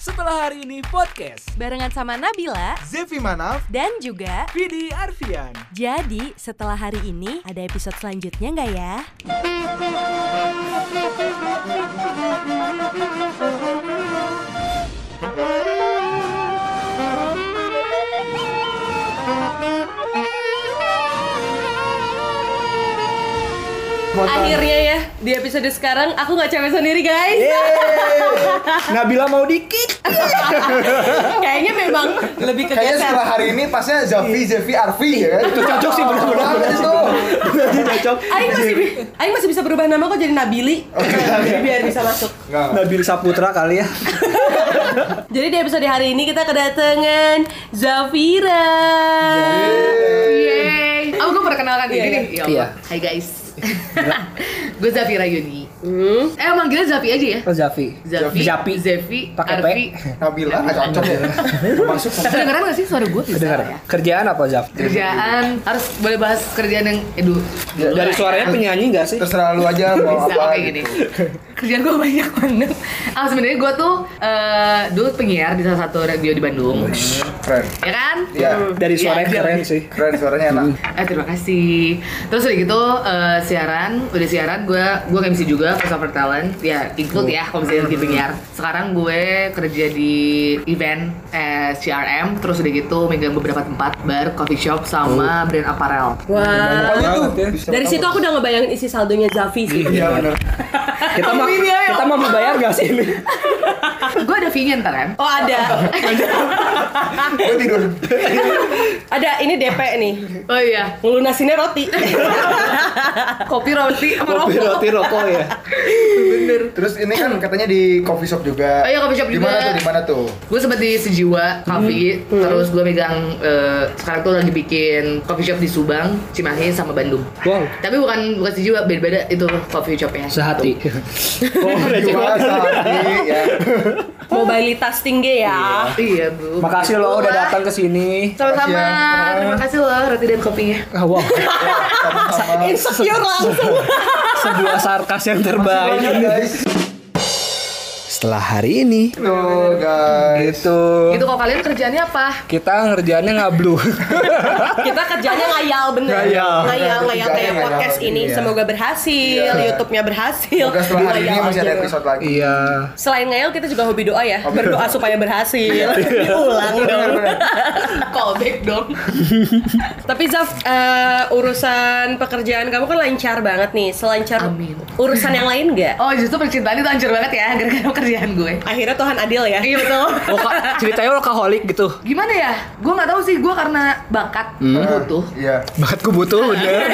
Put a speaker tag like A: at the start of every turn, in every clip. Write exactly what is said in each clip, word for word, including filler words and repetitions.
A: Setelah Hari Ini Podcast
B: barengan sama Nabila,
C: Zefi Manaf,
B: dan juga
A: Vidi Arfian.
B: Jadi setelah hari ini ada episode selanjutnya nggak ya? Akhirnya ya, di episode sekarang aku gak capek sendiri guys.
D: Nabila mau dikit.
B: Kayaknya memang lebih ke
C: kayaknya
B: geser.
C: setelah hari ini pasnya Zafi, Zefi, Arfi ya kan?
D: Itu cocok sih benar-benar
C: itu.
D: cocok.
B: Aing masih, Aing masih bisa berubah nama kok jadi Nabili. Jadi biar bisa masuk.
D: Nabil Saputra kali ya.
B: Jadi di episode hari ini kita kedatangan Zafira.
E: Yeay. Oh, gue perkenalkan diri
B: Iya,
E: nih.
B: iya.
E: Ya Allah.
D: Iya.
E: Hai guys. Gue Zafira Yuni.
B: Hmm.
E: Eh, manggilnya Zafi aja ya?
D: Oh Zafi.
E: Zafi,
D: Zapi.
E: Zefi,
D: Pakai P.
E: Arfi.
C: Nabila nggak cocok ya. Masuk.
E: Kedengeran gak sih suara gue?
D: Kedengar.
E: Ya?
D: Kerjaan apa Zaf?
E: Kerjaan, harus boleh bahas kerjaan yang edu.
D: Dari suaranya penyanyi nggak sih?
C: Terserah lu aja mau
E: Bisa,
C: apa
E: oke gini. Kerjaan gue banyak banget. Ah, sebenarnya gue tuh eh, dulu penyiar di salah satu radio di Bandung.
C: Keren.
E: Ya kan?
C: Iya.
D: Dari
E: Iya,
D: suaranya
E: iya.
D: keren sih.
C: Keren suaranya enak.
E: Eh terima kasih. Terus udah gitu eh, siaran, udah siaran gue gue M C juga Voice Over Talent. Ya include ya kalau misalnya lagi penyiar. Sekarang gue kerja di event eh, C R M. Terus udah gitu megang beberapa tempat bar, coffee shop sama brand apparel.
B: Wah.
C: Pokoknya tuh.
D: ya.
C: bisa
B: Dari
C: tahu.
B: situ aku udah ngebayangin isi saldonya Zafi sih.
C: Iya benar.
D: Kita mah
E: Amin ya, ya
D: kita mau bayar nggak sih ini?
E: Gue ada fee-nya ntar kan?
B: Oh ada.
C: Gue tidur.
B: Ada ini D P nih.
E: Oh iya.
B: Ngelunasinnya roti.
E: Kopi roti sama
D: Kopi
E: rokok.
D: roti rokok ya.
E: Bener.
C: Terus ini kan katanya di coffee shop juga.
E: Oh iya, coffee shop
C: Di mana
E: juga.
C: tuh? Di mana tuh?
E: Gue sempat di Sejiwa Coffee, terus gue megang eh, sekarang tuh lagi bikin coffee shop di Subang, Cimahi sama Bandung.
D: Wow.
E: Tapi bukan bukan Sejiwa, beda-beda itu coffee shopnya.
D: Sehati. Oh, receh
C: Jual
D: banget.
C: sehari ya.
B: Mobilitas tinggi ya.
E: Iya bro.
D: Makasih lo udah datang ke sini.
E: Sama-sama.
C: Makasih ya.
E: Terima kasih loh roti dan kopinya.
D: Ah, wow.
C: Sama-sama.
B: Insecure langsung.
D: Sebuah sarkas yang terbaik.
C: Banyak, guys.
D: Setelah hari ini
C: Tuh guys.
D: gitu.
E: Gitu kalau kalian kerjaannya apa?
D: Kita ngerjaannya ngablu.
B: Kita kerjanya ngayal bener.
D: Ngayal.
B: Ngayal, ngayal kayak
C: Kerjanya
B: podcast
C: ngayal,
B: ini.
C: iya.
B: Semoga berhasil,
C: Iya.
B: YouTube-nya berhasil.
C: Semoga setelah hari ini
B: Ngayal
C: masih ada
B: aja.
C: episode lagi.
D: Iya.
B: Selain ngayal kita juga hobi doa ya.
C: Hobi
B: Berdoa
C: doa.
B: supaya berhasil. Diulang dong.
E: Callback dong.
B: Tapi Zaf, eh, urusan pekerjaan kamu kan lancar banget nih. Selancar
E: Amin.
B: urusan yang lain nggak?
E: Oh justru percintaan itu hancur banget ya gara-gara pekerjaan gue.
B: Akhirnya Tuhan adil ya.
E: Iya betul.
D: Oh, Kak, ceritanya workaholic gitu.
E: Gimana ya? Gue nggak tahu sih. Gue karena bakat butuh.
C: Iya.
D: Bakatku butuh bener.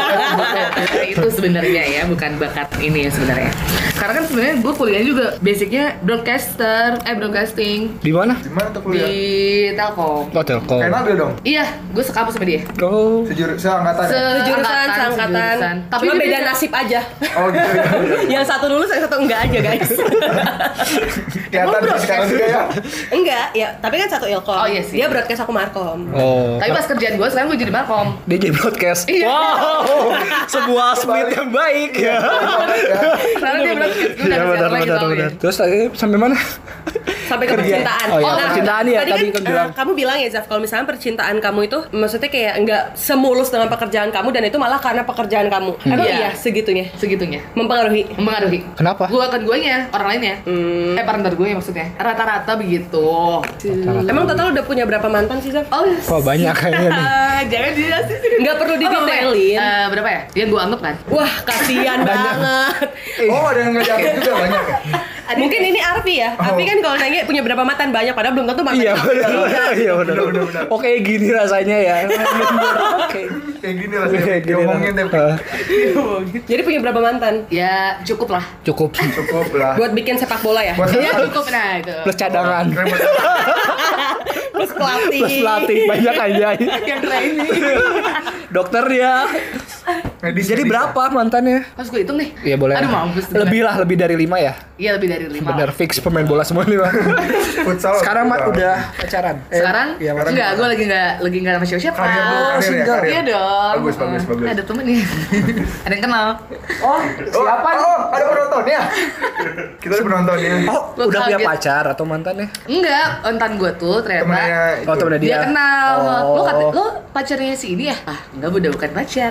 E: Itu sebenarnya ya, bukan bakat ini ya sebenarnya. Karena kan sebenarnya gue kuliah juga basicnya broadcaster, eh broadcasting
D: Di mana?
C: Di mana tuh
E: di
C: kuliah?
E: Telkom.
D: Oh, Telkom.
C: Kayak Nabil dong.
E: Iya, gue sekampus sama dia.
D: Oh.
C: Sejur seangkatan ya?
B: Sejurusan, seangkatan.
E: Tapi
B: Cuma
E: dia
B: beda
E: bisa-
B: nasib aja.
C: Oh gitu ya.
B: Yang satu lulus, yang satu enggak aja guys.
C: Kelihatan di sekarang juga ya.
B: Enggak, ya. Tapi kan satu ilkom.
E: Oh, iya sih.
B: Dia broadcast, aku markom.
D: Oh.
E: Tapi pas kerjaan gue sekarang gue jadi markom.
D: D J broadcast.
E: Iya.
D: Wow. Sebuah speed yang baik ya.
E: Karena dia broadcast, gue udah
D: Iya
E: kerja
D: benar
E: lagi
D: benar
E: soalnya.
D: benar. Terus tadi sampai mana?
B: Sampai ke
D: Kerja.
B: percintaan.
D: Oh, iya, percintaan ya, tadi kan
B: kan,
D: bilang.
B: eh, kamu bilang ya Zaf, kalau misalnya percintaan kamu itu maksudnya kayak enggak semulus dengan pekerjaan kamu dan itu malah karena pekerjaan kamu. Emang
E: Iya.
B: iya segitunya?
E: Segitunya.
B: Mempengaruhi.
E: Mempengaruhi.
D: Kenapa?
E: Gue kan guanya, orang lainnya. Eh partner gue maksudnya. Rata-rata begitu.
B: Emang total udah punya berapa mantan sih Zaf?
E: Oh,
D: Wah, banyak kayaknya nih.
E: Ah, jangan dijelasin sini.
B: Nggak perlu
E: Oh, berapa ya?
B: didetailin.
E: Eh, berapa ya? Yang gue anggap kan.
B: Wah, kasihan banget.
C: Oh ada yang ngejatuh juga banyak ya?
B: Mungkin ini Arfi ya. Arfi kan kalau nanya punya berapa mantan banyak padahal belum tentu mantan.
D: Iya
B: kamu.
D: benar. Iya benar.
C: Benar, benar.
D: Oke gini rasanya ya. Oke.
C: Kayak gini rasanya.
D: Kayak gini.
C: Diomongin deh.
D: Ah,
B: Jadi punya berapa mantan?
E: Ya cukup lah.
D: Cukup.
C: Cukup lah.
B: Buat bikin sepak bola ya?
C: Buat
E: Ya cukup nah itu.
D: Plus cadangan.
C: Keren banget.
B: Plus pelatih.
D: Plus pelatih banyak aja.
E: Yang training.
D: Dokter dia.
C: Medis,
D: Jadi
C: medis.
D: berapa mantannya?
E: Pas gue hitung nih.
D: Iya boleh.
E: Aduh mampus.
D: Lebih lah, lebih dari lima ya.
E: Iya lebih dari lima.
D: Bener fix pemain bola semua lima.
C: Futsal.
D: Sekarang mah
C: futsal.
D: udah pacaran. Eh,
E: Sekarang?
D: iya,
C: Sekarang
E: Enggak, gue lagi nggak lagi nggak sama siapa-siapa.
C: Karir dulu, karir ya,
D: single.
C: karir.
E: Iya dong.
C: Bagus, bagus, bagus.
E: Ada temen nih. Ada yang kenal.
D: Oh,
C: Oh,
D: siapa nih?
C: oh, ada penontonnya. Kita ada penontonnya.
D: Oh,
E: Gua
D: udah punya
E: kaget.
D: pacar atau mantannya?
E: Enggak, mantan gue tuh ternyata
C: Temennya itu.
D: Oh, temennya
E: dia
D: dia.
E: kenal.
D: Oh.
E: Lo kata, lo pacarnya si ini ya? Ah, enggak, udah bukan pacar.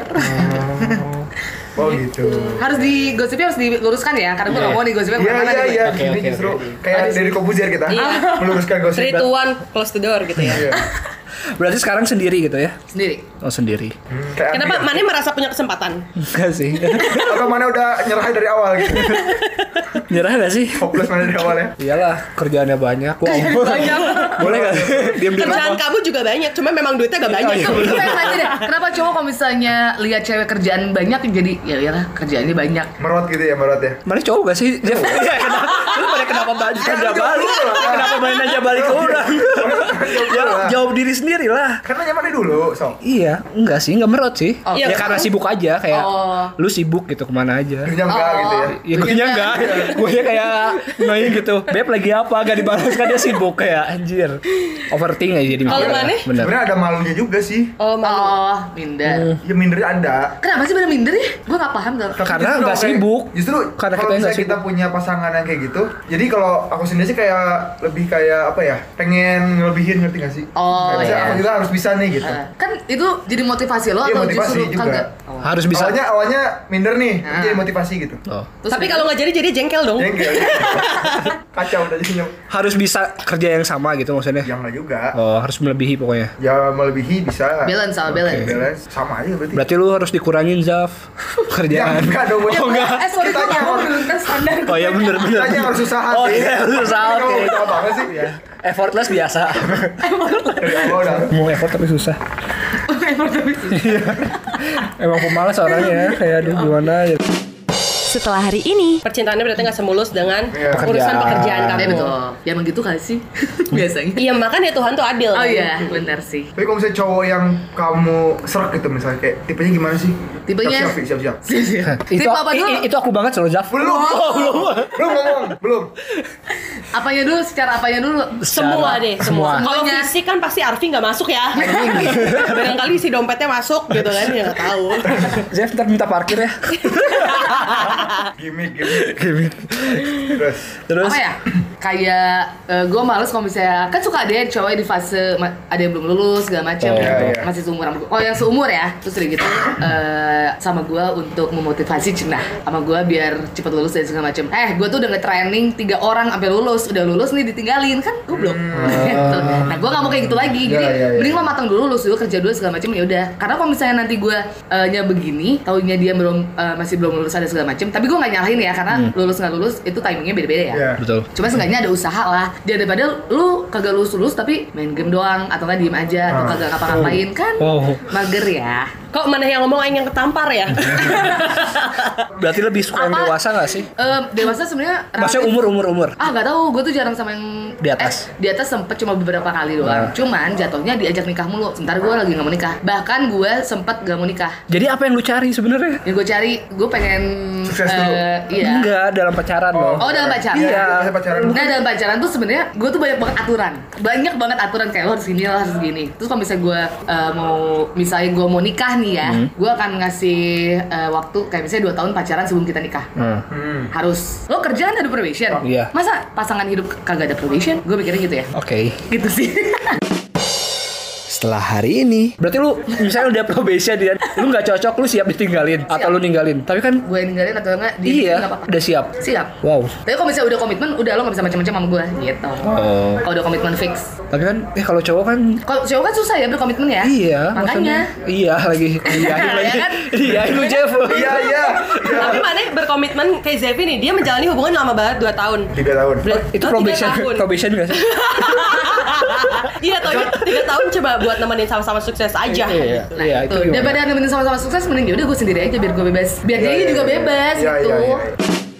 C: Oh gitu.
E: Harus di gosipnya harus diluruskan ya, karena gue nggak mau nih gosipnya
C: Iya
E: kemana-mana
C: iya
E: nih.
C: iya.
D: Oke,
C: Ini
D: oke,
C: justru
D: oke.
C: kayak dari Kobuzier kita
B: Iya.
C: meluruskan gosip.
B: three, two, one, close the door gitu ya.
C: Iya.
D: Berarti sekarang sendiri gitu ya?
E: Sendiri.
D: Oh sendiri.
C: Hmm, kayak
B: Kenapa
C: Andi.
B: Mane merasa punya kesempatan?
D: Enggak sih.
C: Atau mana udah nyerah dari awal gitu.
D: Nyerah gak sih?
C: Hopeless mana dari awal ya.
D: Iyalah, kerjaannya banyak. Wow.
B: Banyak.
D: Boleh gak? Diam di
B: Kerjaan
D: rumah.
B: kamu juga banyak, cuma memang duitnya gak banyak.
D: Oh, iya.
E: Gue pengen nanya deh, kenapa cowok kalau misalnya lihat cewek kerjaan banyak jadi ya iyalah kerjaannya banyak.
C: Merot gitu ya, merot ya.
D: Mana cowok gak sih? Jeff? Iya, kenapa? Lu pada kenapa balik aja balik? Kenapa main aja balik ke orang? Ya, jawab diri sendiri lah.
C: Karena nyamannya dulu, so.
D: Iya, enggak sih, enggak merot sih.
E: Oh.
D: Ya
B: Iya,
D: karena
B: kan?
D: sibuk aja kayak
E: Oh.
D: lu sibuk gitu kemana aja.
C: Dunia enggak gitu ya.
D: Ya gue nya enggak, gue nya kayak main gitu. Beb lagi apa? Gak dibalas kan dia sibuk kayak anjir. Overthink aja jadi.
B: Kalau
D: mikir.
B: Mane?
D: Bener.
C: Sebenarnya ada malunya juga sih.
B: Oh, malu.
E: Oh, minder.
C: Ya mindernya ada.
E: Kenapa sih pada minder ya? Gue gak paham tuh.
C: Tapi
D: Karena
C: justru
D: nggak
C: kayak-
D: sibuk.
C: Justru
D: Karena
C: kalau
D: kita nggak
C: misalnya kita
D: sibuk.
C: punya pasangan yang kayak gitu. Jadi kalau aku sendiri sih kayak lebih kayak apa ya? Pengen ngelebihin, ngerti gak sih?
E: Oh,
C: Kayak misalnya
E: iya.
C: aku juga harus bisa nih gitu.
E: Ah, kan itu jadi motivasi lo
C: Iya,
E: atau
C: motivasi
E: justru
C: juga.
E: kagak? Oh.
D: Harus bisa.
C: Awalnya awalnya minder nih,
E: Ah.
C: jadi motivasi gitu.
D: Oh.
E: Terus
B: Tapi kalau nggak jadi jadi jengkel dong.
C: Jengkel. Kacau udah jadinya.
D: Harus bisa kerja yang sama gitu maksudnya.
C: Ya enggak juga.
D: Oh, harus melebihi pokoknya.
C: Ya melebihi bisa.
E: balance sama balance.
C: Balance sama aja berarti.
D: Berarti lu harus dikurangin Zaf
C: Ya
D: kerjaan.
C: enggak dong.
D: Oh, enggak.
E: Eh sorry gue
C: Kitanya
E: nggak mau
C: harus-
E: menurunkan standar.
D: Oh ya bener bener.
C: Kitanya harus usaha
D: Oh
C: sih.
D: iya harus usaha.
C: Kamu
D: Oke.
C: usaha banget sih. Ya.
D: Effortless biasa.
C: Dari awal udah.
D: Mau effort tapi susah. Iya. Emang pemalas orangnya ya. Kayak aduh gimana ya.
F: Setelah hari ini,
B: Percintaannya berarti nggak semulus dengan
C: Iya.
B: urusan
D: Pekerjaan.
B: pekerjaan kamu.
E: Ya betul. Ya emang gitu kali sih biasanya.
B: Iya, makanya Tuhan tuh adil.
E: Oh iya, benar sih.
C: Tapi kalau misalnya cowok yang kamu serak gitu misalnya kayak tipenya gimana sih?
E: Tipenya-
C: siap siap siap.
D: Itu
E: Tipe apa
D: i-
E: dulu?
D: i- itu aku banget loh Zaf.
C: Belum.
D: Oh, belum.
C: Belum ngomong, belum.
E: Apanya dulu? Secara apanya dulu?
B: Semua
D: Secara-
B: deh,
D: semua.
B: semua. Kalau
E: Semuanya.
B: fisik kan pasti Arfi nggak masuk ya. Barangkali si dompetnya masuk gitu kan, ya nggak tahu.
D: Zaf ntar minta parkir ya.
C: Gimik, gimik. Terus.
D: Terus
E: Apa ya? Kayak gue males kalau misalnya kan suka ada yang cowok di fase ma- ada yang belum lulus segala macam
D: Oh,
C: iya, iya.
E: masih seumur sama gue. Oh yang seumur ya, terus udah gitu eh, sama gue untuk memotivasi cenah sama gue biar cepat lulus dan segala macam. Eh gue tuh udah nge-training tiga orang sampai lulus, udah lulus nih ditinggalin kan goblok. Gitu. Nah gue nggak mau kayak gitu lagi, jadi
C: Iya, iya, iya.
E: mending lo matang dulu, lulus dulu, kerja dulu segala macam ya udah. Karena kalau misalnya nanti gue eh, nya begini, taunya dia belum eh, masih belum lulus ada segala macam. Tapi gue nggak nyalahin ya karena lulus nggak lulus itu timingnya beda-beda ya.
C: Iya.
D: betul.
E: Cuma seenggaknya ada usaha lah. Daripada lu kagak lulus-lulus tapi main game doang atau nggak diem aja atau
C: Ah.
E: kagak ngapa-ngapain kan
D: Oh.
E: mager ya.
B: Kok mana yang ngomong aing yang ketampar ya?
D: Berarti lebih suka yang
E: Apa?
D: dewasa gak sih?
E: Eh, dewasa sebenarnya
D: Maksudnya
E: relatif-
D: umur umur umur.
E: Ah nggak tahu, gue tuh jarang sama yang
D: Di atas?
E: Eh, di atas sempet cuma beberapa kali doang.
D: Nah.
E: Cuman jatuhnya diajak nikah mulu. Sementara gue lagi nggak mau nikah. Bahkan gue sempet gak mau nikah.
D: Jadi apa yang lu cari sebenarnya?
E: Yang gue cari, gue pengen
C: Sukses dulu.
E: eh, iya.
D: Enggak dalam pacaran loh.
E: Oh dalam pacaran.
D: Iya.
C: Masa pacaran.
E: Nah dalam pacaran tuh sebenarnya gue tuh banyak banget aturan, banyak banget aturan kayak lo harus gini, lo harus gini. Terus kalau misalnya gue uh, mau, misalnya gue mau nikah nih ya,
D: Hmm.
E: gue akan ngasih uh, waktu kayak misalnya dua tahun pacaran sebelum kita nikah.
D: Hmm.
C: Hmm.
E: Harus. Lo kerjaan ada probation.
D: Iya.
E: Masa pasangan hidup kagak ada probation? Gue mikirnya gitu ya.
D: Oke.
E: Gitu sih.
D: Setelah hari ini, berarti lu misalnya udah probation dia, lu nggak cocok, lu siap ditinggalin atau lu ninggalin? Tapi kan
E: Gue ninggalin atau enggak? Dia
D: iya,
E: nggak apa-apa.
D: udah siap.
E: Siap.
D: Wow.
E: Tapi kalau misalnya udah komitmen, udah lo gak bisa macam-macam sama gue gitu.
D: Oh.
E: Kalau udah komitmen fix.
D: Tapi kan, eh kalau cowok kan
E: Kalau cowok kan susah ya berkomitmen ya.
D: iya,
E: Makanya.
D: maksudnya iya lagi, iya lagi,
E: Ya kan?
D: iya lu Jeff.
C: Iya, iya.
B: Tapi mana berkomitmen kayak Zevi nih, dia menjalani hubungan lama banget dua tahun.
C: Tiga tahun.
B: Ber-
D: Itu
B: oh,
D: probation,
B: tiga tahun.
D: probation nggak sih?
B: Iya, tuh tiga tahun coba buat nemenin sama-sama sukses aja.
D: Iya,
E: Nah,
D: iya
E: itu
D: itu gimana?
E: daripada nemenin sama-sama sukses, mending yaudah gue sendiri aja biar gue bebas, biar
C: Iya,
E: dia
C: iya,
E: juga
C: iya.
E: bebas
C: Iya,
E: gitu.
C: iya, iya.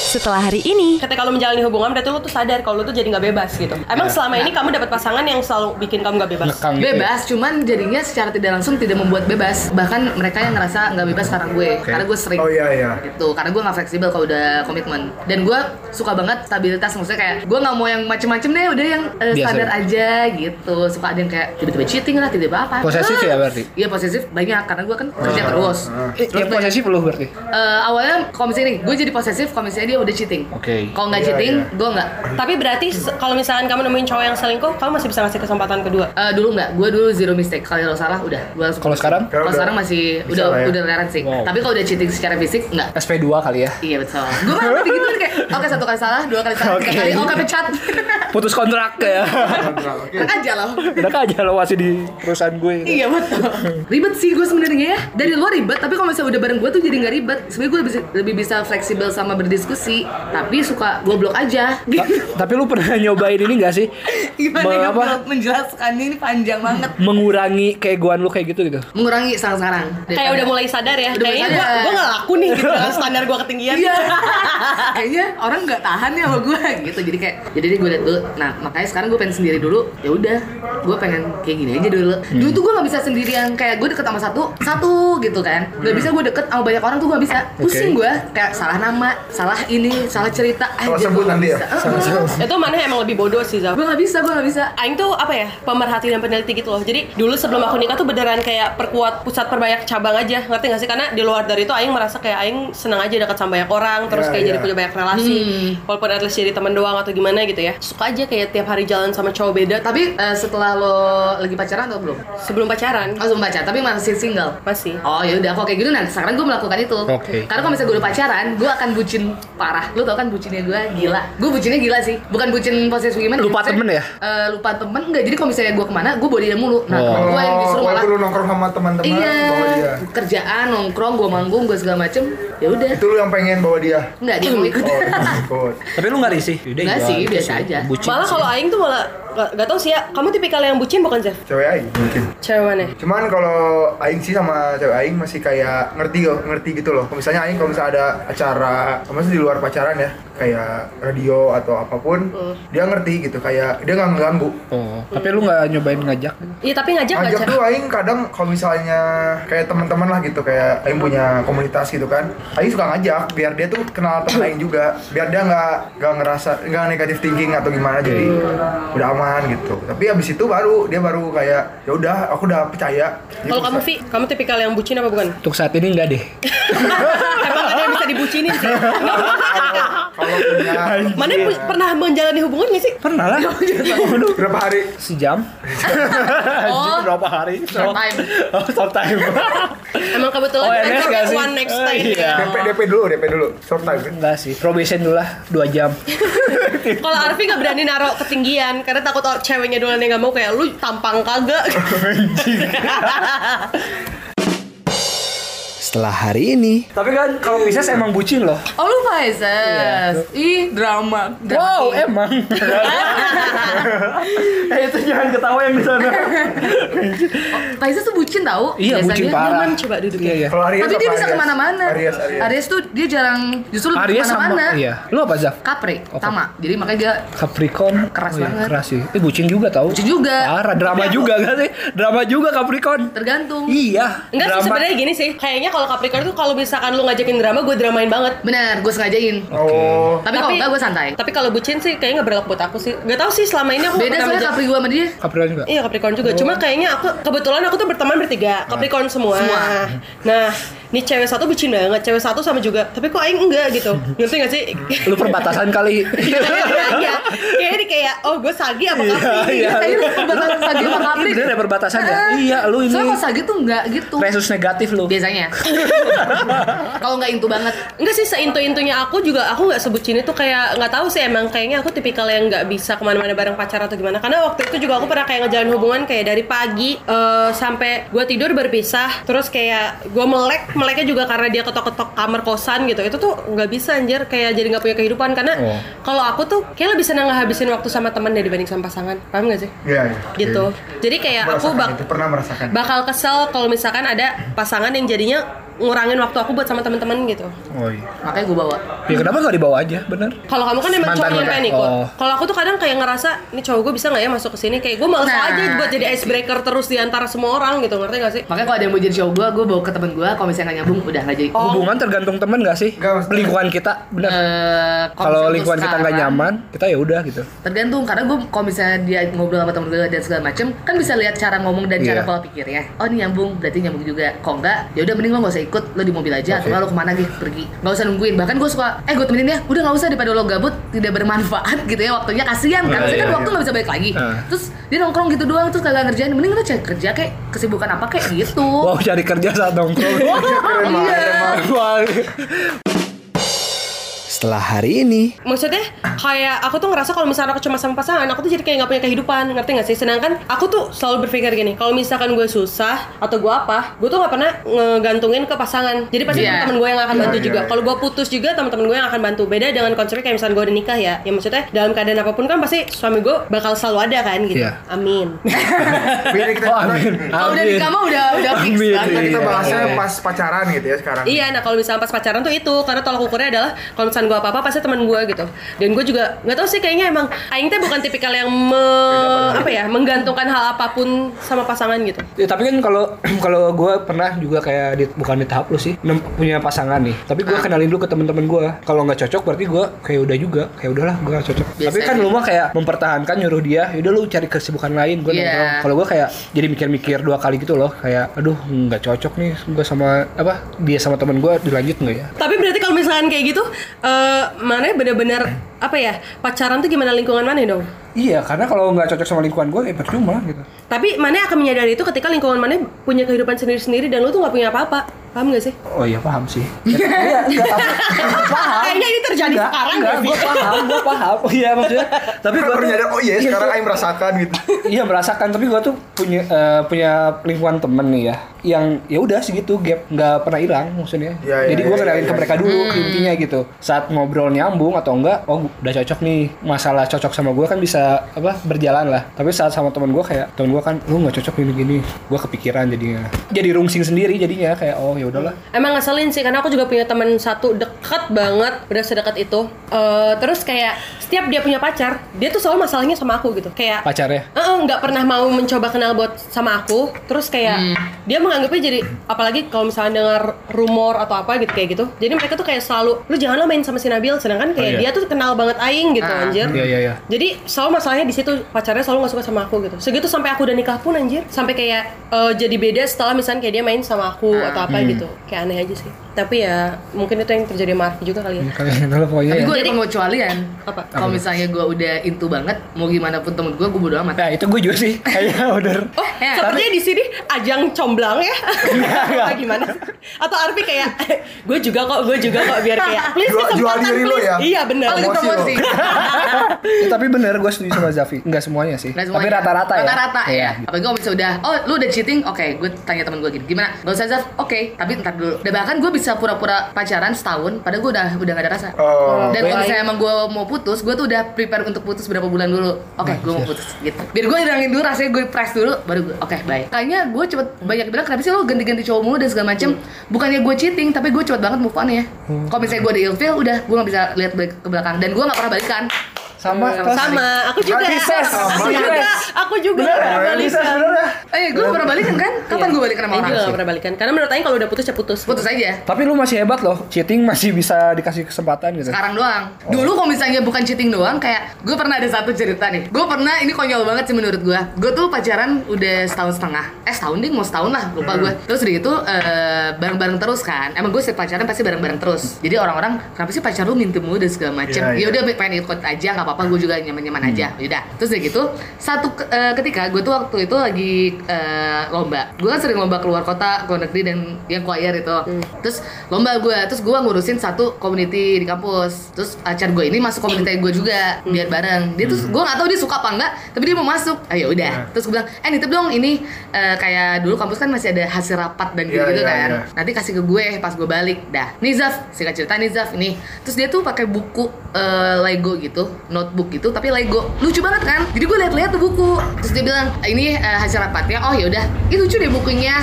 F: Setelah hari ini,
B: Ketika lo menjalani hubungan berarti lo tuh sadar kalau lo tuh jadi nggak bebas gitu. Emang selama ini kamu dapat pasangan yang selalu bikin kamu nggak bebas?
D: Ngekang gitu ya?
E: Bebas, cuman jadinya secara tidak langsung tidak membuat bebas. Bahkan mereka yang ngerasa nggak bebas karena gue, karena gue sering.
C: Oh iya iya.
E: Gitu, karena gue nggak fleksibel kalau udah komitmen. Dan gue suka banget stabilitas, maksudnya kayak gue nggak mau yang macem-macem deh, udah yang uh,
D: Biasa.
E: standar aja gitu. Suka ada yang kayak tiba-tiba cheating lah, tiba-tiba apa?
D: Posesif ya berarti?
E: Iya posesif banyak karena gue kan kerja terus.
D: Eh, yang posesif lu berarti?
E: Eh, awalnya kalau misalnya nih, gue jadi posesif kalau misalnya dia udah cheating.
D: Oke.
E: Kalau nggak
C: Iya,
E: cheating,
C: iya.
E: gue nggak.
B: Tapi berarti se- kalau misalkan kamu nemuin cowok yang selingkuh, kamu masih bisa ngasih kesempatan kedua.
E: Eh, dulu nggak, gue dulu zero mistake. Kalau salah udah. Gua langsung-
D: Kalau sekarang?
E: Kalau
C: Udah-
E: sekarang masih
C: bisa
E: udah
C: lah ya.
E: udah toleran sih.
D: Wow.
E: Tapi kalau udah cheating secara fisik nggak.
D: S P dua kali ya?
E: Iya betul. Gue mah lebih gitu nih kayak, oke satu kali salah, dua kali salah, tiga
D: Oke.
E: kali, oke pecat.
D: Putus kontrak ya?
C: Oke.
E: Enak aja loh.
D: Enak aja lo masih di perusahaan gue.
E: Iya betul. Ribet sih gue sebenarnya ya. Dari luar ribet, tapi kalau misalnya udah bareng gue tuh jadi nggak ribet. Sebenarnya gue lebih, lebih bisa fleksibel sama berdiskusi. Tapi suka goblok aja.
D: Ta- Tapi lu pernah nyobain ini gak sih?
E: Gimana
D: Me-
E: ya
D: apa?
E: menjelaskannya, ini panjang banget.
D: Mengurangi keegoan lu kayak gitu gitu.
E: Mengurangi sekarang-sekarang.
B: Kayak udah mulai sadar ya.
E: Udah mulai
B: Kayaknya gue
E: sadar.
B: gue nggak laku nih gitu dengan standar gue ketinggian.
E: Iya. Kayaknya orang nggak tahan ya sama gue gitu. Jadi kayak, jadi gue liat dulu. Nah makanya sekarang gue pengen sendiri dulu. Ya udah, gue pengen kayak gini aja dulu. Dulu tuh gue nggak bisa sendirian. Kayak gue deket sama satu, satu gitu kan. Gak bisa gue deket sama banyak orang tuh gue bisa. Pusing gue. Kayak salah nama, salah ini, salah cerita.
C: Salah
E: Anjir,
C: sebut
E: gua nggak
C: nanti ya?
E: bisa.
C: Salah sebut.
B: Itu mana emang lebih bodoh sih Zal.
E: Gue nggak bisa, gue nggak bisa.
B: Aing tuh apa ya, pemerhati dan peneliti gitu loh. Jadi dulu sebelum aku nikah tuh beneran kayak perkuat pusat perbanyak cabang aja, ngerti gak sih? Karena di luar dari itu Aing merasa kayak Aing seneng aja deket sama banyak orang, terus
C: Ya,
B: kayak
C: ya.
B: jadi punya banyak relasi,
E: Hmm.
B: walaupun at least jadi teman doang atau gimana gitu ya. Suka aja kayak tiap hari jalan sama cowok beda. Tapi
E: Tapi eh, setelah lo lagi pacaran atau belum?
B: sebelum pacaran
E: Oh, belum pacaran, tapi masih single.
B: masih.
E: Oh ya udah, kalau kayak gitu nanti sekarang gue melakukan itu.
D: Oke.
E: Karena kalau misalnya gue udah pacaran, gue akan bucin parah. Lu tau kan bucinnya gue gila. Gue bucinnya gila sih. Bukan bucin posesif gimana?
D: Lupa
E: Maksudnya,
D: temen ya?
E: eh, lupa temen enggak. Jadi kalau misalnya gue kemana, gue bawa dia mulu. Nah,
D: Oh.
E: temen gue yang disuruh
C: Oh,
E: malah.
C: walaupun lu nongkrong sama teman-teman
E: Iya.
C: bawa dia.
E: Kerjaan, nongkrong, gue manggung, gue segala macem. Ya udah.
C: Itu lu yang pengen bawa dia.
E: Enggak, dia mau ikut.
C: Oh, ikut.
D: Tapi lu gak risih? Yaudah,
E: Nggak
D: gua
E: sih,
D: gitu
E: biasa aja.
D: Bucin
B: Malah
D: sih.
B: kalau Aing tuh malah gak, gak tau sih ya. Kamu tipikal yang bucin bukan Zef?
C: Cewek aing mungkin.
B: Cewek mana?
C: Cuman kalau aing sih sama cewek aing masih kayak ngerti loh, ngerti gitu loh. Kalau misalnya aing kalau misalnya ada acara, maksudnya di luar pacaran ya, kayak radio atau apapun, dia ngerti gitu, kayak dia nggak ngeganggu.
D: Oh, tapi lu gak nyobain ngajak?
B: Iya tapi ngajak gak
C: Ngajak
B: Cak?
C: tuh aing kadang kalau misalnya kayak teman-teman lah gitu, kayak aing punya komunitas gitu kan, aing suka ngajak biar dia tuh kenal temen aing juga, biar dia nggak nggak ngerasa nggak negatif thinking atau gimana, jadi udah aman gitu. Tapi abis itu baru dia baru kayak ya udah aku udah percaya. Dia
B: Kalau
C: bisa-
B: kamu Vi, kamu tipikal yang bucin apa bukan?
D: Untuk saat ini enggak deh.
B: Emang ada yang bisa dibucinin sih?
C: kalau punya
B: Mana pu- pernah menjalani hubungan gak sih?
D: Pernah lah. Waduh.
C: berapa hari
D: Sejam.
E: Oh.
D: Berapa hari?
E: Short time.
D: Oh, short time.
B: Emang kebetulan
D: Oh,
B: kita
D: N S gak sih?
B: one next time
D: Oh, iya.
B: ya.
C: D P D P dulu D P dulu short time kan?
D: Enggak sih. Probation dulu lah, dua jam.
B: Kalau Arfi gak berani naruh ketinggian karena takut oh, ceweknya duluan yang gak mau, kayak lu tampang kagak.
G: Setelah hari ini,
D: Tapi kan kalau Pisces emang bucin loh.
E: Oh lu Pisces. Ih, drama.
D: Wow, emang. Eh itu jangan ketawa yang di sana.
E: Pisces tuh bucin tau.
D: Iya,
E: biasanya.
D: bucin parah.
B: Nyaman coba duduk.
D: Iya, iya.
C: Kalau Aries
E: Tapi dia
C: apa
E: bisa
C: Aries?
E: kemana-mana.
C: Aries Aries
E: Aries tuh dia jarang, justru lebih
D: Aries sama
E: kemana-mana.
D: iya. Lu apa, Zaf?
E: Capri,
D: Apa?
E: sama. Jadi makanya dia
D: Capricorn.
E: Keras
D: Oh, iya,
E: banget.
D: Keras sih. Eh bucin juga tau.
E: bucin juga.
D: Parah, drama
E: Tapi aku-
D: juga kan sih? Drama juga Capricorn.
E: Tergantung.
D: Iya.
B: Enggak sih,
D: drama.
B: sebenarnya gini sih. Kayaknya kalau Capricorn tuh kalau misalkan lu ngajakin drama, gue dramain banget.
E: Benar, gue sengajain.
C: Oh
E: Tapi kalau enggak gue santai.
B: Tapi kalau bucin sih kayaknya nggak berlaku buat aku sih. Gak tau sih selama ini aku nggak
E: Beda
B: pernah
E: soalnya
B: menja-
E: Capri gue sama dia.
D: Capricorn juga.
B: Iya Capricorn juga. Cuma kayaknya aku kebetulan aku tuh berteman bertiga Capricorn semua.
E: Semua.
B: Nah, nih cewek satu bucin banget, cewek satu sama juga. Tapi kok aing enggak gitu. Ngerti gak sih?
D: Lu perbatasan kali.
B: Iya. Kayaknya ini kayak oh gue Sagi apa Capri.
D: Iya.
E: Kayaknya lu perbatasan Sagi sama Capri.
D: Bener ya perbatasan ya?
E: Ah.
D: Iya, lu ini.
E: Soalnya kalau Sagi tuh enggak gitu.
D: Resus negatif lu.
E: Biasanya. Kalau enggak intu banget.
B: Enggak sih, seintu-intunya aku juga aku nggak sebutin itu, kayak nggak tahu sih, emang kayaknya aku tipikal yang nggak bisa kemana-mana bareng pacar atau gimana. Karena waktu itu juga aku pernah kayak ngejalan hubungan kayak dari pagi eh, sampai gue tidur berpisah, terus kayak gue melek meleknya juga karena dia ketok-ketok kamar kosan gitu. Itu tuh nggak bisa anjir, kayak jadi nggak punya kehidupan. Karena
D: Oh.
B: kalau aku tuh kayak lebih senang ngehabisin waktu sama teman deh dibanding sama pasangan, paham nggak sih?
C: iya iya
B: Gitu. Jadi kayak aku
C: merasakan
B: bak
C: itu pernah merasakan
B: bakal kesel kalau misalkan ada pasangan yang jadinya ngurangin waktu aku buat sama teman-teman gitu.
D: Oh iya.
E: Makanya gue bawa.
D: Ya kenapa nggak dibawa aja, bener?
B: Kalau kamu kan emang
D: Mantan
B: cowok yang
D: udah.
B: pengen ikut.
D: Oh.
B: Kalau aku tuh kadang kayak ngerasa, ini cowok gue bisa nggak ya masuk ke sini? Kayak gue males
E: Nah.
B: aja buat jadi icebreaker terus di antara semua orang gitu, ngerti gak sih?
E: Makanya kalau ada yang mau jadi cowok gue, gue bawa ke temen gue. Kalau misalnya nggak nyambung, udah nggak jadi.
D: Hubungan tergantung teman nggak sih?
C: Nggak, maksudnya-
D: Lingkungan kita, bener.
E: Eh,
D: Kalau
E: misalnya
D: lingkungan
E: untuk
D: kita nggak
E: sekarang,
D: nyaman, kita ya udah gitu.
E: tergantung karena gue kalau misalnya dia ngobrol sama temen gue dan segala macem kan bisa lihat cara ngomong dan cara
D: Iya.
E: pola pikirnya. Oh ini nyambung, berarti nyambung juga. Kok enggak, ya udah mending lo nggak usah ikut, lo di mobil aja atau
D: Oke.
E: nggak lo kemana gitu pergi, nggak usah nungguin. Bahkan gue suka, eh gue temenin ya, udah nggak usah daripada lo gabut tidak bermanfaat gitu ya waktunya, kasihan kan.
D: Iya,
E: Maksudnya kan
D: iya,
E: waktu
D: iya.
E: nggak bisa balik lagi.
D: Ah.
E: Terus dia nongkrong gitu doang terus kagak ngerjain, mending lo cari kerja kayak kesibukan apa kayak gitu.
D: Wow, cari kerja saat nongkrong.
C: Keren banget, emang.
D: Wah.
A: Setelah hari ini,
B: Maksudnya kayak aku tuh ngerasa kalau misalnya aku cuma sama pasangan, aku tuh jadi kayak nggak punya kehidupan, ngerti nggak sih? Sedangkan aku tuh selalu berpikir gini, kalau misalkan gue susah atau gue apa, gue tuh nggak pernah ngegantungin ke pasangan. Jadi pasti
E: Iya.
B: temen gue yang akan
C: Iya,
B: bantu
C: iya,
B: juga.
C: iya.
B: Kalau gue putus juga teman-teman gue yang akan bantu. Beda dengan konsepnya kayak misalnya gue udah nikah ya, ya maksudnya dalam keadaan apapun kan pasti suami gue bakal selalu ada kan gitu.
D: Iya.
B: Amin.
C: Beda kita
D: Oh, amin.
E: Kalau udah
D: Amin.
E: nikah mah udah udah fix
D: Amin.
E: banget.
C: kita
D: Iya.
C: bahasnya pas pacaran gitu ya sekarang.
B: Iya, nah kalau misalnya pas pacaran tuh itu karena tolak ukurnya adalah kalau misalnya gue apa-apa pasti teman gue gitu. Dan gue juga nggak tahu sih kayaknya emang Aing teh bukan tipikal yang me- apa ya menggantungkan hal apapun sama pasangan gitu.
D: Ya, tapi kan kalau kalau gue pernah juga kayak di, bukan di tahap lu sih nem- punya pasangan nih, tapi gue kenalin dulu ke teman-teman gue. Kalau nggak cocok berarti gue kayak udah juga kayak udahlah gue nggak cocok.
E: Biasa
D: Tapi kan
E: aja.
D: lu mah kayak mempertahankan nyuruh dia, yaudah lu cari kesibukan lain gue
E: Iya.
D: nongkrong. Kalau gue kayak jadi mikir-mikir dua kali gitu loh, kayak aduh nggak cocok nih gue sama apa dia sama teman gue, dilanjut nggak ya?
B: Tapi berarti kalau misalkan kayak gitu, eh mana bener-bener apa ya pacaran tuh gimana lingkungan mana dong?
D: Iya, karena kalau nggak cocok sama lingkungan gue, ya percuma gitu.
B: Tapi mana akan menyadari itu ketika lingkungan mana punya kehidupan sendiri-sendiri dan lu tuh nggak punya apa-apa. Paham gak sih?
D: Oh iya paham sih. Iya, enggak paham.
B: Kayaknya ini terjadi
D: Enggak,
B: sekarang
D: enggak,
B: gak sih?
D: gue paham, gue paham. Oh iya maksudnya. Tapi gue
C: Baru nyadar, oh iya sekarang Aing merasakan gitu.
D: Iya merasakan, tapi gue tuh punya eh, punya lingkungan temen nih ya, yang ya udah segitu gap nggak pernah hilang maksudnya.
C: Iya, iya,
D: Jadi gue
C: iya,
D: kenalin
C: iya,
D: ke
C: iya.
D: mereka dulu ke intinya gitu. Saat ngobrol nyambung atau enggak, oh udah cocok nih. Masalah cocok sama gue kan bisa apa berjalan lah. Tapi saat sama temen gue kayak temen gue kan lu nggak cocok gini-gini, gue kepikiran jadinya. Jadi rungsing sendiri jadinya kayak oh ya udahlah.
B: Emang ngeselin sih karena aku juga punya teman satu deket banget, udah sedekat itu. Eh, terus kayak setiap dia punya pacar, dia tuh selalu masalahnya sama aku gitu. Kayak
D: Pacarnya.
B: Eh, eh, nggak pernah mau mencoba kenal buat sama aku. Terus kayak dia menganggapnya jadi apalagi kalau misalnya dengar rumor atau apa gitu kayak gitu. Jadi mereka tuh kayak selalu lu jangan lo main sama si Nabil, sedangkan kayak
D: Oh, iya.
B: dia tuh kenal banget Aing gitu
E: Ah.
B: anjir.
D: Iya iya iya.
B: Jadi selalu masalahnya di situ, pacarnya selalu nggak suka sama aku gitu. Segitu sampai aku udah nikah pun anjir, sampai kayak eh, jadi beda setelah misalnya kayak dia main sama aku atau apa
D: Hmm.
B: gitu. Kayak aneh aja sih. Tapi ya mungkin itu yang terjadi sama Arfi juga kali ya.
D: Kayak gitu lah pokoknya.
E: Tapi
D: Ya.
E: gue ada
B: Jadi-
E: pengecualian.
B: Apa?
E: Kalau misalnya gue udah into banget, mau gimana pun temen gue, gue bodo amat.
D: Nah itu gue juga sih kayaknya udah.
B: Oh,
E: Ya,
B: sepertinya di sini ajang comblang ya? Apa gimana? Atau Arfi kayak, gue juga kok, gue juga kok biar kayak, please
C: Jual- jual
B: kesempatan
C: diri lo
B: please.
C: ya?
B: Iya benar.
E: Paling
C: Promosi
E: promosi.
D: Ya, tapi bener gue setuju sama Zafi. Enggak semuanya sih.
E: Nggak
D: Tapi
E: semuanya.
D: rata-rata ya.
E: Rata-rata ya.
D: Iya.
E: Apalagi kalau misalnya udah, oh lu udah cheating, oke, gue tanya temen gue gini, gimana? Gak usah Zaf, oke, tapi ntar dulu. Dan bahkan gue bisa pura-pura pacaran setahun, padahal gue udah udah gak ada rasa.
C: Oh.
E: Dan kalau
B: baik.
E: misalnya emang gue mau putus, gue tuh udah prepare untuk putus berapa bulan dulu. Oke, gue mau putus gitu. Biar gue hilangin dulu rasanya, gue press dulu, baru gue, oke, baik. Kayaknya gue cepet banyak bilang, kenapa sih lo ganti-ganti cowok mulu dan segala macem. Bukannya gue cheating, tapi gue cepet banget move on ya. Kalau misalnya gue ada ilfeel, udah gue gak bisa lihat balik ke belakang. Dan gue gak pernah balikan.
D: Sama.
B: Sama, aku juga.
C: Nggak bisa,
B: Aku
C: sama.
B: juga, aku juga
D: Bener,
B: pernah
D: bisa
B: balikan.
D: sebenarnya.
E: Eh, gue gak pernah balikan kan? Kapan gue balikan sama
B: Aing
E: orang?
B: juga gak pernah balikan. Karena menurut Aing kalau udah putus ya putus.
E: Putus aja.
D: Tapi lu masih hebat loh, cheating masih bisa dikasih kesempatan gitu.
E: Sekarang doang. Dulu kalau misalnya bukan cheating doang, kayak gue pernah ada satu cerita nih. Gue pernah, ini konyol banget sih menurut gue. Gue tuh pacaran udah setahun setengah. Eh setahun ding, mau setahun lah, lupa gue. Terus udah gitu eh, bareng-bareng terus kan. Emang gue setiap pacaran pasti bareng-bareng terus. Jadi orang-orang, kenapa sih pacar lu minta mulu dan segala macem.
C: Iya,
E: Ya
C: iya.
E: udah pengen ikut aja, nggak apa-apa. Gue juga nyaman-nyaman aja. Yaudah. Terus udah gitu, satu ke- eh, ketika gue tuh waktu itu lagi eh, lomba. Gue kan sering lomba keluar kota, keluar negeri dan yang choir itu. Terus lomba gue, terus gue ngurusin satu community di kampus. Terus pacar gue ini masuk community gue juga biar bareng. Dia tuh gue nggak tahu dia suka apa enggak, tapi dia mau masuk. Ah ya udah. Terus gue bilang, eh nitip dong ini eh, kayak dulu kampus kan masih ada hasil rapat dan
C: Iya,
E: gitu-gitu
C: iya,
E: kan.
C: iya.
E: Nanti kasih ke gue pas gue balik. Dah. Nih Zaf, singkat cerita nih Zaf ini. Terus dia tuh pakai buku eh, Lego gitu, notebook gitu, tapi Lego. Lucu banget kan? Jadi gue lihat-lihat tuh buku. Terus dia bilang, ini eh, hasil rapatnya. Oh ya udah, ini lucu deh bukunya.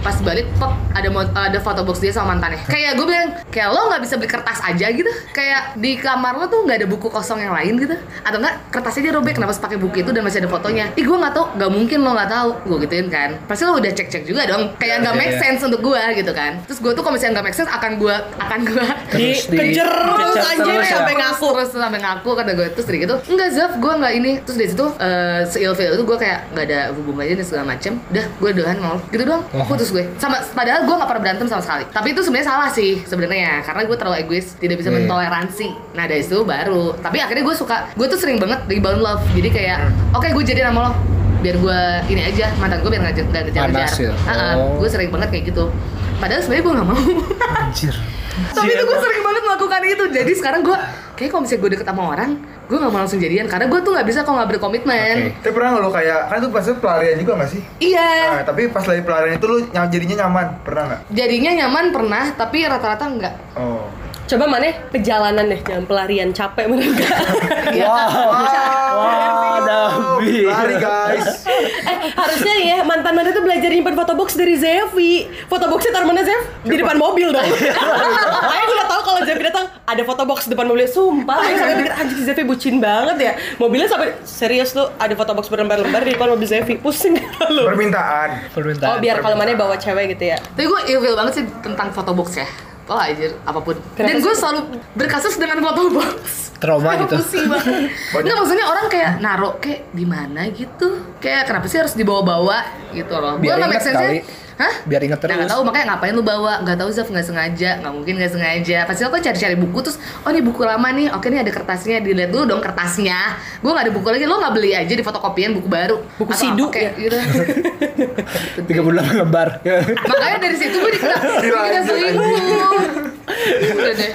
E: pas balik pop ada mo- ada foto box dia sama mantannya. Kayak gue bilang, kayak lo nggak bisa beli kertas aja gitu. Kayak di kamar lo tuh nggak ada buku kosong yang lain gitu. Atau enggak kertasnya dia robek, kenapa harus pakai buku itu dan masih ada fotonya? Ih gue nggak tahu, nggak mungkin lo nggak tahu. Gue gituin kan. Pasti lo udah cek-cek juga dong. Kayak nggak make sense untuk gue gitu kan. Terus gue tuh kalau misalnya nggak make sense akan gue akan gue
B: Dikejar terus anjir
D: terus ya.
B: sampai ngaku.
E: terus sampai ngaku kata gue. Terus dari gitu enggak Zaf, gue nggak ini. Terus dari situ uh, se-ilfil itu gue kayak nggak ada hubungannya dan segala macem. Udah gue dohan mau gitu doang. Putus gue. Sama padahal gue nggak pernah berantem sama sekali. Tapi itu sebenarnya salah sih sebenarnya karena gue terlalu egois, tidak bisa
C: Yeah.
E: mentoleransi. Nah dari situ baru. Tapi akhirnya gue suka. Gue tuh sering banget rebound love. Jadi kayak oke okay, gue jadi sama lo biar gue ini aja mantan gue biar nggak nggak ngejar-ngejar.
D: Panas ya?
E: Uh-uh,
D: Oh.
E: gue sering banget kayak gitu. Padahal sebenarnya gue nggak mau.
D: Anjir.
E: Tapi itu gue sering banget melakukan itu. Jadi sekarang gue kayak kalau misalnya gue deket sama orang, gue nggak mau langsung jadian karena gue tuh nggak bisa kalau nggak berkomitmen.
D: Oke.
C: Tapi pernah nggak lo kayak, kan itu pasti pelarian juga nggak sih?
E: Iya.
C: Nah, tapi pas lagi pelarian itu lo nyam- jadinya nyaman, pernah nggak?
E: Jadinya nyaman pernah, tapi rata-rata enggak.
C: Oh.
B: Coba mana perjalanan deh, jangan pelarian capek bener enggak?
E: Iya.
D: Wah, Dabi.
C: Lari guys.
B: Eh, harusnya ya mantan mantan tuh belajar nyimpan foto box dari Zevi. Foto boxnya taruh mana Zev? Di depan mobil dong. Makanya gue udah tahu kalau Zevi datang ada foto box depan mobilnya. Sumpah, saya sampai pikir anjir Zevi bucin banget ya. Mobilnya sampai serius tuh ada foto box berlembar-lembar di depan mobil Zevi. Pusing lu.
C: Permintaan.
D: Permintaan.
B: Oh biar kalau mana bawa cewek gitu ya.
E: Tapi gue ilfil banget sih tentang foto box ya. Oh anjir, apapun.
B: Kenapa
E: Dan gue
B: sih?
E: selalu berkasus dengan foto box.
D: Trauma
E: Kayak
D: gitu.
E: Pusing banget. Nggak, maksudnya orang kayak naruh kayak di mana gitu. Kayak kenapa sih harus dibawa-bawa gitu loh. Gue
D: Biar
E: nggak make
D: inget
E: sense-nya.
D: kali.
E: Hah?
D: Biar inget
E: Nah, nggak
D: terus.
E: tahu makanya ngapain lu bawa? Nggak tahu Zaf, nggak sengaja, nggak mungkin nggak sengaja. Pasti lo kan cari-cari buku terus, oh ini buku lama nih, oke nih ada kertasnya, dilihat dulu dong kertasnya. Gue nggak ada buku lagi, lo nggak beli aja di fotokopian buku baru,
B: Buku
E: Atau
B: sidu,
E: apa, kayak
B: ya?
E: gitu.
D: tiga puluh delapan lembar.
E: Makanya dari situ gue dikira dikira selingkuh. Udah deh.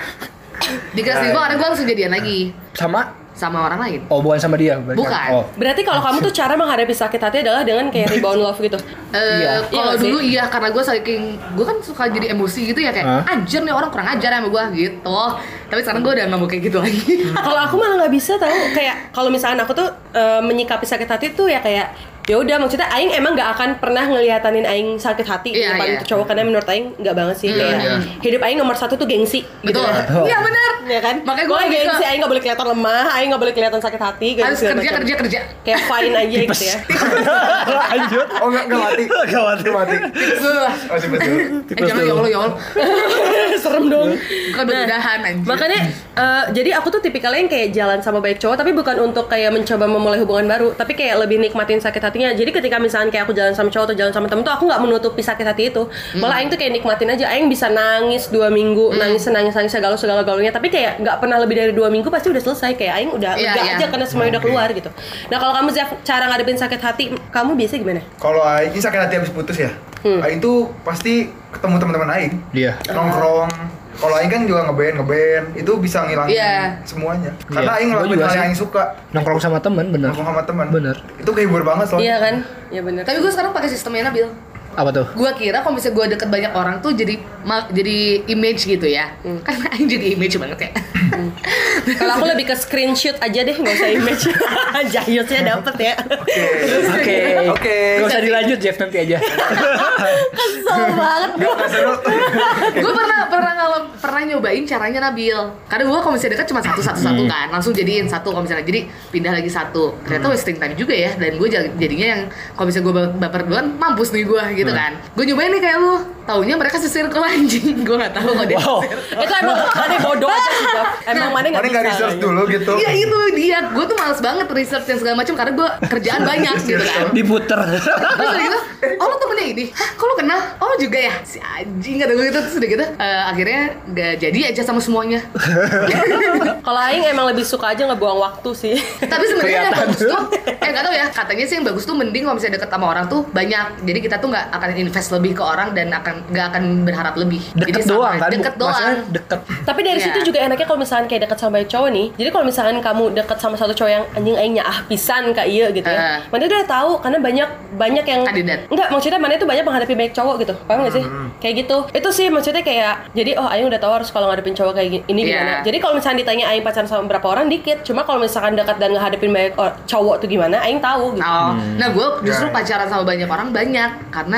E: Dikira selingkuh karena gue langsung jadian lagi
D: Sama?
E: sama orang lain.
D: Oh, bukan sama dia. berarti.
E: Bukan.
D: Oh.
B: Berarti kalau kamu tuh cara menghadapi sakit hati adalah dengan kayak rebound love gitu.
E: Eh,
D: Iya.
E: kalau
B: Iya nggak
E: dulu
B: sih?
E: iya karena gue saking gue kan suka jadi emosi gitu ya kayak
D: Hah?
E: anjir nih orang kurang ajar sama gue gitu. Tapi sekarang gue udah nggak mau kayak gitu lagi.
B: Kalau aku malah nggak bisa tahu kayak kalau misalkan aku tuh eh, menyikapi sakit hati tuh ya kayak ya udah maksudnya aing emang nggak akan pernah ngeliatanin aing sakit hati di
E: Iya,
B: depan
E: iya.
B: tuh cowok karena menurut aing nggak banget sih kayak
E: iya.
B: hidup aing nomor satu tuh gengsi gitu
E: Betul.
B: ya.
E: Iya benar.
B: Ya kan?
E: Makanya gue
B: Pokoknya
E: lebih
B: gengsi
E: ke-
B: aing nggak boleh kelihatan lemah, aing nggak boleh kelihatan sakit hati kayak
E: harus
B: segala
E: kerja
B: macam.
E: kerja kerja.
B: Kayak fine aja gitu ya.
D: Lanjut.
C: Oh nggak nggak mati.
D: Nggak mati.
C: Nggak mati.
E: Gue
C: Oh sih betul.
E: eh jangan ya Allah ya Allah.
B: Serem dong.
E: Bukan berudahan anjir.
B: Makanya eh, jadi aku tuh tipikalnya yang kayak jalan sama baik cowok tapi bukan untuk kayak mencoba memulai hubungan baru, tapi kayak lebih nikmatin sakit hatinya. Jadi ketika misalkan kayak aku jalan sama cowok atau jalan sama temen tuh aku nggak menutupi sakit hati itu. Malah aing tuh kayak nikmatin aja. Aing bisa nangis dua minggu, nangis nangis nangis segala segala galaunya, tapi kayak nggak pernah lebih dari dua minggu pasti udah selesai. Kayak aing udah
E: Iya,
B: lega
E: iya.
B: aja karena semuanya udah keluar gitu. Nah kalau kamu Zaf, cara ngadepin sakit hati kamu biasa gimana?
C: Kalau Aing ini sakit hati habis putus ya. Aing tuh pasti ketemu teman-teman Aing.
D: Iya.
C: Nongkrong. Kalau Aing kan juga ngeband ngeband itu bisa ngilangin
E: Iya.
C: semuanya. Karena
D: Iya.
C: Aing
D: Gua
C: ngelakuin
D: juga
C: hal
D: sih.
C: yang Aing suka.
D: Nongkrong sama temen, bener.
C: Nongkrong sama teman.
D: Bener.
C: Itu kehibur banget soalnya.
B: Iya kan? Iya benar.
E: Tapi gue sekarang pakai sistemnya Nabil.
D: Apa tuh?
E: Gue kira kalau misalnya gue deket banyak orang tuh jadi ma- jadi image gitu ya. Karena Aing jadi image banget ya.
B: Kalau aku lebih ke screenshot aja deh, nggak usah image. Jayusnya dapet ya.
D: Oke.
C: Oke.
D: Gak usah dilanjut, Jeff, nanti aja.
B: Kesel banget.
C: Nggak nggak seru.
E: Gue pernah pernah ngalamin pernah nyobain caranya Nabil. Karena gue kalau misalnya deket cuma satu satu satu kan, langsung jadiin satu kalau misalnya jadi pindah lagi satu. Ternyata wasting time juga ya. Dan gue jadinya yang kalau misalnya gue baper duluan mampus nih gue gitu kan. Gue nyobain nih kayak lu. Taunya mereka sesirkel anjing. Gue nggak tahu kalau dia.
D: Wow.
B: Itu emang mana bodoh aja sih, Jaf. Emang mana nggak
C: Mana nggak
B: bisa.
C: research dulu gitu.
E: Iya itu dia. Gue tuh males banget research dan segala macam karena gue kerjaan banyak gitu kan.
D: Diputer.
E: Terus udah gitu, oh lo temennya ini? Hah, kok lo kenal? Oh lo juga ya? Si anjing kata gue gitu. Terus udah gitu, eh, akhirnya gak jadi aja sama semuanya.
B: Kalau Aing emang lebih suka aja ngebuang waktu sih.
E: Tapi sebenarnya yang
D: Kelihatan.
E: bagus tuh, eh gak tau ya, katanya sih yang bagus tuh mending kalau misalnya deket sama orang tuh banyak. Jadi kita tuh gak akan invest lebih ke orang dan akan gak akan berharap lebih.
D: Deket
E: Jadi sama,
D: doang kan?
E: Deket
D: Maksudnya
E: doang.
D: deket.
B: Tapi dari
E: Iya.
B: situ juga enaknya kalau misalkan kayak deket sama baik cowok nih. Jadi kalau misalkan kamu deket sama satu cowok yang anjing aingnya ah pisan kak iya gitu ya.
E: Eh.
B: Mana udah tahu karena banyak banyak yang
E: Kandidat.
B: enggak maksudnya mana itu banyak menghadapi baik cowok gitu. Paham gak sih? Kayak gitu. Itu sih maksudnya kayak jadi oh aing udah tahu harus kalau ngadepin cowok kayak gini ini
E: Iya.
B: gimana. Jadi kalau misalkan ditanya aing pacaran sama berapa orang dikit. Cuma kalau misalkan dekat dan ngadepin baik or- cowok tuh gimana aing tahu gitu.
E: Oh, nah gue justru
C: Ya.
E: pacaran sama banyak orang banyak karena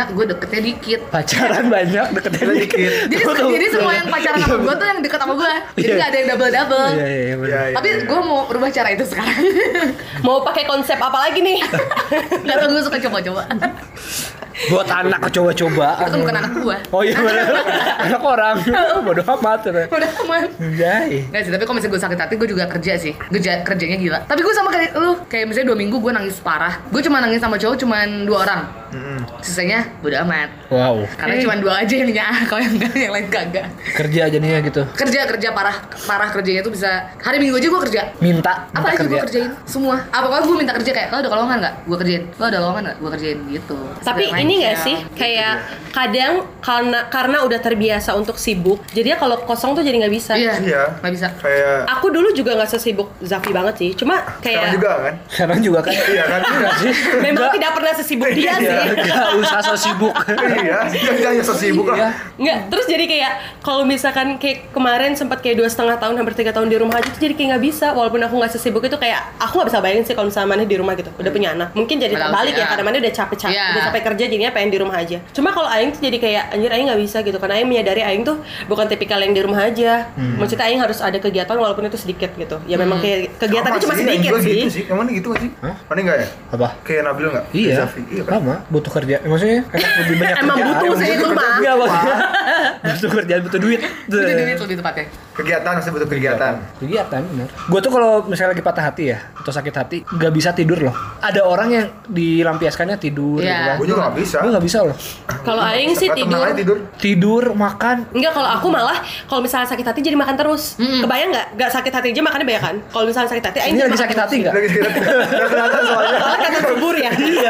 E: karena gue deketnya dikit.
D: Pacaran banyak, deketnya dikit.
E: Jadi jadi semua yang pacaran sama gue tuh yang deket sama gue. Jadi
D: Iya.
E: nggak ada yang double double.
D: Iya iya iya. bener.
C: Iya, iya.
E: Tapi gue mau rubah cara itu sekarang.
B: Mau pakai konsep apa lagi nih?
E: Gak tau, gue suka coba-coba.
D: Buat anak coba-coba.
E: Itu kan bukan anak gue.
D: Oh iya benar. Anak orang. Bodoh amat.
E: Udah aman.
D: Jai.
E: Nggak sih, tapi kalau misalnya gue sakit hati, gue juga kerja sih. Kerja, kerjanya gila. Tapi gue sama kayak lu, kayak misalnya dua minggu gue nangis parah. Gue cuma nangis sama cowok cuma dua orang. Sisanya udah amat.
D: Wow.
E: Karena cuma dua aja yang nyaah, kalau yang enggak yang lain kagak.
D: Kerja jadinya gitu.
E: Kerja kerja parah parah kerjanya tuh bisa hari Minggu aja gue kerja.
D: Minta.
E: Apa
D: minta
E: aja gue kerjain semua. Apa kalau gue minta kerja kayak lo ada lowongan nggak? Gue kerjain. Lo ada lowongan nggak? Gue kerjain gitu.
B: Tapi
E: Segala
B: ini nggak
E: macam.
B: sih kayak kadang karena karena udah terbiasa untuk sibuk, jadi kalau kosong tuh jadi nggak bisa.
E: Iya.
C: Iya.
E: Nggak bisa.
C: Kayak
B: Aku dulu juga nggak sesibuk Zafi banget sih, cuma
C: sekarang
B: kayak
C: juga kan?
D: Sekarang juga kan.
C: Iya kan?
D: Enggak sih.
B: memang tidak pernah sesibuk dia sih.
D: Enggak usah so sibuk.
C: Iya, dia hanya so sibuk
D: Iya.
C: lah.
B: Nggak, terus jadi kayak kalau misalkan kayak kemarin sempat kayak dua setengah tahun hampir tiga tahun di rumah aja tuh jadi kayak nggak bisa, walaupun aku nggak sesibuk itu kayak aku nggak bisa bayangin sih kalau misalnya Maneh di rumah gitu udah punya anak, mungkin jadi
E: Padahal
B: terbalik
E: sih,
B: ya
E: ya.
B: karena Maneh udah capek capek
E: Iya.
B: udah capek kerja jadinya pengen di rumah aja. Cuma kalau Aing tuh jadi kayak anjir Aing nggak bisa gitu karena Aing menyadari Aing tuh bukan tipikal yang di rumah aja. Maksudnya Aing harus ada kegiatan walaupun itu sedikit gitu. Ya memang kayak kegiatannya
C: Sama
B: cuma
C: sih,
B: sedikit
C: yang gua
B: sih.
C: Gitu sih. Kamu gitu gak sih?
D: Hah?
C: Mana enggak ya?
D: Apa?
C: Kayak Nabil enggak?
D: Iya.
C: Zafi. Iya kan?
D: Sama, butuh kerja. Eh, Maksudnya enak lebih banyak
B: Emang
D: kerjaan.
B: butuh sih itu mah.
D: Enggak maksudnya. Butuh kerjaan, butuh duit.
E: Butuh duit lebih tepatnya.
C: Kegiatan masih butuh kegiatan.
D: Kegiatan benar. Gue tuh kalau misalnya lagi patah hati ya atau sakit hati nggak bisa tidur loh. Ada orang yang dilampiaskannya tidur.
E: Iya.
D: Gitu kan.
C: Gue juga gak bisa.
D: Gue nggak bisa loh.
B: Kalau Aing sih
C: Tenang
B: tidur.
C: aja tidur.
D: Tidur, makan.
B: Enggak, kalau aku malah kalau misalnya sakit hati jadi makan terus. Kebayang nggak? Nggak sakit hati aja makannya banyak kan? Kalau misalnya sakit hati, Aing
D: Ini
B: jadi
D: lagi
B: makan
D: sakit
B: terus.
D: hati nggak?
C: Lagi sakit hati. Nggak kelihatan soalnya.
B: Soalnya kata subur ya.
D: Iya.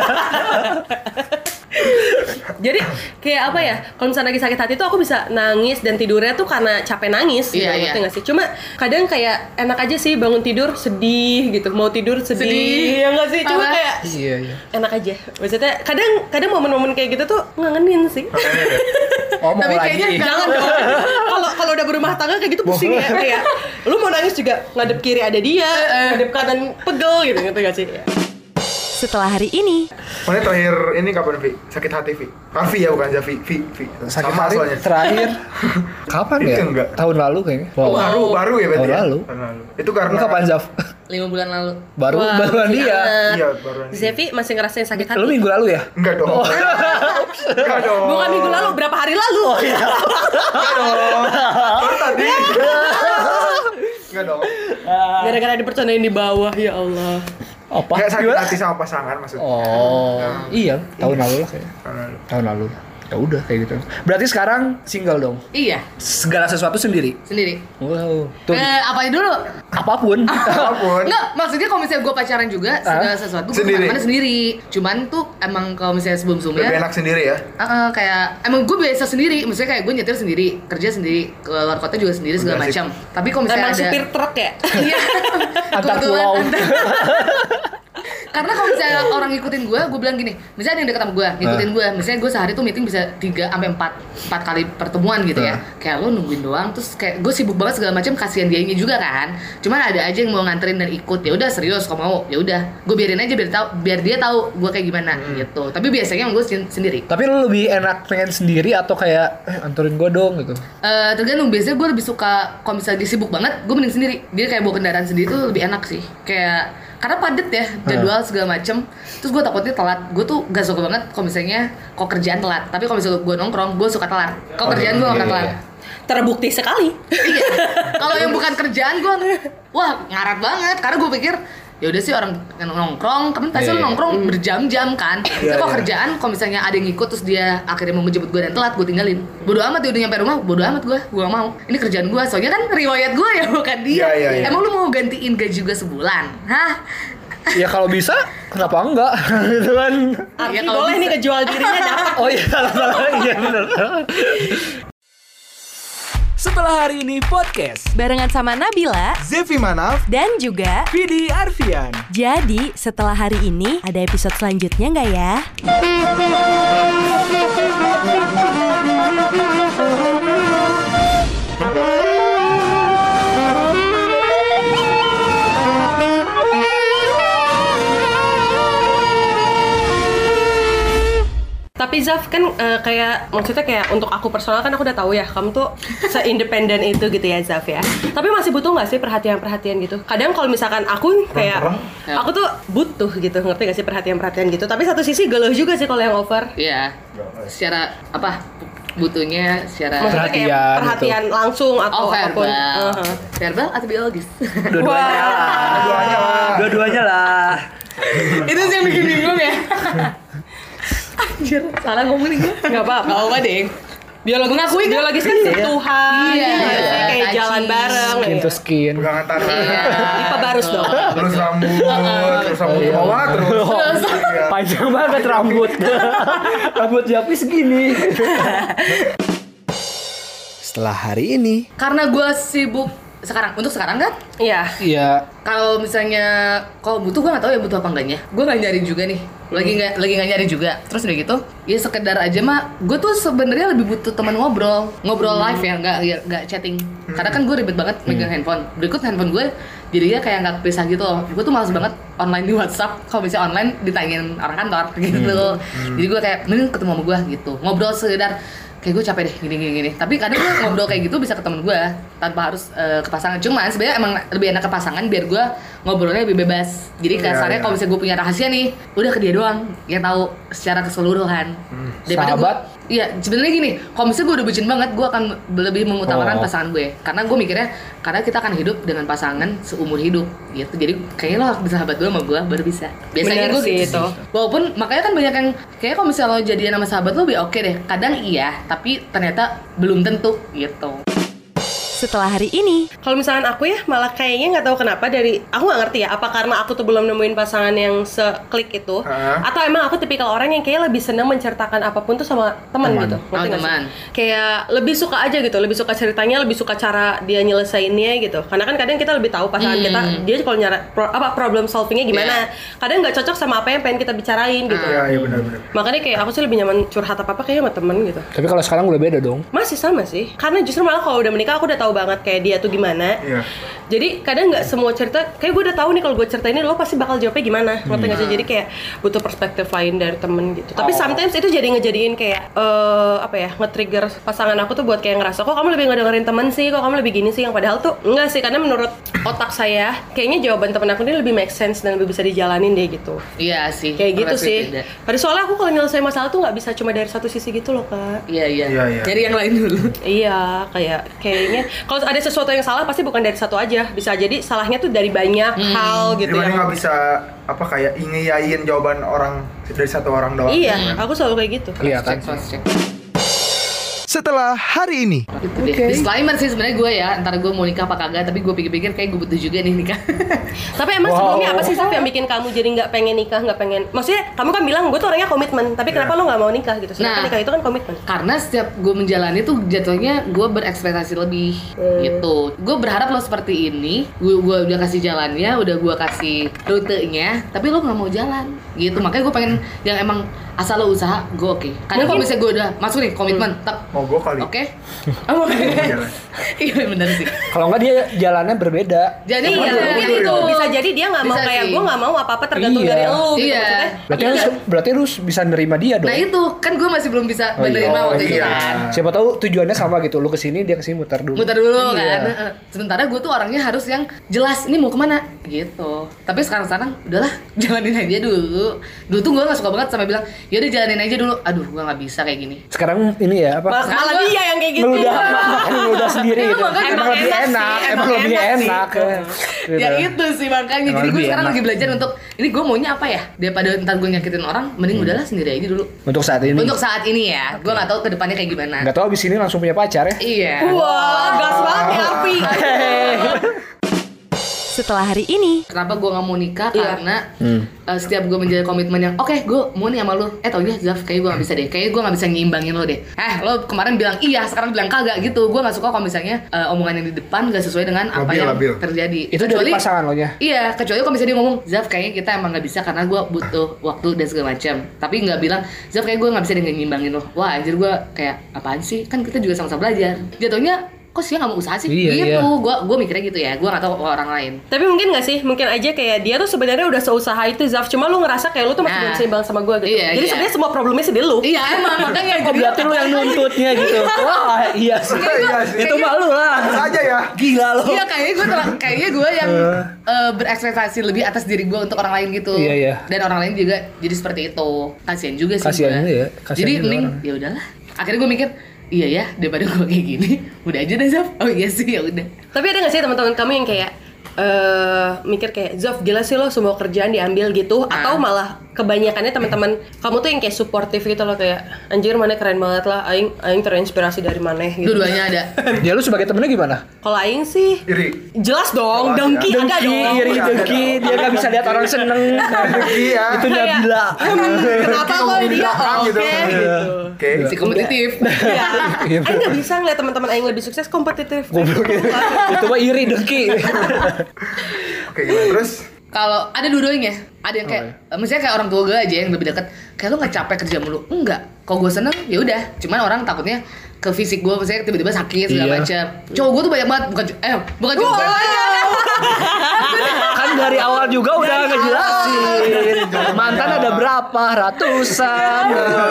B: Jadi kayak apa ya? Kalau misalnya lagi sakit hati tuh aku bisa nangis dan tidurnya tuh karena capek nangis.
E: Iya,
B: gitu,
E: iya.
B: ngerti nggak sih? Cuma kadang kayak enak aja sih bangun tidur sedih gitu, mau tidur sedih.
E: Sedih.
B: Ya nggak sih? Cuma
E: Parah.
B: kayak
D: Iya iya.
B: enak aja. Maksudnya kadang kadang momen-momen kayak gitu tuh ngangenin sih.
D: Oh mau
E: Tapi
D: lagi.
E: kayaknya enggak.
B: Jangan dong. Kalau kalau udah berumah tangga kayak gitu pusing ya. Kayak lu mau nangis juga ngadep kiri ada dia, ngadep kanan pegel gitu, ngerti gak sih?
F: Setelah hari ini,
C: Mana terakhir ini kapan Vi? Sakit hati Vi? Raffi ya bukan Zafi. Vi, Vi.
D: Sakit
C: Sama
D: hati
C: soalnya.
D: terakhir. Kapan
C: Itu
D: ya?
C: enggak.
D: Tahun lalu kayaknya.
C: Oh,
D: Wow.
C: baru baru ya berarti.
D: Tahun
C: ya?
D: lalu.
C: Tahun lalu. Itu karena
D: Lu kapan Zaf?
E: Lima bulan lalu.
D: Baru
B: Wah,
D: baruan
B: masih
D: dia.
B: anget.
C: Iya, baruan dia.
B: Zevi masih ngerasain sakit hati.
D: Lu minggu lalu ya?
C: Enggak dong. Enggak dong.
B: Bukan minggu lalu, berapa hari lalu? Oh iya.
C: Enggak dong. Baru tadi. Enggak dong.
B: Gara-gara dipercandain di bawah, ya Allah.
D: Apa?
C: Enggak sakit
D: Gimana?
C: hati sama pasangan maksudnya.
D: Oh, iya, tahun lalu lah kayaknya.
C: Tahun lalu.
D: Tahun lalu. Ya udah kayak gitu. Berarti sekarang single dong.
E: Iya,
D: Segala sesuatu sendiri.
E: sendiri.
D: Wow. Tuh,
E: Eh, apain dulu?
D: apapun.
C: Apapun.
E: Enggak, maksudnya kalau misalnya gue pacaran juga segala sesuatu gue
C: Sendiri.
E: kemana-mana sendiri. Cuman tuh emang kalau misalnya
C: Lebih
E: sebelum-sebelumnya
C: enak sendiri ya.
E: Uh, uh, kayak emang gue biasa sendiri, maksudnya kayak gue nyetir sendiri, kerja sendiri, ke luar kota juga sendiri segala
C: Udah sih.
E: macam. Tapi kalau misalnya
B: Emang
E: ada
B: supir truk ya?
E: Iya.
D: Antar
E: Kebetulan
D: pulau.
E: antar- Karena kalau misalnya orang ngikutin gue, gue bilang gini, misalnya ada yang deket sama gue, ngikutin gue, misalnya gue sehari tuh meeting bisa tiga sampai empat empat kali pertemuan gitu ya. Kayak lo nungguin doang, terus kayak gue sibuk banget segala macam, kasihan dianya juga kan. Cuman ada aja yang mau nganterin dan ikut, ya udah serius kalau mau, ya udah, gue biarin aja biar tahu, biar dia tahu gue kayak gimana gitu. Tapi biasanya emang gue sen- sendiri.
D: Tapi lu lebih enak pengen sendiri atau kayak eh anterin gua dong gitu.
E: Eh, tergantung, biasanya gue lebih suka kalau misalnya dia sibuk banget, gue mending sendiri. Dia kayak bawa kendaraan sendiri tuh lebih enak sih. Kayak karena padet ya jadwal segala macem. Terus gue takutnya telat. Gue tuh gak suka banget kalau misalnya kok kerjaan telat. Tapi kalau misalnya gue nongkrong, gue suka telat. Kalau kerjaan gue gak pernah telat.
B: Terbukti sekali.
E: Iya. Kalau yang bukan kerjaan gue, wah ngarat banget. Karena gue pikir ya udah sih orang yang nongkrong, kan pasti
D: Iya,
E: lu
D: iya.
E: nongkrong berjam-jam kan. Tapi
C: Iya,
E: kalau
C: iya.
E: kerjaan, kalau misalnya ada yang ngikut terus dia akhirnya mau menjemput gue dan telat, gue tinggalin. Bodo amat dia udah nyampe rumah, bodo amat gue, gue gak mau. Ini kerjaan gue, soalnya kan riwayat gue ya bukan dia.
C: Iya, iya, iya.
E: Emang lu mau gantiin gaji gue sebulan? Hah?
D: Ya kalau bisa, kenapa enggak? Gitu kan.
B: Arti
E: Ya, kalau
B: boleh
E: bisa.
B: nih kejual dirinya dapat.
D: Oh iya, salah salah. Iya benar.
A: Setelah hari ini podcast
F: barengan sama Nabila
A: Zevi Manaf,
F: dan juga
A: Vidi Arfian.
F: jadi setelah hari ini ada episode selanjutnya nggak ya?
B: Tapi Zaf kan uh, kayak maksudnya kayak untuk aku personal kan aku udah tahu ya kamu tuh se-independen itu gitu ya Zaf ya. Tapi masih butuh nggak sih perhatian-perhatian gitu? Kadang kalau misalkan aku kayak aku tuh butuh gitu, ngerti gak sih perhatian-perhatian gitu. Tapi satu sisi geluh juga sih kalau yang over.
E: Iya. Secara apa? Butuhnya secara
B: Maksudnya kayak
D: Perhatian
B: perhatian langsung atau
E: oh, verbal.
B: apapun. Uh-huh.
E: Verbal atau biologis?
D: Dua-duanya lah.
C: Dua-duanya lah.
D: Dua-duanya lah.
E: Itu sih yang bikin bingung ya. Anjir, salah ngomong nih gue.
B: Nggak apa-apa.
E: Nggak apa-apa deh.
B: Biologis,
E: Mengakui kan?
B: biologis kan sentuhan,
E: Iya,
B: ya nggak sih?
E: iya,
B: Kayak
E: touching.
B: jalan bareng.
D: Skin
B: ya.
D: to skin.
C: Pegangan tangan.
B: Lipa barus dong.
C: Terus rambut, terus rambut ke bawah terus. Iya.
D: Panjang banget rambut. Rambut Japi segini. Setelah hari ini.
E: Karena gue sibuk sekarang, untuk sekarang kan?
B: Iya.
D: Iya.
E: Kalau misalnya kalau butuh gue nggak tahu ya butuh apa enggaknya. Gue nggak nyari juga nih. Lagi nggak lagi nggak nyari juga. Terus udah gitu, ya sekedar aja mah. Gue tuh sebenarnya lebih butuh teman ngobrol, ngobrol live ya, nggak ya, nggak chatting. Karena kan gue ribet banget megang handphone. Berikut handphone gue jadinya kayak nggak kepisah gitu loh. Gue tuh malas banget online di WhatsApp. Kalau misalnya online ditanyain orang kantor gitu. Jadi gue kayak mending ketemu sama gue gitu. Ngobrol sekedar kayak gue capek deh gini gini gini. Tapi kadang gue ngobrol kayak gitu bisa ke temen gue tanpa harus uh, ke pasangan. Cuman sebenarnya emang lebih enak ke pasangan biar gue ngobrolnya lebih bebas. Jadi kasarnya
C: Iya, iya.
E: kalau misalnya gue punya rahasia nih, udah ke dia doang yang tahu secara keseluruhan. Daripada
D: Sahabat?
E: gue, iya sebenarnya gini. Kalau misalnya gue udah bucin banget, gue akan lebih mengutamakan
D: Oh.
E: pasangan gue. Karena gue mikirnya karena kita akan hidup dengan pasangan seumur hidup gitu. Jadi kayaknya lo harus bersahabat dulu sama gue baru bisa. Biasanya
B: Bener
E: gue
B: sih
E: gitu
B: itu.
E: sih. Walaupun makanya kan banyak yang kayaknya kalau misalnya lo jadian sama sahabat lo lebih oke deh. Kadang iya, tapi ternyata belum tentu gitu.
F: Setelah hari ini,
B: Kalau misalkan aku ya malah kayaknya nggak tahu kenapa dari aku nggak ngerti ya apa karena aku tuh belum nemuin pasangan yang seklik itu
C: Hah?
B: atau emang aku tipikal orang yang kayak lebih senang menceritakan apapun tuh sama teman
C: Teman.
B: gitu. Ngerti
E: Oh,
B: nggak sih?
E: teman.
B: Kayak lebih suka aja gitu, lebih suka ceritanya, lebih suka cara dia nyelesainnya gitu. Karena kan kadang kita lebih tahu pasangan
E: Hmm.
B: kita dia kalau nyara pro- apa problem solvingnya gimana. Kadang nggak cocok sama apa yang pengen kita bicarain gitu.
C: Iya, iya benar-benar.
B: Makanya kayak aku sih lebih nyaman curhat apa apa kayaknya sama temen gitu.
D: Tapi kalau sekarang udah beda dong.
B: Masih sama sih, karena justru malah kalau udah menikah aku udah tahu banget kayak dia tuh gimana.
C: Iya.
B: Jadi kadang nggak semua cerita, kayak gue udah tahu nih kalau gue cerita ini lo pasti bakal jawabnya gimana, ngerti nggak sih? Jadi kayak butuh perspektif lain dari temen gitu. Tapi sometimes itu jadi ngejadiin kayak eh, apa ya, nge-trigger pasangan aku tuh buat kayak ngerasa kok kamu lebih ngedengerin temen sih, kok kamu lebih gini sih, yang padahal tuh enggak sih, karena menurut otak saya kayaknya jawaban temen aku ini lebih make sense dan lebih bisa dijalanin deh gitu.
E: Iya sih.
B: Kayak gitu
E: pasti
B: sih.
E: beda.
B: Pada soalnya aku kalau nyelesain masalah tuh nggak bisa cuma dari satu sisi gitu loh kak.
E: Iya iya.
C: Iya, iya.
E: Jadi yang lain dulu.
B: Iya, kayak kayaknya kalau ada sesuatu yang salah pasti bukan dari satu aja, bisa jadi salahnya tuh dari banyak hal gitu
C: Gimana
B: yang
C: nggak bisa apa kayak ngeyain jawaban orang dari satu orang doang.
B: Iya, aku selalu kayak gitu.
D: Iya kan.
E: Cek, cross check.
A: Setelah hari ini.
E: Gitu deh. Disclaimer sih sebenarnya gue ya, antara gue mau nikah apa kagak, tapi gue pikir-pikir kayak gue butuh juga nih nikah.
B: Tapi emang
D: Wow.
B: sebelumnya apa sih Saf yang bikin kamu jadi nggak pengen nikah, nggak pengen? Maksudnya kamu kan bilang gue tuh orangnya komitmen, tapi kenapa
C: Iya.
B: lo nggak mau nikah gitu? Sedangkan
E: Nah.
B: nikah itu kan komitmen.
E: Karena setiap gue menjalani tuh jatuhnya gue berekspektasi lebih gitu. Gue berharap lo seperti ini, gue gue udah kasih jalannya, udah gue kasih rutenya, tapi lo nggak mau jalan gitu. Makanya gue pengen yang emang asal lo usaha, gue oke. Karena kalau
B: Mungkin-
E: misalnya gue udah masuk nih komitmen, tetap
C: Mau gue kali.
E: oke. Oh,
C: Jalan.
E: iya bener sih.
D: Kalau nggak dia jalannya berbeda.
E: Jadi
B: Iya,
E: ya,
B: mungkin
E: gitu.
B: itu bisa jadi dia nggak mau
E: Bisa
B: kayak
E: sih.
B: gue nggak mau apa-apa tergantung
D: Iya.
B: dari lo gitu
E: Iya.
B: maksudnya.
D: Berarti
E: Iya.
D: harus berarti harus bisa nerima dia dong.
E: Nah itu kan gue masih belum bisa
D: Oh, iya.
E: menerima
C: Oh,
E: waktu itu
C: iya.
E: kan.
D: Siapa tahu tujuannya sama gitu. Lu kesini dia kesini muter dulu.
E: Muter dulu
D: Iya.
E: kan. Heeh. Sementara gue tuh orangnya harus yang jelas ini mau kemana gitu. Tapi sekarang-sekarang udahlah jalanin aja dulu. Dulu tuh gue nggak suka banget sama bilang yaudah jalanin aja dulu. Aduh gue nggak bisa kayak gini.
D: Sekarang ini ya apa?
B: Mal- malah dia yang kayak gitu.
D: Ngeludah, makan ngeludah sendiri
E: Itu
D: gitu.
E: makanya
D: Emang
E: emang
D: lebih
E: enak
D: enak,
E: sih,
D: emang
E: emang
D: lebih
E: enak sih.
D: enak. Gitu.
E: Ya itu sih makanya.
D: Emang
E: Jadi gue
D: lebih
E: sekarang
D: enak.
E: lagi belajar untuk ini gue maunya apa ya? Daripada ntar gue nyakitin orang, mending udahlah sendiri aja dulu.
D: Untuk saat ini.
E: Untuk saat ini ya, gue nggak tahu kedepannya kayak gimana.
D: Nggak tahu abis ini langsung punya pacar ya?
E: Iya.
B: Wah, gas banget ya Api.
F: setelah hari ini,
E: Kenapa gue nggak mau nikah?
B: Iya.
E: Karena
D: Hmm.
E: uh, setiap gue menjalin komitmen yang oke gue mau nih sama lu, eh taunya Zaf kayak gue nggak bisa deh, kayak gue nggak bisa nyimbangin lo deh. Eh lo kemarin bilang iya, sekarang bilang kagak gitu. Gue nggak suka kalau misalnya uh, omongan yang di depan gak sesuai dengan apa
C: Labil,
E: yang
C: labil.
E: terjadi.
D: Itu dari pasangan lo nya?
E: Iya, kecuali kalau misalnya dia ngomong Zaf kayaknya kita emang nggak bisa karena gue butuh waktu dan segala macam. Tapi nggak bilang Zaf kayak gue nggak bisa dengan nyimbangin lo. Wah anjir gue kayak apaan sih? Kan kita juga sama-sama belajar. Jatuhnya kok sih nggak mau usaha sih?
D: Iya,
E: gitu,
D: iya.
E: gue gue mikirnya gitu ya. Gue nggak tahu orang lain.
B: Tapi mungkin gak sih, mungkin aja kayak dia tuh sebenarnya udah seusaha itu Zaf, cuma lu ngerasa kayak lu tuh masih
E: Nah.
B: belum seimbang sama gue gitu.
E: Iya,
B: Jadi
E: iya.
B: sebenarnya semua problemnya sih di lu.
E: Iya emang makanya.
D: Oh berarti lu yang nuntutnya gitu. Wah iya sih.
C: Iya sih.
D: Itu malu lah.
C: Aja ya.
D: Gila lo.
E: Iya kayaknya gue kayaknya gue yang eh, berekspektasi lebih atas diri gue untuk orang lain gitu.
D: Iya, iya.
E: Dan orang lain juga jadi seperti itu. Kasian juga sih.
D: Kasian
E: gua.
D: juga ya, kasian
E: Jadi
D: juga
E: mending
D: orang.
E: ya udahlah. Akhirnya gue mikir, iya ya daripada gue kayak gini, udah aja deh Zaf. Oh iya sih ya udah.
B: Tapi ada gak sih teman-teman kamu yang kayak eh mikir kayak Zaf gila sih lo semua kerjaan diambil gitu,
E: Ah.
B: atau malah kebanyakannya teman-teman kamu tuh yang kayak suportif gitu loh, kayak anjir mana keren banget lah, aing aing terinspirasi dari mana gitu.
E: Dua-duanya ada.
D: Ya lu sebagai temennya gimana?
B: Kalau aing sih
C: Iri.
B: jelas dong,
C: Jelas,
B: dengki
C: ya.
B: ada
D: Dengki,
B: dong.
D: iri, dengki, dia gak bisa lihat orang seneng.
C: Iya.
D: Itu
B: Kayak,
D: Nabila.
B: "Hmm, kenapa
C: Dengki
B: lo
C: ngomong di
B: dia
C: belakang
B: oke
C: gitu.
B: gitu.
C: Oke.
E: Si kompetitif.
B: Iya.
D: Iya,
B: Aing nggak bisa ngeliat teman-teman aing lebih sukses kompetitif.
D: Goblok gitu. Itu mah iri dengki.
C: Oke, gimana terus?
E: Kalau ada dua-duanya, ada yang kayak,
D: Oh,
E: misalnya kayak orang tua gue aja yang lebih dekat, kayak lu nggak capek kerja mulu, enggak. Kalau gue seneng, ya udah. Cuman orang takutnya ke fisik gue, misalnya tiba-tiba sakit segala
D: Iya.
E: macam. Cowok gue tuh banyak banget, bukan, eh bukan cowok.
D: Kan dari awal juga udah ngejelasin. Mantan ada berapa? Ratusan.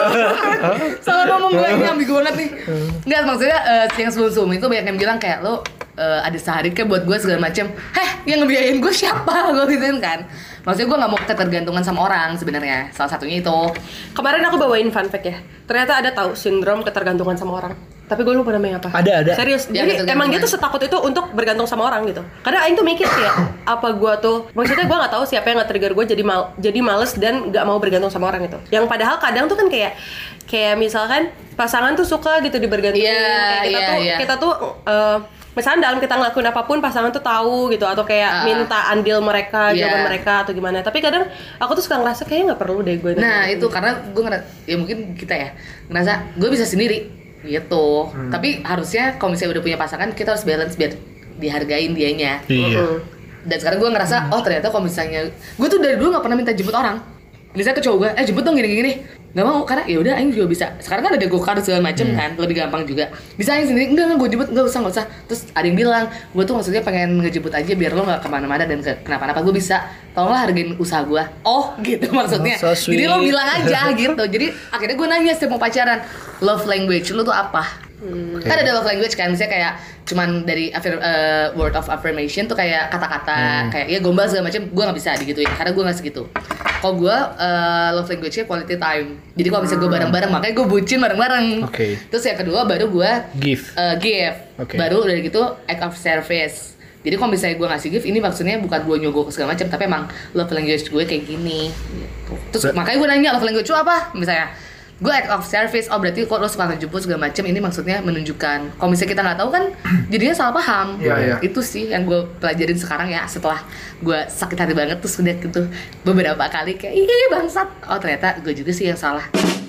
E: Salah ngomong gue ini ambigu banget nih. Enggak, maksudnya eh, yang sebelum-sebelum itu banyak yang bilang kayak lo eh, ada sehari kayak buat gue segala macam. Heh, yang ngebiayain gue siapa? Gue gituin kan. Maksudnya gue nggak mau ketergantungan sama orang sebenarnya. Salah satunya itu.
B: Kemarin aku bawain fun fact ya. Ternyata ada tahu sindrom ketergantungan sama orang. Tapi gue lupa namanya apa.
D: Ada, ada.
B: Serius.
E: Ya,
B: Jadi
E: ketergantungan.
B: emang dia tuh setakut itu untuk bergantung sama orang gitu. Karena Aing tuh mikir kayak apa gue tuh, maksudnya gue nggak tahu siapa yang nge-trigger gue jadi mal, jadi males dan nggak mau bergantung sama orang itu. Yang padahal kadang tuh kan kayak kayak misalkan pasangan tuh suka gitu dibergantungin.
E: Iya,
B: Kayak kita
E: iya,
B: tuh
E: iya.
B: kita tuh eh, misalnya dalam kita ngelakuin apapun pasangan tuh tahu gitu, atau kayak
E: Ah.
B: minta andil mereka,
E: Iya.
B: jawaban mereka atau gimana. Tapi kadang aku tuh suka ngerasa kayaknya nggak perlu deh gue.
E: Nah itu karena gue ngerasa, ya mungkin kita ya ngerasa gue bisa sendiri gitu. Tapi harusnya kalau misalnya udah punya pasangan, kita harus balance biar dihargain dianya.
D: Iya.
E: Dan sekarang gue ngerasa, oh ternyata kalau misalnya gue tuh dari dulu nggak pernah minta jemput orang. Misalnya ke cowok gue, eh jemput dong gini-gini, nggak mau karena ya udah, Aing juga bisa. Sekarang kan ada go-kart segala macem kan, lebih gampang juga. Bisa Aing sendiri, enggak enggak gue jemput, nggak usah nggak usah. Terus ada yang bilang, gue tuh maksudnya pengen ngejemput aja biar lo nggak kemana-mana dan ke, kenapa-napa. Gue bisa, tolonglah hargain usaha gue. Oh gitu maksudnya.
D: Oh, so
E: Jadi lo
D: sweet.
E: bilang aja gitu. Jadi akhirnya gue nanya setiap mau pacaran, love language lo tuh apa? Kan ada love language kan, misalnya kayak cuman dari affir- uh, word of affirmation tuh kayak kata-kata kayak ya gombal segala macam, gue nggak bisa digituin karena gue nggak segitu. Kalau gue uh, love language-nya quality time. Jadi kalau misalnya gue bareng-bareng, makanya gue bucin bareng-bareng.
D: Oke.
E: Terus yang kedua baru gue
D: Give.
E: uh, give.
D: Oke.
E: Baru dari gitu act of service. Jadi kalau misalnya gue ngasih gift, ini maksudnya bukan gue nyogok segala macam, tapi emang love language gue kayak gini. Gitu. Terus
D: Ber-
E: makanya gue nanya love language lu apa? Misalnya gue act of service, oh berarti kok lo suka ngejemput segala macam, ini maksudnya menunjukkan. Kalau misalnya kita nggak tahu kan jadinya salah paham.
C: Iya, iya.
E: Itu sih yang gue pelajarin sekarang ya, setelah gue sakit hati banget terus udah gitu beberapa kali kayak ih bangsat, oh ternyata gue juga sih yang salah.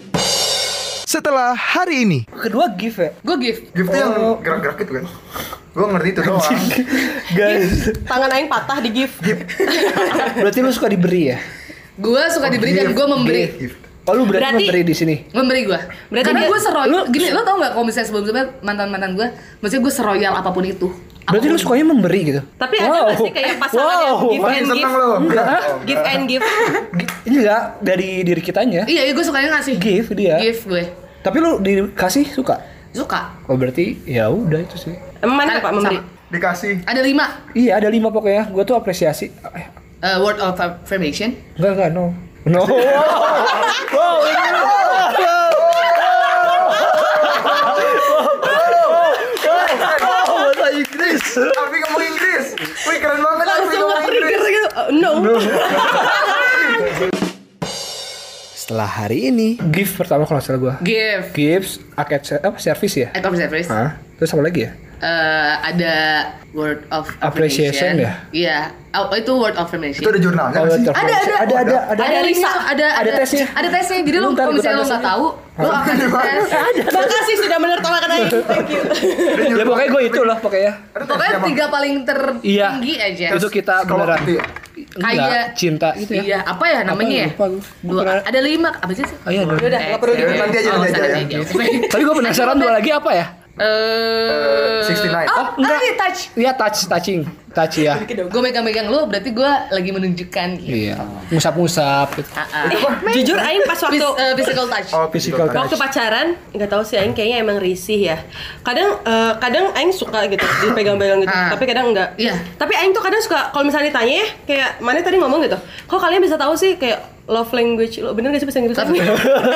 A: Setelah hari ini.
D: Kedua give ya.
E: Gue give.
C: Gift tuh yang gerak-gerak itu kan. Gue ngerti itu doang.
D: Guys.
B: Tangan Aing patah di gift.
D: Berarti lu suka diberi ya?
E: Gue suka diberi dan
C: Gift,
E: gue memberi.
C: gift.
D: Oh lu berarti,
B: Berarti-
D: memberi di sini.
E: Memberi gue.
B: Berarti
E: Karena
B: dia-
E: gue seroyal.
D: lu-
E: Gini, lo tau nggak kalau misalnya sebelum-sebelumnya mantan-mantan gue, maksudnya gue seroyal apapun itu.
D: Berarti lu sukanya memberi gitu.
B: Tapi ada nggak sih kayak pasangan yang give
C: Makin
B: and
C: seneng
B: give,
C: lo.
D: Enggak.
B: give and give.
D: Ini enggak dari diri kitanya.
E: Iya, iya gue sukanya ngasih.
D: Give dia.
E: Give gue.
D: Tapi lu dikasih suka.
E: Suka.
D: Oh berarti ya udah itu sih.
B: Emang mana
E: Kan
B: Pak memberi?
E: sama.
C: Dikasih.
E: Ada lima.
D: Iya ada lima pokoknya. Gue tuh apresiasi. Eh,
E: Uh, word of affirmation.
D: enggak enggak no. No. Wow. Oh, bahasa Inggris.
C: Tapi ngomong Inggris. Wih keren banget. Tapi
B: Langsung
C: ngomong
B: nge-trigger
C: Inggris.
B: gitu. Uh, no.
D: Setelah hari ini, give pertama kalau nggak salah gue.
E: Give.
D: Gives, act apa service ya?
E: Act of service.
D: Hah? Terus apa lagi ya?
E: Uh, ada word of
D: Appreciation ya?
E: Iya. Oh, itu word of affirmation.
C: Itu ada jurnalnya
D: Oh,
C: nggak sih?
D: betul.
E: Ada, ada.
D: ada, ada, ada.
E: ada lima, ada,
D: Ada tesnya.
E: Ada tesnya. Jadi lu
D: Bentar,
E: kalau misalnya lo
D: ikutan
E: nggak
D: tesnya.
E: tahu, lo akan tes.
B: Makasih sudah menertawakan Aing. Thank you.
D: Ya pokoknya gue itu lah pokoknya.
C: Ada
E: Pokoknya
C: tesnya, Bang.
E: tiga paling
D: Iya.
E: tertinggi aja.
D: Itu kita
C: Psikolog
D: beneran.
C: gitu ya?
D: Enggak,
E: Kayak-
D: cinta gitu ya.
E: Iya, apa ya namanya ya?
D: Lupa gue.
E: Dua,
D: Pernah-
E: ada lima, apa sih?
D: Oh iya, ada.
B: Udah, nggak perlu
E: Eh,
B: di
C: nanti aja,
E: oh,
C: nanti
E: sana
C: aja.
E: Oke.
D: Tapi gue penasaran dua lagi apa ya?
E: Eh,
C: enam puluh sembilan.
E: Oh, enggak. Ah, touch.
D: Iya touch, touching, touch ya.
E: Gue megang-megang lu, berarti gue lagi menunjukkan gitu.
D: Iya, ngusap-ngusap. Gitu.
E: Ah, ah.
B: Eh, jujur Aing pas waktu
E: Phys- eh, physical touch.
C: Oh,
D: Physical touch.
B: waktu pacaran nggak tahu sih Aing kayaknya emang risih ya. Kadang eh, kadang Aing suka gitu dipegang-pegang gitu,
E: Ah.
B: tapi kadang enggak.
E: Iya.
B: Tapi Aing tuh kadang suka kalau misalnya ditanya ya, kayak mana tadi ngomong gitu. Kok kalian bisa tahu sih kayak love language lo bener gak sih bahasa Inggris?
C: Iya,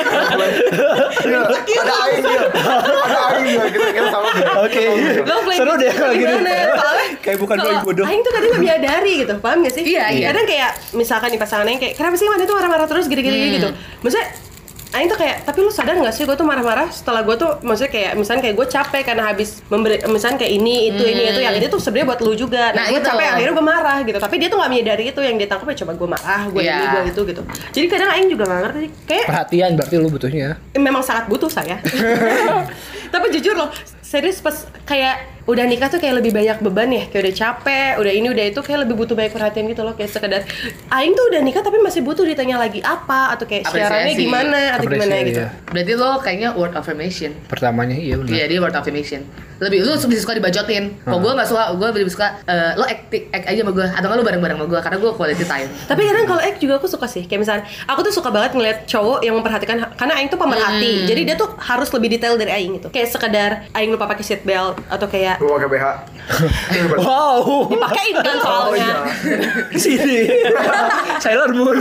C: ada aing dia. Ada aing dia. Kita kita sama dia.
D: Oke.
B: Love language
D: Seru deh
B: itu
D: kalau gini.
B: gimana? Soalnya
D: Kayak bukan
B: kalau
D: gue bodoh.
B: Aing tuh kadang gak menyadari gitu, paham gak sih?
E: Iya, iya.
B: Kadang kayak misalkan di pasangan Aing kayak kenapa sih mana tuh marah-marah terus gini-gini
E: Hmm.
B: gitu. Maksudnya Aing tuh kayak, tapi lu sadar gak sih gue tuh marah-marah setelah gue tuh, maksudnya kayak misalnya kayak gue capek karena habis memberi, misalnya kayak ini, itu, ini, itu, yang ini tuh sebenarnya buat lu juga. Nah,
E: Nah,
B: gue
E: itu.
B: capek akhirnya gue marah gitu, tapi dia tuh gak menyadari itu, yang dia tangkap ya coba gue marah, gue
E: Iya.
B: ini, gue itu gitu. Jadi kadang Aing juga gak ngerti, kayak
D: Perhatian berarti lu butuhnya.
B: memang sangat butuh saya. Tapi jujur loh, serius pas kayak udah nikah tuh kayak lebih banyak beban ya, kayak udah capek, udah ini udah itu, kayak lebih butuh banyak perhatian gitu loh, kayak sekedar Aing tuh udah nikah tapi masih butuh ditanya lagi apa atau kayak siarannya
E: Apresiasi.
B: gimana atau gimana
D: Apresiasi,
B: gitu.
D: iya.
E: Berarti lo kayaknya word affirmation.
D: Pertamanya iya benar.
E: Iya, dia word affirmation. Lebih lu lebih suka dibacotin. Kalau gue nggak suka, gue lebih suka eh, lo act, act aja sama gue, atau nggak lo bareng-bareng sama gue, karena gue quality time.
B: Tapi kadang kalau Aing juga aku suka sih, kayak misalnya aku tuh suka banget ngeliat cowok yang memperhatikan, karena Aing tuh pemerhati, jadi dia tuh harus lebih detail dari Aing gitu. Kayak sekedar Aing lupa pakai seat belt atau kayak
C: Gua pakai B H.
D: Wow.
B: dipakein kan
C: Oh
B: soalnya.
C: iya.
D: Sini. Sailor Moon.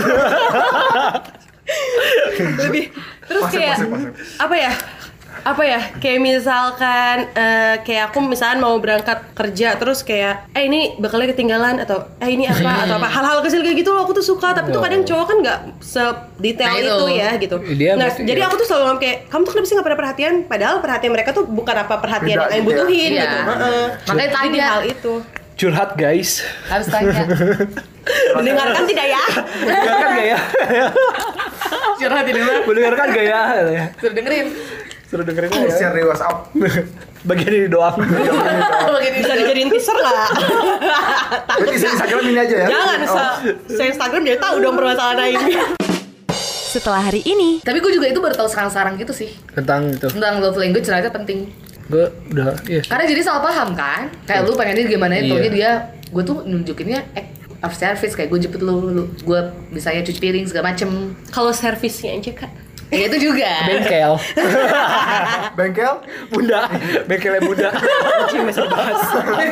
B: Lebih terus
C: Pasif,
B: kayak
C: pasif, pasif.
B: apa ya? Apa ya? Kayak misalkan eh, kayak aku misalkan mau berangkat kerja terus kayak eh ini bekalnya ketinggalan atau eh ini apa atau apa hal-hal kecil kayak gitu loh aku tuh suka, tapi tuh kadang cowok kan nggak sedetail
E: Nah,
B: itu.
E: itu.
B: ya gitu.
D: Dia
B: Nah,
D: mesti-
B: jadi aku tuh selalu ngomong kayak kamu tuh kenapa sih nggak pernah perhatian? Padahal perhatian mereka tuh bukan apa perhatian
C: Beda
B: yang Aing
C: gitu ya.
B: butuhin
E: Iya.
B: gitu. Heeh.
E: Makanya
B: Jadi
E: tanya.
B: hal itu.
D: Curhat guys.
E: Harus tanya.
B: Mendengarkan tidak ya?
D: Mendengarkan gak ya?
E: Curhat ini mah.
D: Mendengarkan gak ya?
E: Suruh dengerin.
D: Suruh dengerin aja.
C: Share di WhatsApp.
D: Bagian ini doang.
E: Bagian
B: Bisa dijadiin teaser nggak?
C: Berarti saya Instagram ini aja ya.
B: Jangan,
C: Oh.
B: se- saya Instagram dia tahu dong permasalahan Aing.
F: Setelah hari ini,
E: Tapi gue juga itu baru tahu sekarang-sekarang gitu sih.
D: Tentang itu.
E: Tentang love language ternyata penting.
D: Gue udah iya.
E: Karena jadi salah paham kan. Kayak lu pengennya gimana ya,
D: Iya.
E: taunya dia gue tuh nunjukinnya act of service, kayak gue jemput lu, lu gue misalnya cuci piring segala macem.
B: Kalau servisnya aja kak.
E: Ya itu juga.
D: Bengkel.
C: Bengkel?
D: Bunda. Bengkelnya Bunda.
B: Anjing masih bahas.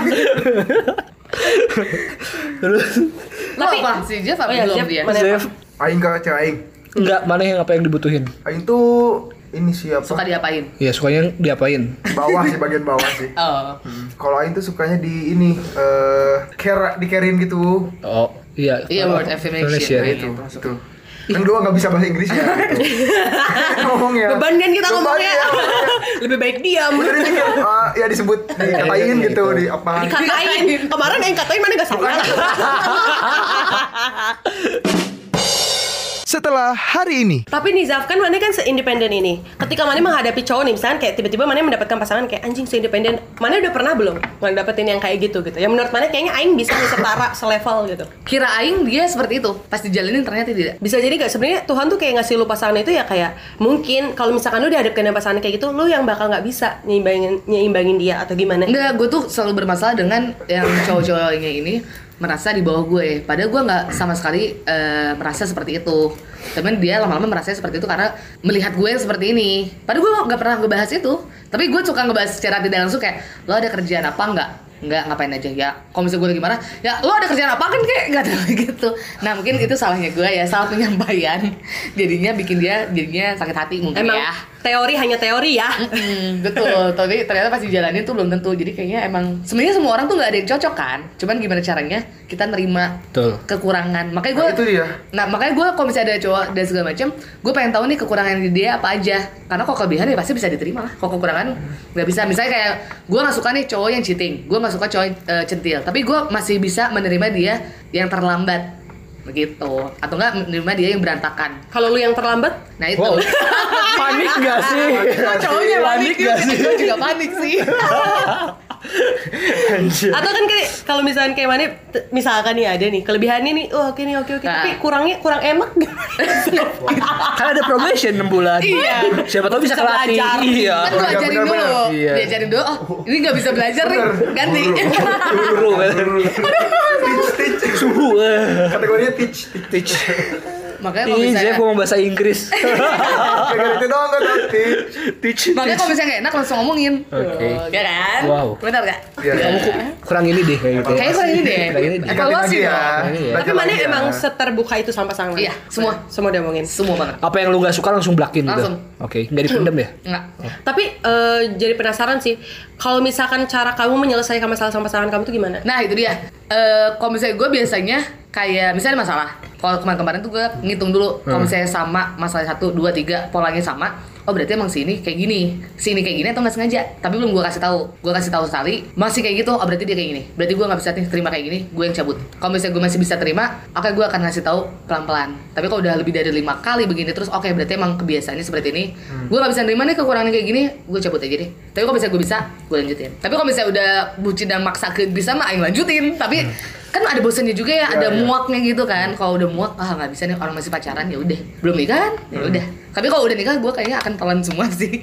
D: Terus
E: Lo apa sih Jeff apa
B: Oh ya,
E: belum
B: Jeff,
E: dia?
B: mana-
D: Zev.
C: Aing ke cewek Aing.
D: Enggak, mana yang apa yang dibutuhin?
C: Aing tuh ini siapa?
E: Suka diapain?
D: Iya, sukanya diapain?
C: Bawah sih, bagian bawah sih.
E: Oh.
C: Kalau Aing tuh sukanya di ini eh care dikerin gitu.
D: Oh, iya.
E: Iya, word affirmation.
D: Iya.
C: Itu, itu. Kan dua nggak bisa bahasa Inggris ya. Gitu. Ngomongnya.
B: Beban kan kita
C: Beban,
B: ngomongnya.
C: ya.
B: Lebih baik diam.
C: Udah di ah, ya disebut dikatain
D: Iya,
C: gitu,
D: gitu.
C: di apa?
B: Dikatain. Kemarin yang katain mana gak sayang.
A: Setelah hari ini.
B: Tapi nih Zaf, kan mana kan seindependen ini. Ketika mana menghadapi cowok nih, misalnya kayak tiba-tiba mana mendapatkan pasangan kayak anjing seindependen. Mana udah pernah belum ngedapetin yang kayak gitu gitu. Yang menurut mana kayaknya aing bisa nih setara, selevel gitu.
E: Kira aing dia seperti itu. Pas dijalanin ternyata tidak.
B: Bisa jadi gak sebenarnya Tuhan tuh kayak ngasih lu pasangan itu ya kayak mungkin kalau misalkan lu dihadapkan dengan pasangan kayak gitu, lu yang bakal nggak bisa nyimbangin nyimbangin dia atau gimana?
E: Enggak, gue tuh selalu bermasalah dengan yang cowok-cowoknya ini merasa di bawah gue. Padahal gue nggak sama sekali eh, merasa seperti itu. Tapi dia lama-lama merasa seperti itu karena melihat gue seperti ini. Padahal gue nggak pernah ngebahas itu. Tapi gue suka ngebahas secara tidak langsung kayak, lo ada kerjaan apa nggak? Nggak, ngapain aja ya. Kalau misalnya gue lagi marah, ya lo ada kerjaan apa kan kayak nggak tahu gitu. Nah mungkin itu salahnya gue ya, salah penyampaian. Jadinya bikin dia jadinya sakit hati mungkin
B: Emang
E: ya.
B: teori hanya teori ya.
E: Mm, betul, tapi ternyata pas dijalanin tuh belum tentu. Jadi kayaknya emang sebenarnya semua orang tuh nggak ada yang cocok kan. Cuman gimana caranya kita nerima
D: Betul.
E: kekurangan. Makanya gue,
C: Nah, itu dia.
E: nah makanya gue kalau misalnya ada cowok dan segala macam, gue pengen tahu nih kekurangan di dia apa aja. Karena kalau kelebihan ya pasti bisa diterima lah. Kalau kekurangan nggak bisa. Misalnya kayak gue nggak suka nih cowok yang cheating, gue nggak suka cowok yang, eh, centil. Tapi gue masih bisa menerima dia yang terlambat. begitu. Atau enggak menerima dia yang berantakan.
B: Kalau lu yang terlambat,
E: Nah itu.
D: Wow. Panik gak sih?
E: Cowoknya panik juga, gue juga panik sih.
B: atau kan kayak kalau misalkan kayak mana, t- misalkan nih ada nih kelebihannya nih, oh oke nih oke oke,
E: Nah.
B: tapi kurangnya kurang enak.
D: Kan ada probation enam bulan.
E: Iya.
D: Siapa tahu bisa
B: Bisa
D: kelatih.
B: belajar.
D: Iya.
E: Kan gue ajarin
C: Bener-bener.
E: dulu,
D: Iya.
E: diajarin dulu. Oh ini nggak bisa belajar nih, ganti.
D: Guru kan.
C: Teach, teach.
D: Suhu. eh.
C: Kategorinya teach, teach.
D: Teach.
E: Makanya kalau
D: Ih,
E: misalnya,
D: Jeff mau bahasa Inggris.
C: Kayak gitu doang kan teach.
D: Teach.
E: makanya kalau misalnya nggak enak langsung ngomongin.
D: Oke.
E: Ya kan?
D: Wow.
E: Benar gak?
C: Iya.
D: Kamu ku- kurang ini deh kayak gitu.
E: Kayaknya kurang ini deh.
D: Kurang ini deh.
E: Evaluasi
C: Ingatin lagi ya.
E: dong.
D: Ini ya.
B: Tapi mana emang seterbuka itu sama pasangan?
E: Iya, semua.
B: Semua dia omongin.
E: Semua banget.
D: Apa yang lu gak suka langsung blakin gitu?
E: Langsung.
D: Oke, nggak dipendam ya?
E: Enggak.
B: Tapi eh, jadi penasaran sih, kalau misalkan cara kamu menyelesaikan masalah sama pasangan kamu tuh gimana?
E: Nah itu dia. Eh kalau misalnya gue biasanya kayak misalnya masalah. Kalau kemarin-kemarin tuh gue ngitung dulu. Kalau misalnya sama masalah satu, dua, tiga polanya sama. Oh berarti emang si ini kayak gini, si ini kayak gini atau nggak sengaja. Tapi belum gue kasih tahu. Gue kasih tahu sekali masih kayak gitu. Oh berarti dia kayak gini. Berarti gue nggak bisa nih terima kayak gini. Gue yang cabut. Kalau misalnya gue masih bisa terima, oke gue akan ngasih tahu pelan-pelan. Tapi kalau udah lebih dari lima kali begini terus, oke berarti emang kebiasaannya seperti ini. Gue nggak bisa nerima nih kekurangan kayak gini. Gue cabut aja deh. Tapi kalau misalnya gue bisa, gue lanjutin. Tapi kalau misalnya udah bucin dan maksa ke bisa mah, ayo lanjutin. Tapi kan ada bosannya juga ya, ada
C: iya.
E: muaknya gitu kan. Kalau udah muak, ah nggak bisa nih orang masih pacaran, ya udah. Belum nikah kan? Ya udah. Tapi kalau udah nikah, gue kayaknya akan telan semua sih.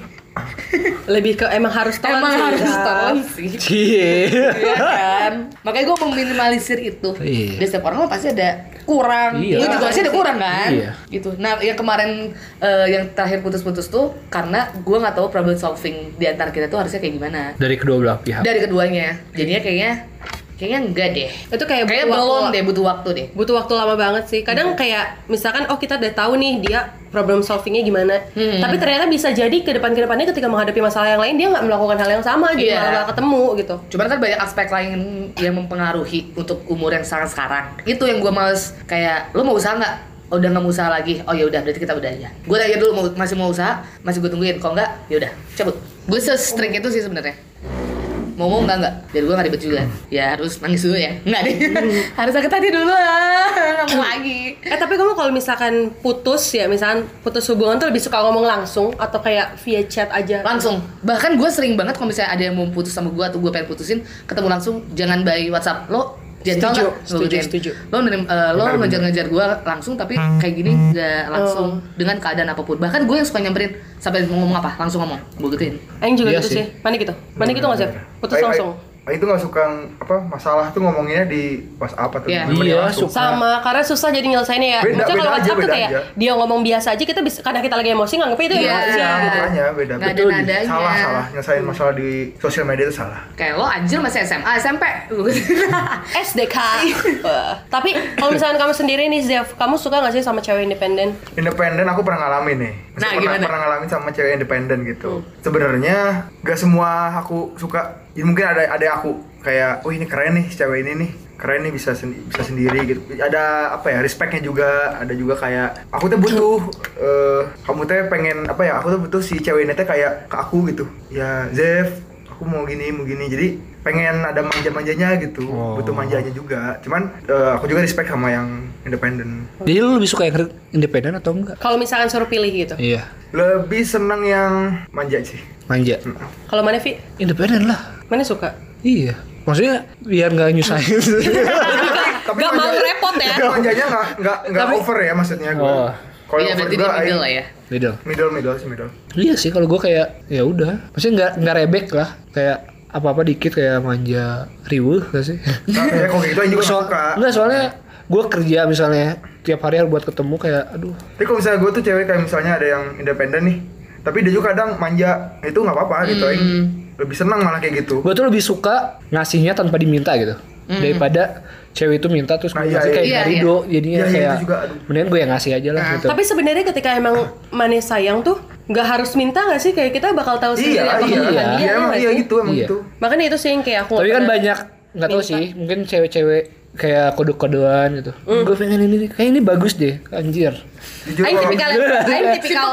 B: Lebih ke emang harus telan
E: Emang
B: sih,
E: harus
B: Zaf.
E: telan sih.
D: Cie.
E: Iya kan? Makanya gue meminimalisir itu.
D: Iya.
E: Dan setiap orang mah pasti ada kurang.
D: Iya.
E: Lu juga pasti ada kurang kan?
D: Iya.
E: Gitu. Nah, yang kemarin eh, yang terakhir putus-putus tuh karena gue nggak tahu problem solving di antara kita tuh harusnya kayak gimana.
D: Dari kedua belah pihak.
E: Dari keduanya. Jadinya kayaknya kayaknya enggak deh.
B: Itu kayak
E: Kayaknya
B: butuh
E: belum
B: waktu-
E: deh, butuh waktu deh.
B: Butuh waktu lama banget sih. Kadang kayak misalkan oh kita udah tahu nih dia problem solvingnya gimana.
E: Hmm.
B: Tapi ternyata bisa jadi ke depan ke depannya ketika menghadapi masalah yang lain dia nggak melakukan hal yang sama, jadi
E: Iya.
B: malah nggak ketemu gitu.
E: Cuman kan banyak aspek lain yang mempengaruhi untuk umur yang sekarang sekarang. Itu yang gue males kayak lo mau usaha nggak? Oh, udah nggak mau usaha lagi. Oh ya udah berarti kita udah aja. Gue tanya dulu mau, masih mau usaha, masih gue tungguin. Kalau nggak, ya udah cabut. Gue se-strict itu sih sebenarnya. Mau mau enggak enggak, biar gue nggak ribet juga. Ya harus nangis dulu ya, enggak deh. Harus sakit hati dulu lah, nggak mau lagi.
B: Eh tapi kamu kalau misalkan putus ya, misalkan putus hubungan tuh lebih suka ngomong langsung atau kayak via chat aja?
E: Langsung. Bahkan gue sering banget kalau misalnya ada yang mau putus sama gue atau gue pengen putusin, ketemu langsung, jangan by WhatsApp. Lo jangan
B: Setuju,
E: nggak?
B: setuju,
E: Lo
B: setuju.
E: Lo nerim- eh, lo
C: Benar,
E: ngejar-ngejar gue langsung, tapi kayak gini nggak langsung dengan keadaan apapun. Bahkan gue yang suka nyamperin sampai mau ngomong apa, langsung ngomong, gue gituin.
B: Aing juga
D: Iya
B: gitu
D: sih.
B: sih. Mana gitu? Mana gitu nggak sih? Putus
C: Aing-
B: langsung.
C: Aing- Aing tuh nggak suka apa masalah tuh ngomonginnya di WhatsApp atau
E: Iya.
C: di
D: Iya,
C: langsung.
D: suka.
B: Sama, karena susah jadi nyelesainnya ya.
C: Beda,
B: Maksudnya
C: beda
B: kalau
C: aja,
B: WhatsApp tuh
C: beda
B: kayak
C: aja.
B: dia ngomong biasa aja kita bisa, karena kita lagi emosi nganggapnya itu
E: Iya.
B: emosi
C: Iya,
B: gitu.
C: makanya beda.
E: Nggak ada
C: Betul.
E: nadanya.
C: Salah, salah. Nyelesain masalah di sosial media itu salah.
E: Kayak lo anjir masih S M A, S M P.
B: S D K. Wah. Tapi kalau misalkan kamu sendiri nih Zev, kamu suka nggak sih sama cewek independen?
C: Independen aku pernah ngalamin nih.
E: Nah,
C: pernah,
E: gimana?
C: pernah ngalamin sama cewek independen gitu. Sebenarnya gak semua aku suka. Ya, mungkin ada ada yang aku kayak, oh ini keren nih si cewek ini nih. Keren nih bisa sendi- bisa sendiri gitu. Ada apa ya, respectnya juga. Ada juga kayak aku tuh butuh eh, kamu tuh pengen apa ya? Aku tuh butuh si cewek ini tuh kayak ke aku gitu. Ya Zev, aku mau gini mau gini. Jadi pengen ada manja-manjanya gitu.
D: Oh.
C: Butuh manjanya juga. Cuman eh, aku juga respect sama yang independen.
D: Jadi lu lebih suka yang independen atau enggak?
B: Kalau misalkan suruh pilih gitu.
D: Iya.
C: Lebih seneng yang manja sih.
D: Manja.
B: Kalau mana Vi?
D: Independen lah.
B: Mana suka?
D: Iya. Maksudnya biar nggak nyusahin.
C: Tapi
B: Gak mau
C: manja-
B: repot ya.
C: Tapi manjanya nggak nggak nggak
D: Tapi-
C: over ya maksudnya gue.
D: Oh.
C: Kalau
E: Iya
C: over
E: berarti
C: juga
E: dia middle
C: aing-
E: lah ya.
D: Middle.
C: middle middle sih middle.
D: Iya sih kalau gue kayak ya udah. Maksudnya nggak nggak rebek lah. Kayak apa-apa dikit kayak manja riweuh gak sih?
C: Nah, ya kalau gitu aing juga nggak
D: So-
C: suka.
D: Enggak soalnya gue kerja misalnya tiap hari harus buat ketemu kayak aduh.
C: Tapi kalau misalnya gue tuh cewek kayak misalnya ada yang independen nih, tapi dia juga kadang manja, itu nggak apa-apa gitu. Aing
E: Hmm.
C: lebih senang malah kayak gitu.
D: Gue tuh lebih suka ngasihnya tanpa diminta gitu daripada cewek itu minta terus gue
C: Nah, iya,
D: ngasih kayak
E: iya,
D: dari
E: iya.
D: do jadinya
C: Iya, iya,
D: kayak
C: itu juga, aduh.
D: mendingan gue yang ngasih aja lah
E: Nah,
D: gitu.
B: Tapi sebenarnya ketika emang Mane sayang tuh nggak harus minta nggak sih, kayak kita bakal tahu sendiri
C: Iya,
B: apa
C: iya,
B: kebutuhan
D: iya.
B: dia,
C: iya, emang
B: nggak
C: iya
B: sih?
C: gitu, emang
D: Iya.
C: gitu.
B: Makanya itu sih yang kayak aku.
D: Tapi
B: nggak
D: kan
B: pernah-
D: banyak nggak tahu
B: minta.
D: sih, mungkin cewek-cewek kayak kode-kodean gitu. Gue pengen ini nih, kayak ini bagus deh, anjir.
C: Jujur
B: Aing
C: kalau-
B: tipikal, Aing tipikal.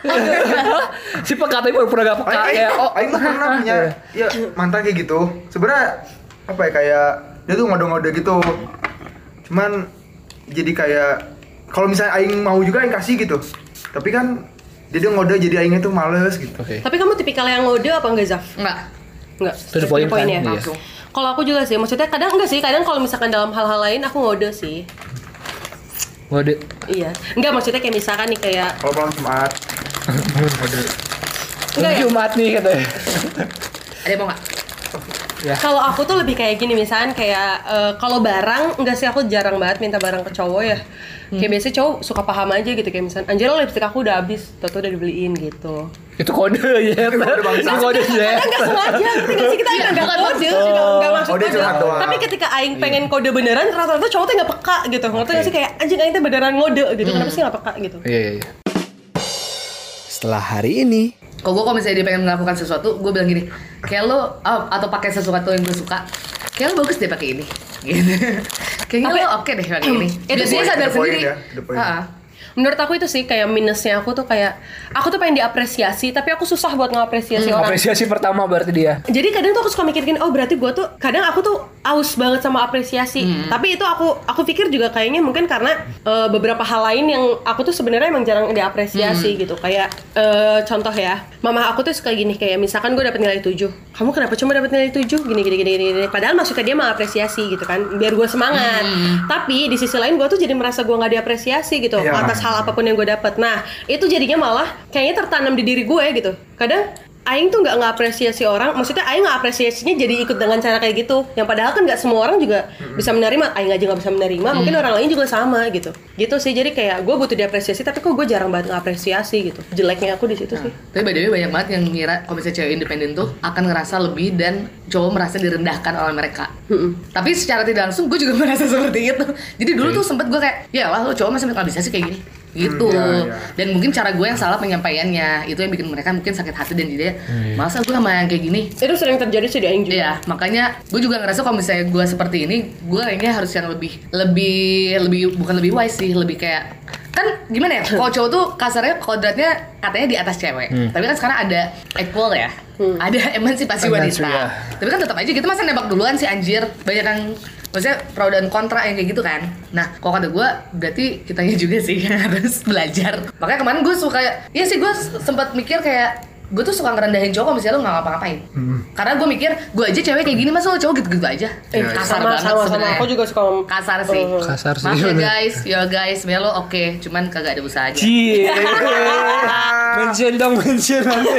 D: Si peka tapi pura gak peka
C: Aing,
D: kayak oh,
C: Aing tuh pernah punya ya mantan kayak gitu. Sebenarnya apa ya kayak dia tuh ngode-ngode gitu. Cuman jadi kayak kalau misalnya aing mau juga aing kasih gitu. Tapi kan jadi ngode jadi aingnya tuh males gitu.
D: Oke.
B: Tapi kamu tipikal yang ngode apa enggak, Zaf?
E: Enggak.
B: Enggak.
D: To the point kan?
B: ya.
D: Iya.
E: Langsung.
B: Kalau aku juga sih, maksudnya kadang enggak sih, kadang kalau misalkan dalam hal-hal lain aku ngode sih.
D: Ngode.
B: Iya. Enggak, maksudnya kayak misalkan nih kayak
C: Kalau malam Jumat ngode.
B: enggak ya?
D: Jumat nih katanya.
E: Ada yang mau nggak?
B: Kalau aku tuh lebih kayak gini, misalkan kayak eh, kalau barang, enggak sih, aku jarang banget minta barang ke cowok ya. Kayak biasanya cowok suka paham aja gitu, kayak misalkan anjir lo lipstick aku udah habis, tau-tau udah dibeliin gitu.
D: Itu kode ya.
C: Itu kode bangsa.
D: Itu kode ya.
B: Kan nggak sengaja, ngerti nggak sih, kita
E: Iya,
B: nggak
E: bukan
B: kode,
E: maksud.
B: nggak nggak maksud
C: Oh, dia
B: kode.
C: curhat doang.
B: Tapi ketika aing pengen kode beneran, rata-rata cowok tuh nggak peka gitu, ngerti nggak sih, kayak anjing aing tuh beneran ngode gitu, kenapa sih nggak peka gitu?
D: Iya iya iya.
A: Setelah hari ini,
E: Kalau gue kalau misalnya dia pengen melakukan sesuatu, gue bilang gini, kayak lo oh, atau pakai sesuatu yang gue suka, kayak lo bagus deh pakai ini, gitu. Kayaknya
B: Tapi-
E: lo oke deh pakai ini.
B: Itu
E: Biasanya
C: sih-
E: sadar
C: the point
E: sendiri.
C: ya, the point.
E: Ha-ha.
B: Menurut aku itu sih kayak minusnya aku tuh kayak aku tuh pengen diapresiasi, tapi aku susah buat ngapresiasi orang.
D: Apresiasi pertama berarti dia.
B: Jadi kadang tuh aku suka mikir gini, oh berarti gue tuh kadang aku tuh aus banget sama apresiasi. Tapi itu aku aku pikir juga kayaknya mungkin karena eh, beberapa hal lain yang aku tuh sebenarnya emang jarang diapresiasi gitu. Kayak eh, contoh ya, mama aku tuh suka gini kayak misalkan gue dapet nilai tujuh, kamu kenapa cuma dapet nilai tujuh? Gini gini gini gini. gini. Padahal maksudnya dia mengapresiasi gitu kan, biar gue semangat. Tapi di sisi lain gue tuh jadi merasa gue nggak diapresiasi gitu
C: Iya.
B: atas hal apapun yang gue dapet. Nah itu jadinya malah kayaknya tertanam di diri gue gitu. Kadang Aing tuh nggak ngapresiasi orang, maksudnya Aing nggak apresiasinya jadi ikut dengan cara kayak gitu. Yang padahal kan nggak semua orang juga bisa menerima. Aing aja nggak bisa menerima, mungkin orang lain juga sama gitu. Gitu sih, jadi kayak gue butuh diapresiasi, tapi kok gue jarang banget ngapresiasi gitu. Jeleknya aku di situ sih.
E: Tapi by the way banyak banget yang ngira kalau misalnya cewek independen tuh akan ngerasa lebih dan cowok merasa direndahkan oleh mereka. Tapi secara tidak langsung gue juga merasa seperti itu. Jadi dulu tuh sempet gue kayak, ya lah lo cowok masa nggak bisa sih kayak gini gitu.
C: Hmm, ya, ya.
E: Dan mungkin cara gue yang salah penyampaiannya itu yang bikin mereka mungkin sakit hati dan jadi masa gue sama yang kayak gini.
B: Itu sering terjadi sih di Aing juga.
E: Iya, makanya gue juga ngerasa kalau misalnya gue seperti ini, gue kayaknya harus yang lebih, lebih, lebih bukan lebih wise sih, lebih kayak kan gimana ya? Kalau cowok tuh kasarnya kodratnya katanya di atas cewek, tapi kan sekarang ada equal ya, ada emansipasi
D: Emansi,
E: wanita.
D: ya.
E: Tapi kan tetap aja kita masa nembak duluan sih anjir, banyak yang maksudnya pro dan kontra yang kayak gitu kan. Nah, kalau kata gue berarti kitanya juga sih yang harus belajar. Makanya kemarin gue suka, ya sih gue sempat mikir kayak gue tuh suka ngerendahin cowok kalau misalnya lo nggak ngapa-ngapain. Karena gue mikir gue aja cewek kayak gini masa lo cowok gitu-gitu aja.
B: Eh,
E: kasar
B: sama,
E: banget
B: sama, sama.
E: sebenarnya.
B: Aku juga suka ngom-
E: Kasar sih.
B: Eh,
D: Kasar sih,
E: Maaf ya
D: bener.
E: guys, ya guys, Melo oke, cuman kagak ada usaha aja.
D: Cie. Mention dong, mention nanti.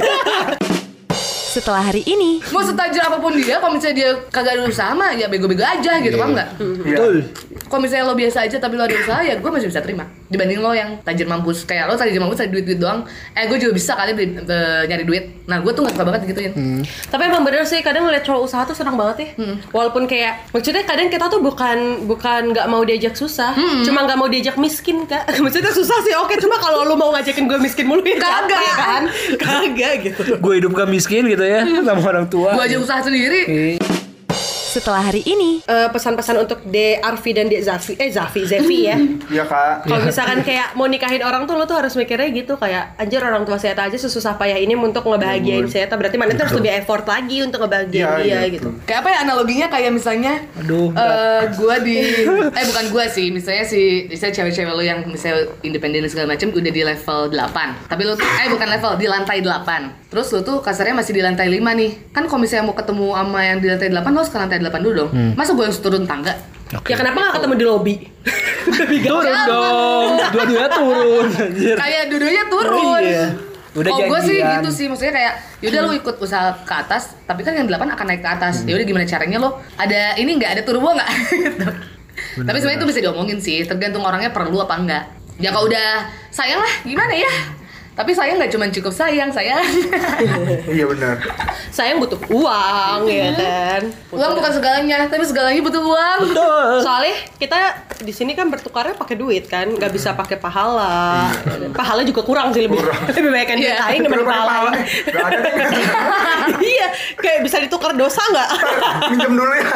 F: Setelah hari ini,
E: Mau setajir apapun dia, kalau misalnya dia kagak ada usaha mah ya bego-bego aja gitu, paham nggak?
D: Betul.
E: Kalau misalnya lo biasa aja tapi lo ada usaha ya gue masih bisa terima. Dibanding lo yang tajir mampus, kayak lo tajir mampus cari duit-duit doang. Eh gue juga bisa kali beli, eh, nyari duit. Nah gue tuh nggak suka banget gituin.
B: Tapi emang bener sih, kadang ngeliat cowok usaha tuh senang banget ya. Walaupun kayak, maksudnya kadang kita tuh bukan bukan nggak mau diajak susah, cuma nggak mau diajak miskin kak. Maksudnya susah sih oke, cuma kalau lu mau ngajakin gue miskin mulu ya
E: Kagak.
B: capek kan, kagak gitu.
D: Gue hidup gak miskin gitu ya sama orang tua.
E: Gue aja usaha sendiri.
F: setelah hari ini,
B: Eh, pesan-pesan untuk De Arfi dan De Zafi, eh Zafi, Zefi ya.
C: Iya kak.
B: Kalau misalkan kayak mau nikahin orang tuh lo tuh harus mikirnya gitu, kayak anjir orang tua saya aja sesusah payah ini untuk ngebahagiain saya, berarti mana tuh harus lebih effort lagi untuk ngebahagiain
C: Iya,
B: dia
C: iya,
B: gitu.
E: Kayak apa ya analoginya kayak misalnya
D: Aduh,
E: eh gue di eh bukan gue sih, misalnya si misalnya cewek-cewek lo yang misalnya independen dan segala macam udah di level delapan, tapi lo tuh eh bukan level, di lantai delapan, terus lo tuh kasarnya masih di lantai lima nih. Kan kalau misalnya mau ketemu sama yang di lantai delapan, lo harus ke lantai delapan dulu dong. Masa gue harus turun tangga?
B: Ya kenapa nggak ketemu di lobby?
D: turun dong. Dua-duanya turun. Anjir.
E: Kayak duduknya turun.
D: Iya. Udah
E: Oh gue sih
D: janjian.
E: gitu sih, maksudnya kayak yaudah lo ikut usaha ke atas, tapi kan yang delapan akan naik ke atas. Ya udah gimana caranya lo? Ada ini nggak, ada turbo nggak? Gitu. Tapi sebenarnya itu bisa diomongin sih, tergantung orangnya perlu apa enggak. Ya kalau udah sayang lah, gimana ya? Tapi sayang nggak cuma cukup sayang, sayang.
C: Iya benar.
B: Sayang butuh uang ya kan.
E: Uang bukan segalanya, tapi segalanya butuh uang.
B: Soalnya kita di sini kan bertukarnya pakai duit kan, nggak bisa pakai pahala. Pahala juga kurang sih, lebih lebih banyak kan duit
E: Iya.
B: lain daripada
C: Berapa
B: pahala.
C: pahala? Gak ada nih.
B: Iya, kayak bisa ditukar dosa nggak?
C: Minjem dulu ya.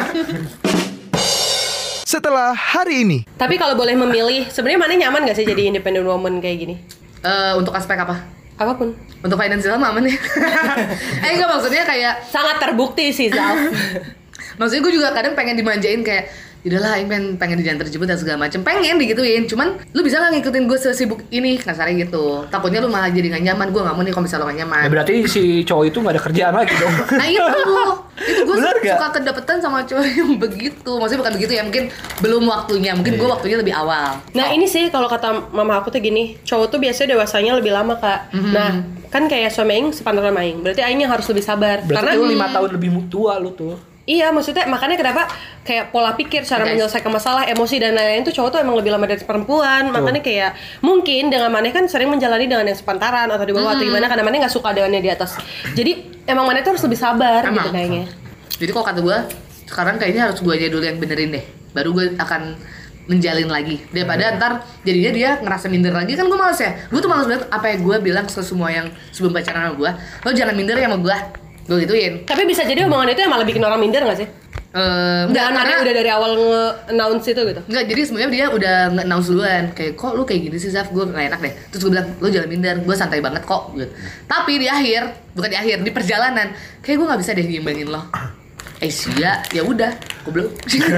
A: setelah hari ini.
B: Tapi kalau boleh memilih, sebenarnya mana nyaman nggak sih jadi independent woman kayak gini?
E: Eh, untuk aspek apa?
B: Apapun.
E: Untuk finansial mah aman ya. eh enggak, maksudnya kayak
B: Sangat terbukti sih, Zal.
E: maksudnya gue juga kadang pengen dimanjain kayak udahlah Aing pengen, pengen dijantar jemput dan segala macem, pengen digituin, cuman lu bisa gak ngikutin gue sesibuk ini, kasarnya gitu. Takutnya lu malah jadi gak nyaman, gue gak mau nih kalau misalnya lu gak nyaman.
D: Ya, berarti si cowok itu gak ada kerjaan lagi dong.
E: Nah itu, itu gue
D: Bener
E: suka
D: gak?
E: kedapetan sama cowok yang begitu. Maksudnya bukan begitu ya, mungkin belum waktunya, mungkin gue waktunya lebih awal.
B: Nah ini sih kalau kata mama aku tuh gini, cowok tuh biasanya dewasanya lebih lama kak.
E: Mhm.
B: Nah kan kayak suami Aing sepantaran sama Aing, berarti Aing yang harus lebih sabar.
D: Berarti
B: Karena
D: lu lima tahun lebih tua lu tuh.
B: iya maksudnya makanya kenapa kayak pola pikir, cara
E: Guys.
B: menyelesaikan masalah, emosi dan lain-lain tuh cowok tuh emang lebih lama dari perempuan. Makanya kayak mungkin dengan Maneh kan sering menjalani dengan yang sepantaran atau di bawah atau gimana karena Maneh nggak suka dengan yang di atas. Jadi emang Maneh tuh harus lebih sabar
E: Emang.
B: gitu kayaknya.
E: Jadi kok kata gue, sekarang kayaknya harus gue aja dulu yang benerin deh, baru gue akan menjalin lagi daripada ntar jadinya dia ngerasa minder lagi, kan gue males ya. Gue tuh males banget apa yang gue bilang ke semua yang sebelum pacaran sama gue, lo jangan minder ya sama gue, gue gituin.
B: Tapi bisa jadi omongan itu yang malah bikin orang minder nggak sih?
E: Eh,
B: Jangan
E: karena
B: Maneh udah dari awal nge-announce itu gitu.
E: Enggak, jadi sebenarnya dia udah nge-announce duluan. Kayak, kok lu kayak gini sih, Zaf? Gue gak enak deh. Terus gue bilang, lu jangan minder, gue santai banget kok gitu. Tapi di akhir, bukan di akhir, di perjalanan kayak gue gak bisa deh nyimbangin lo. Eh sia, ya udah, goblok.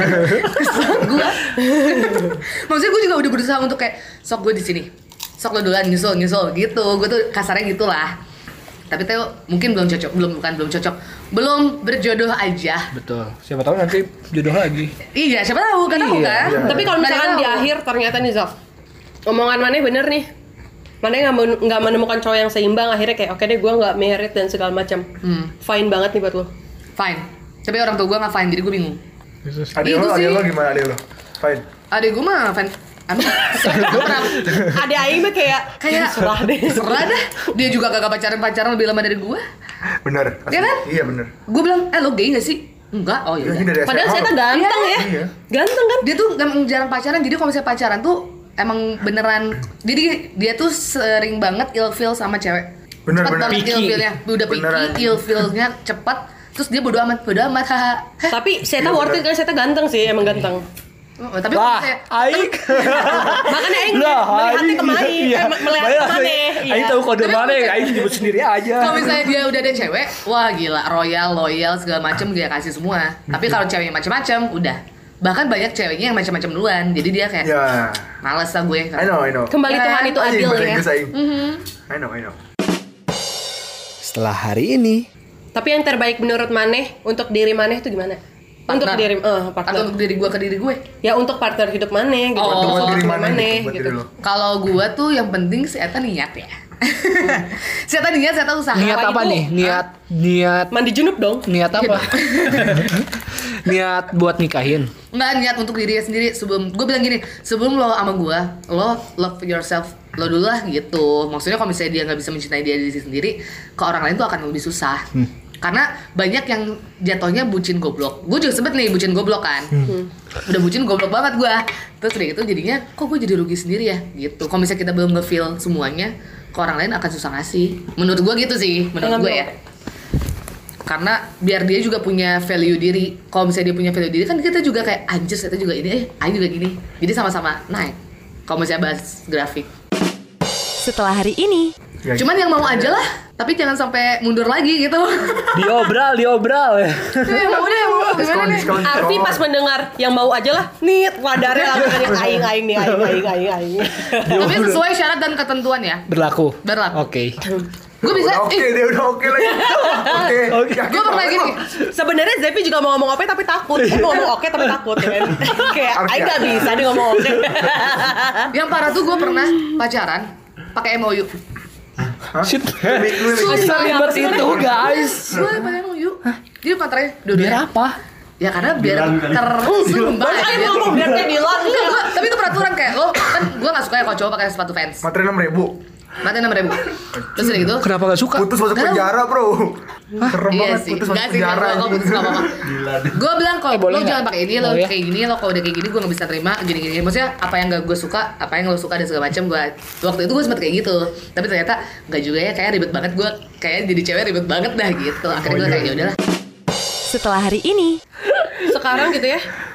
E: Gue maksudnya gue juga udah berusaha untuk kayak, sok gue di sini, sok lo duluan, nyusul, nyusul gitu. Gue tuh kasarnya gitulah. Tapi Theo mungkin belum cocok, belum bukan belum cocok, belum berjodoh aja.
D: Betul. Siapa tahu nanti jodoh lagi.
E: Iya, siapa tahu kan tahu
D: Iya,
E: kan.
C: iya.
B: Tapi kalau
E: Nggak ada
B: misalkan
E: yang
B: di
E: tahu.
B: akhir ternyata nih Zaf, omongan Maneh bener nih, Maneh nggak men- nggak menemukan cowok yang seimbang, akhirnya kayak oke deh gue nggak merit dan segala macam.
E: Hmm.
B: Fine banget nih buat lo.
E: Fine. Tapi orang tua gue nggak fine, jadi gue bingung.
C: Adek
E: Itu
C: lo, adek
E: sih.
C: lo gimana adek lo? Fine.
E: Adek gue mah fine. Amin.
B: Ada Aing mah kayak
E: Kayak
B: serah deh.
E: serah dah. Dia juga kagak pacaran-pacaran lebih lama dari gue.
C: Bener. asli.
E: Iya kan?
C: Iya bener.
E: Gue bilang, eh lo gay gak sih? Enggak. Oh
C: Iya,
E: iya.
C: ini dari
B: Padahal
C: S M A
B: saya
C: lo.
B: tuh ganteng ya.
C: Iya.
B: Ganteng kan?
E: Dia tuh emang jarang pacaran, jadi kalau misalnya pacaran tuh emang beneran. Jadi dia tuh sering banget ilfeel sama cewek.
C: Bener,
E: Cepet
C: bener.
E: banget
D: Picky.
E: ilfeelnya. Udah
C: Beneran.
E: picky, ilfeelnya cepet. Terus dia bodo amat, bodo amat, haha. Heh.
B: Tapi Seta
C: Iya,
B: worth it
C: bener.
B: kan, Seta ganteng sih, emang ganteng.
E: Oh, tapi
D: Wah,
E: kalau misalnya-
D: aing.
B: Makanya Aing
D: Lah,
B: melihatnya
D: aing.
B: kemana?
D: Iya.
B: Eh, melihat
D: Bayar,
B: kemana?
D: Aing
B: Iya.
D: tahu kode
E: Tapi
D: mana,
E: aku-
D: aing nyebut sendiri aja.
E: Kalau misalnya dia udah ada cewek, wah gila, royal, loyal, segala macem dia kasih semua. Tapi kalau ceweknya macem-macem, udah. Bahkan banyak ceweknya yang macem-macem duluan, jadi dia kayak
C: Ya.
E: males lah gue.
C: I know, I know.
B: Kembali
E: Ya,
B: Tuhan itu
C: Aing,
B: adil
C: bahasa
B: ya.
C: Inggris, aing.
E: Mhm.
C: I know, I know.
A: Setelah hari ini,
B: Tapi yang terbaik menurut Maneh untuk diri Maneh itu gimana? Untuk
E: Partner.
B: diri, eh
E: Atau
B: partner.
E: untuk diri gue ke diri gue.
B: Ya untuk partner hidup Maneh gitu.
E: Oh,
B: Untuk
C: Buat diri
B: partner
C: mana
B: Maneh,
C: gitu, buat
B: gitu.
C: diri lo.
E: Kalau gue tuh yang penting si Eta niat ya. Si Eta niat, si Eta usaha.
D: Niat apa
B: itu?
D: nih? Niat niat
B: Mandi junub dong.
D: niat apa? Niat buat nikahin.
E: Nggak, niat untuk dirinya sendiri. Sebelum gue bilang gini, sebelum lo sama gue, lo love yourself lo dulu lah gitu. Maksudnya kalau misalnya dia nggak bisa mencintai dia diri sendiri, ke orang lain tuh akan lebih susah. Karena banyak yang jatuhnya bucin goblok. Gue juga sempet nih bucin goblok kan. Udah bucin goblok banget gue. Terus dari itu jadinya, kok gue jadi rugi sendiri ya gitu. Kalau misalnya kita belum nge-feel semuanya, ke orang lain akan susah ngasih. Menurut gue gitu sih, menurut gue ya. Karena biar dia juga punya value diri. Kalau misalnya dia punya value diri kan kita juga kayak anjir, kita juga ini, eh, Aing juga gini. Jadi sama-sama naik. Kalau misalnya bahas grafik.
F: Setelah hari ini,
C: Ya,
E: Cuman yang mau aja lah, tapi jangan sampai mundur lagi gitu.
D: Diobral, diobral ya.
E: Eh, mau deh, mau gimana
C: diskon,
E: nih?
C: diskon,
B: Arfi
C: diskon.
B: pas mendengar yang mau aja lah, nit wadarnya langsung nih aing aing nih aing aing aing aing.
E: Tapi sesuai syarat dan ketentuan ya.
D: Berlaku.
E: Berlaku.
D: Oke.
E: Gue bisa,
C: Udah oke,
E: ih,
C: dia udah oke lagi. Oke.
E: gue pernah gini.
B: Sebenarnya Zepi juga mau ngomong oke tapi takut. Dia mau ngomong oke tapi takut ya kan. Kayak
C: Arfi,
B: aing gak
C: ya.
B: bisa dia ngomong oke.
E: Yang parah tuh gue pernah pacaran pakai M O U.
D: Shit.
C: Lebih- lebih-
D: Bisa ribet itu, guys.
E: Gue pakai M O U. Jadi kontraknya dua
D: Biar apa?
E: Ya karena biar tersumbang.
B: Terus aing ngomong biar kayak Dilan.
E: Enggak, gua, tapi itu peraturan kayak lo kan gue gak suka ya kalau cowok pakai sepatu Vans.
C: Materi enam ribu.
E: Mati enam ribu. Terus udah gitu.
D: Kenapa gak suka?
C: Putus masuk
E: Kenapa?
C: penjara, bro. Serem
E: Iya
C: banget
E: sih,
C: putus
E: enggak
C: masuk
E: sih,
C: penjara.
E: kalau putus gak apa-apa. Gue bilang kalau
D: Eh, boleh
E: lo
D: nggak?
E: jangan pakai ini, lo
D: Oh, ya?
E: kayak gini, lo kalau udah kayak gini gue gak bisa terima, gini-gini. Maksudnya apa yang gak gue suka, apa yang lo suka dan segala macam. Gue waktu itu gue sempet kayak gitu, tapi ternyata nggak juga ya, kayak ribet banget gue, kayak jadi cewek ribet banget dah gitu. Akhirnya gue kayak ya udahlah.
F: setelah hari ini,
B: Sekarang gitu ya.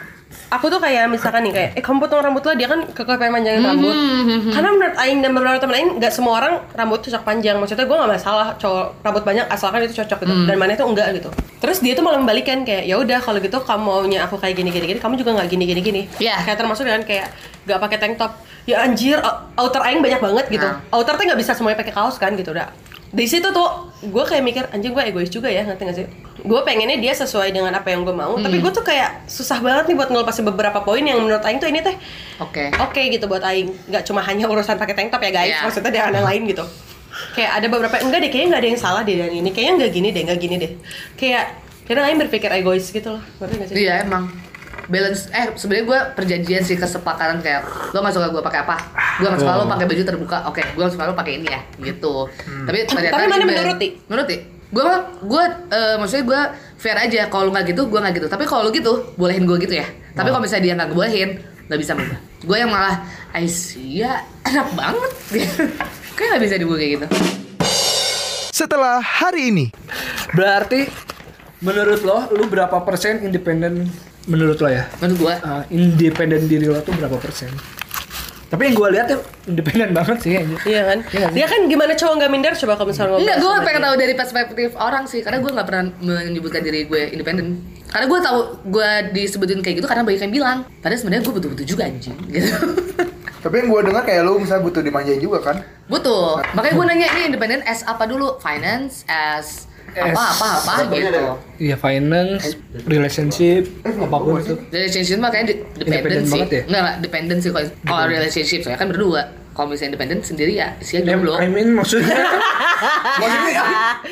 B: aku tuh kayak misalkan nih kayak eh kamu potong rambut lah, dia kan kekeh pengen manjangin rambut. Karena menurut Aing dan beberapa temen Aing nggak semua orang rambut cocok panjang. Maksudnya gue nggak masalah cowok rambut panjang asalkan itu cocok gitu. Dan mana itu enggak gitu. Terus dia tuh malah membalikan kayak ya udah kalau gitu kamu maunya aku kayak gini gini gini, kamu juga nggak gini gini gini.
E: Iya.
B: Kayak termasuk dengan kayak nggak pakai tank top. Ya anjir, outer Aing banyak banget gitu.
E: Nah.
B: Outer tuh nggak bisa semuanya pakai kaos kan gitu udah. Di situ tuh gue kayak mikir anjing gue egois juga ya, ngerti gak sih? Gue pengennya dia sesuai dengan apa yang gue mau, hmm. tapi gue tuh kayak susah banget nih buat ngelepasin beberapa poin yang menurut Aing tuh ini teh
E: oke okay.
B: oke okay, gitu buat Aing. Nggak cuma hanya urusan pakai tank top ya guys, yeah. maksudnya ada yang lain gitu. Kayak ada beberapa enggak deh, kayaknya nggak ada yang salah deh dan ini kayaknya nggak gini deh, nggak gini deh. Kayak kadang Aing berpikir egois gitu loh, ngerti gak sih?
E: Iya emang balance. Eh sebenarnya gue perjanjian sih, kesepakatan kayak lo nggak suka gue pakai apa, gue nggak suka lo pakai baju terbuka, oke okay, gue suka lo pakai ini ya gitu. Hmm. Tapi
B: tapi mana menuruti?
E: Menuruti. Gue gue uh, maksudnya gue fair aja. Kalau nggak gitu gue nggak gitu. Tapi kalau lo gitu bolehin gue gitu ya. Tapi kalau misalnya dia nggak bolehin nggak bisa berubah. Gue yang malah Aisyah enak banget. Kayak nggak bisa dibuat kayak gitu.
A: Setelah hari ini,
D: berarti menurut lo, lu berapa persen independen menurut lo ya?
E: Menurut gue
D: uh, independen diri lo tuh berapa persen? Tapi yang gue lihat tuh independen banget sih kayaknya.
B: Iya kan?
D: Iya
B: dia kan gimana cowok nggak minder, coba kalau misalnya ngomong.
E: Enggak, gue pengen tahu dari perspektif orang sih, karena gue nggak pernah menyebutkan diri gue independen. Karena gue tahu gue disebutin kayak gitu karena banyak yang bilang. Padahal sebenarnya gue butuh-butuh juga anjing gitu.
C: Tapi yang gue dengar kayak lu misalnya butuh dimanjain juga kan?
E: Butuh. Makanya gue nanya ini independen as apa dulu? Finance, as apa apa apa gitu.
D: Iya, finance, relationship, apapun itu.
E: Relationship mah kayak de- dependent sih.
D: banget ya?
E: Enggak enggak dependent sih kalau kalau relationship saya kan berdua. Kalau misalnya independen sendiri ya sih jomblo.
D: I mean maksudnya
C: Maksudnya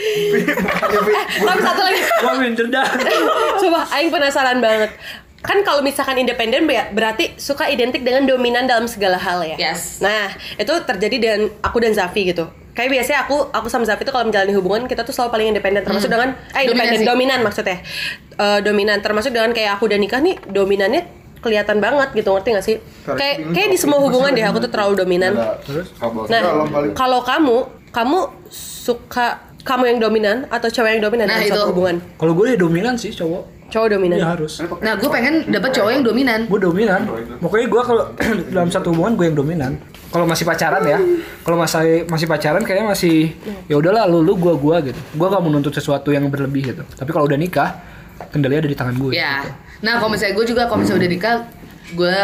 B: Tapi satu lagi.
D: gua minder dah.
B: Coba Aing penasaran banget. Kan kalau misalkan independen berarti suka identik dengan dominan dalam segala hal ya.
E: Yes.
B: Nah, itu terjadi dengan aku dan Zafi gitu. Kayak biasanya aku aku sama Zafi itu kalau menjalani hubungan kita tuh selalu paling independen, termasuk
E: Hmm.
B: dengan eh independen
E: Dominasi.
B: dominan maksudnya. Uh, dominan termasuk dengan kayak aku udah nikah nih dominannya kelihatan banget gitu, ngerti gak sih?
C: Tarik
B: Kayak
C: bingung
B: kayak di
C: kok.
B: semua hubungan deh
C: Maksudnya
B: aku tuh terlalu dominan.
C: Terus?
B: Nah,
C: Dalam balik.
B: kalau kamu kamu suka kamu yang dominan atau cewek yang dominan
E: Nah,
B: dalam
E: itu.
B: satu hubungan?
D: Kalau gue ya dominan sih cowok.
B: Cowok dominan.
D: Ya harus.
E: Nah, gue pengen dapet cowok yang dominan.
D: Gue dominan. Pokoknya gue kalau dalam satu hubungan gue yang dominan. Kalau masih pacaran ya, kalau masih masih pacaran kayaknya masih ya udahlah lu lu gua gua gitu. Gua gak menuntut sesuatu yang berlebih gitu. Tapi kalau udah nikah, kendalinya ada di tangan gue.
E: Ya.
D: Gitu.
E: Nah, kalau misalnya gue juga kalau misalnya udah nikah, gue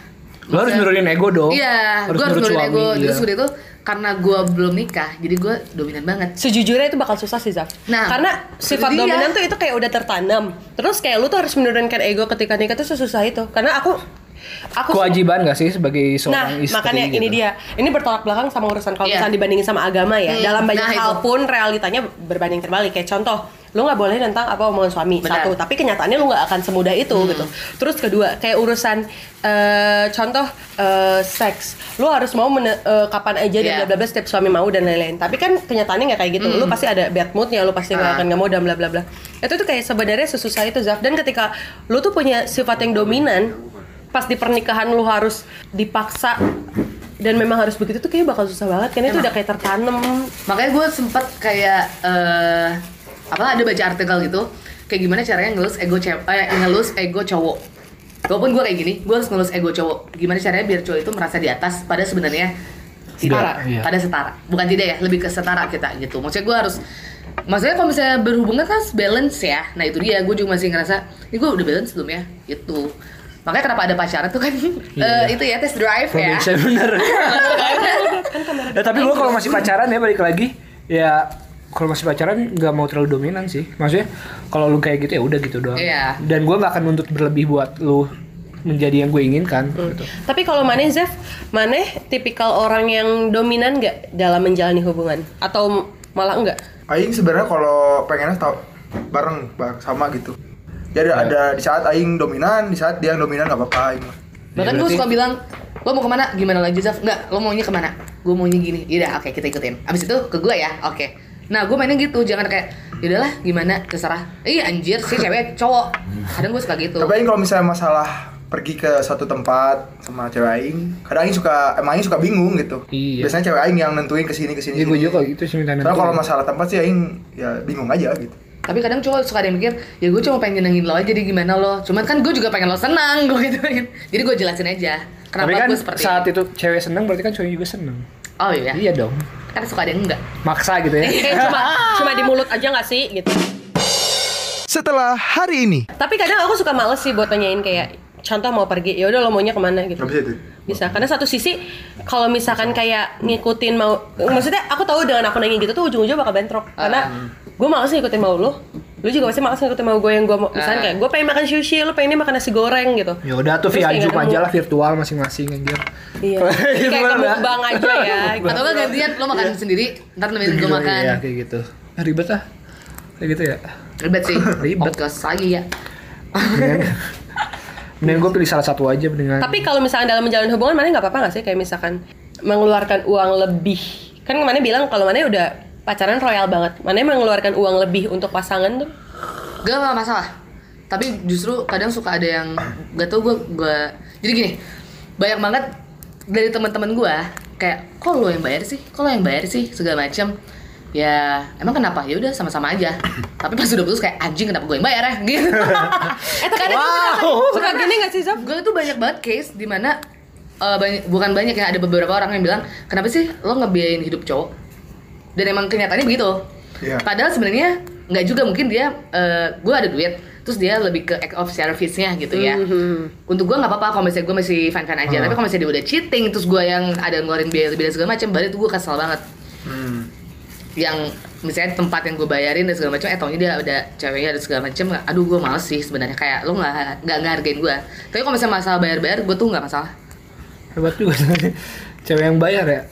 D: Lo harus nurunin ego dong.
E: Iya, gue harus
D: nurut
E: nurunin ego.
D: suami,
E: Terus
D: iya.
E: udah itu karena gue belum nikah, jadi gue dominan banget.
B: Sejujurnya itu bakal susah sih Zaf.
E: Nah,
B: karena sifat
E: itu dia.
B: dominan tuh itu kayak udah tertanam. Terus kayak lu tuh harus menurunkan ego ketika nikah tuh susah itu. Karena aku aku
D: Kewajiban gak sih sebagai
B: Nah,
D: seorang istri?
B: makanya ini
D: gitu?
B: dia. Ini bertolak belakang sama urusan kalau
E: Iya.
B: misalnya dibandingin sama agama ya.
E: Hmm,
B: Dalam banyak
E: nah
B: hal
E: itu.
B: pun realitanya berbanding terbalik. Kayak contoh, lu nggak boleh tentang apa omongan suami.
E: Benar.
B: Satu, tapi kenyataannya lu nggak akan semudah itu
E: Hmm.
B: gitu. Terus kedua, kayak urusan eh, contoh eh, seks. Lu harus mau mene- eh, kapan aja dan
E: Iya.
B: bla bla bla setiap suami mau dan lain-lain. Tapi kan kenyataannya nggak kayak gitu. Lu pasti ada bad moodnya, lu pasti nggak
E: Ah.
B: akan nggak mau dan bla bla bla. Itu tuh kayak sebenarnya sesusah itu Zaf. Dan ketika lu tuh punya sifat yang dominan, pas di pernikahan lu harus dipaksa dan memang harus begitu tuh kayaknya bakal susah banget karena itu
E: Emang.
B: udah kayak tertanam.
E: Makanya gue sempet kayak eh apa ada baca artikel gitu, kayak gimana caranya ngelus ego cewek, eh, ngelus ego cowok. Walaupun gue kayak gini, gue harus ngelus ego cowok. Gimana caranya biar cowok itu merasa di atas, pada sebenarnya
B: Setara.
D: Iya.
E: pada setara. Bukan tidak ya, lebih ke setara kita gitu. Maksudnya gue harus, maksudnya kalau misalnya berhubungan kan harus balance ya. Nah itu dia, gue juga masih ngerasa, ini gue udah balance belum ya? Gitu. Makanya kenapa ada pacaran tuh kan eh, itu ya test drive ya.
D: Probation bener. Ya tapi gue kalau masih pacaran ya balik lagi ya kalau masih pacaran nggak mau terlalu dominan sih. Maksudnya kalau lu kayak gitu ya udah gitu doang.
E: Iya.
D: Dan gue nggak akan nuntut berlebih buat lu menjadi yang gue inginkan. Gitu.
B: Tapi kalau Maneh Zef, Maneh tipikal orang yang dominan nggak dalam menjalani hubungan atau malah enggak?
C: Aing sebenarnya kalau pengennya tau bareng, bareng sama gitu. Jadi
D: Ya.
C: ada di saat Aing dominan, di saat dia yang dominan nggak apa-apa Aing.
E: Bahkan
D: Ya,
E: gue
D: berarti-
E: suka bilang, lo mau kemana? Gimana lagi Zaf? Enggak, lo maunya kemana? Gue maunya gini. Yaudah, oke kita ikutin. Abis itu ke gue ya, oke. Nah gue mainnya gitu, jangan kayak yaudahlah gimana terserah. Iya anjir sih cewek cowok. Kadang gue suka gitu.
C: Tapi Aing kalau misalnya masalah pergi ke suatu tempat sama cewek Aing, kadang Aing suka, emang Aing suka bingung gitu.
D: Iya.
C: Biasanya cewek Aing yang nentuin kesini kesini.
D: Jadi gue juga gitu sih minta
C: Soalnya
D: nentuin.
C: kalau masalah tempat sih Aing ya bingung aja gitu.
E: Tapi kadang cowok suka ada yang mikir, ya gue cuma pengen nyenengin lo aja, jadi gimana lo? Cuman kan gue juga pengen lo senang, gue gituin. Jadi gue jelasin aja kenapa
D: Tapi kan
E: gue seperti
D: saat
E: ini.
D: itu cewek seneng berarti kan cowok juga seneng.
E: Oh iya.
D: Iya dong.
E: Kan suka ada yang enggak.
D: Maksa gitu ya.
B: cuma cuma di mulut aja nggak sih gitu.
A: Setelah hari ini.
B: Tapi kadang aku suka males sih buat tanyain kayak contoh mau pergi, ya udah lo maunya kemana gitu.
C: Nggak bisa itu.
B: Bisa, karena satu sisi kalau misalkan kayak ngikutin mau, maksudnya aku tahu dengan aku nanya gitu tuh ujung-ujungnya bakal bentrok. Karena gue males ngikutin mau lo, lo juga pasti males ngikutin mau gue yang gue mau. Misalnya kayak gue pengen makan sushi, lo pengennya makan nasi goreng gitu.
D: Ya udah tuh
B: Terus
D: via
B: kayak
D: Zoom
B: nggak
D: aja
B: nemu.
D: lah, virtual masing-masing anjir.
B: Iya. Jadi kayak ke mukbang aja ya. Gitu.
E: Atau enggak gantian lo makan sendiri, ntar nemenin gue makan.
D: Iya kayak gitu. Ah, ribet ah. Kayak gitu ya.
E: Ribet sih.
D: Ribet.
E: Ongkos lagi ya.
D: Mending gue pilih salah satu aja dengan.
B: Tapi kalau misalkan dalam menjalin hubungan, mana nggak apa-apa nggak sih kayak misalkan mengeluarkan uang lebih? Kan mana bilang kalau mana udah pacaran royal banget, mana mengeluarkan uang lebih untuk pasangan tuh?
E: Gak apa masalah. Tapi justru kadang suka ada yang gak tau gue gue. Jadi gini, banyak banget dari teman-teman gue kayak, kok lo yang bayar sih? Kok lo yang bayar sih? Segala macam. Ya emang kenapa? Ya udah sama-sama aja. Tapi pas udah putus kayak anjing kenapa gue yang bayar ya? Gitu.
B: Eh kadang wow. suka gini nggak sih Zaf?
E: Gue tuh banyak banget case di mana uh, banyak, bukan banyak ya, ada beberapa orang yang bilang kenapa sih lo ngebiayain hidup cowok? Dan emang kenyataannya begitu.
C: Iya.
E: Padahal sebenarnya nggak juga, mungkin dia uh, gue ada duit, terus dia lebih ke act of service-nya gitu ya. Mm-hmm. Untuk gue nggak apa-apa kalau misalnya gue masih fan-fan aja. Uh. Tapi kalau misalnya dia udah cheating, terus gue yang ada ngeluarin biaya lebih dan segala macam, baru itu gue kesel banget. Hmm. Yang misalnya tempat yang gue bayarin dan segala macam, eh taunya dia ada ceweknya dan segala macam, aduh gue males sih sebenarnya, kayak lo nggak nggak ngehargain gue. Tapi kalau misalnya masalah bayar-bayar, gue tuh nggak masalah.
D: Hebat juga cewek yang bayar ya.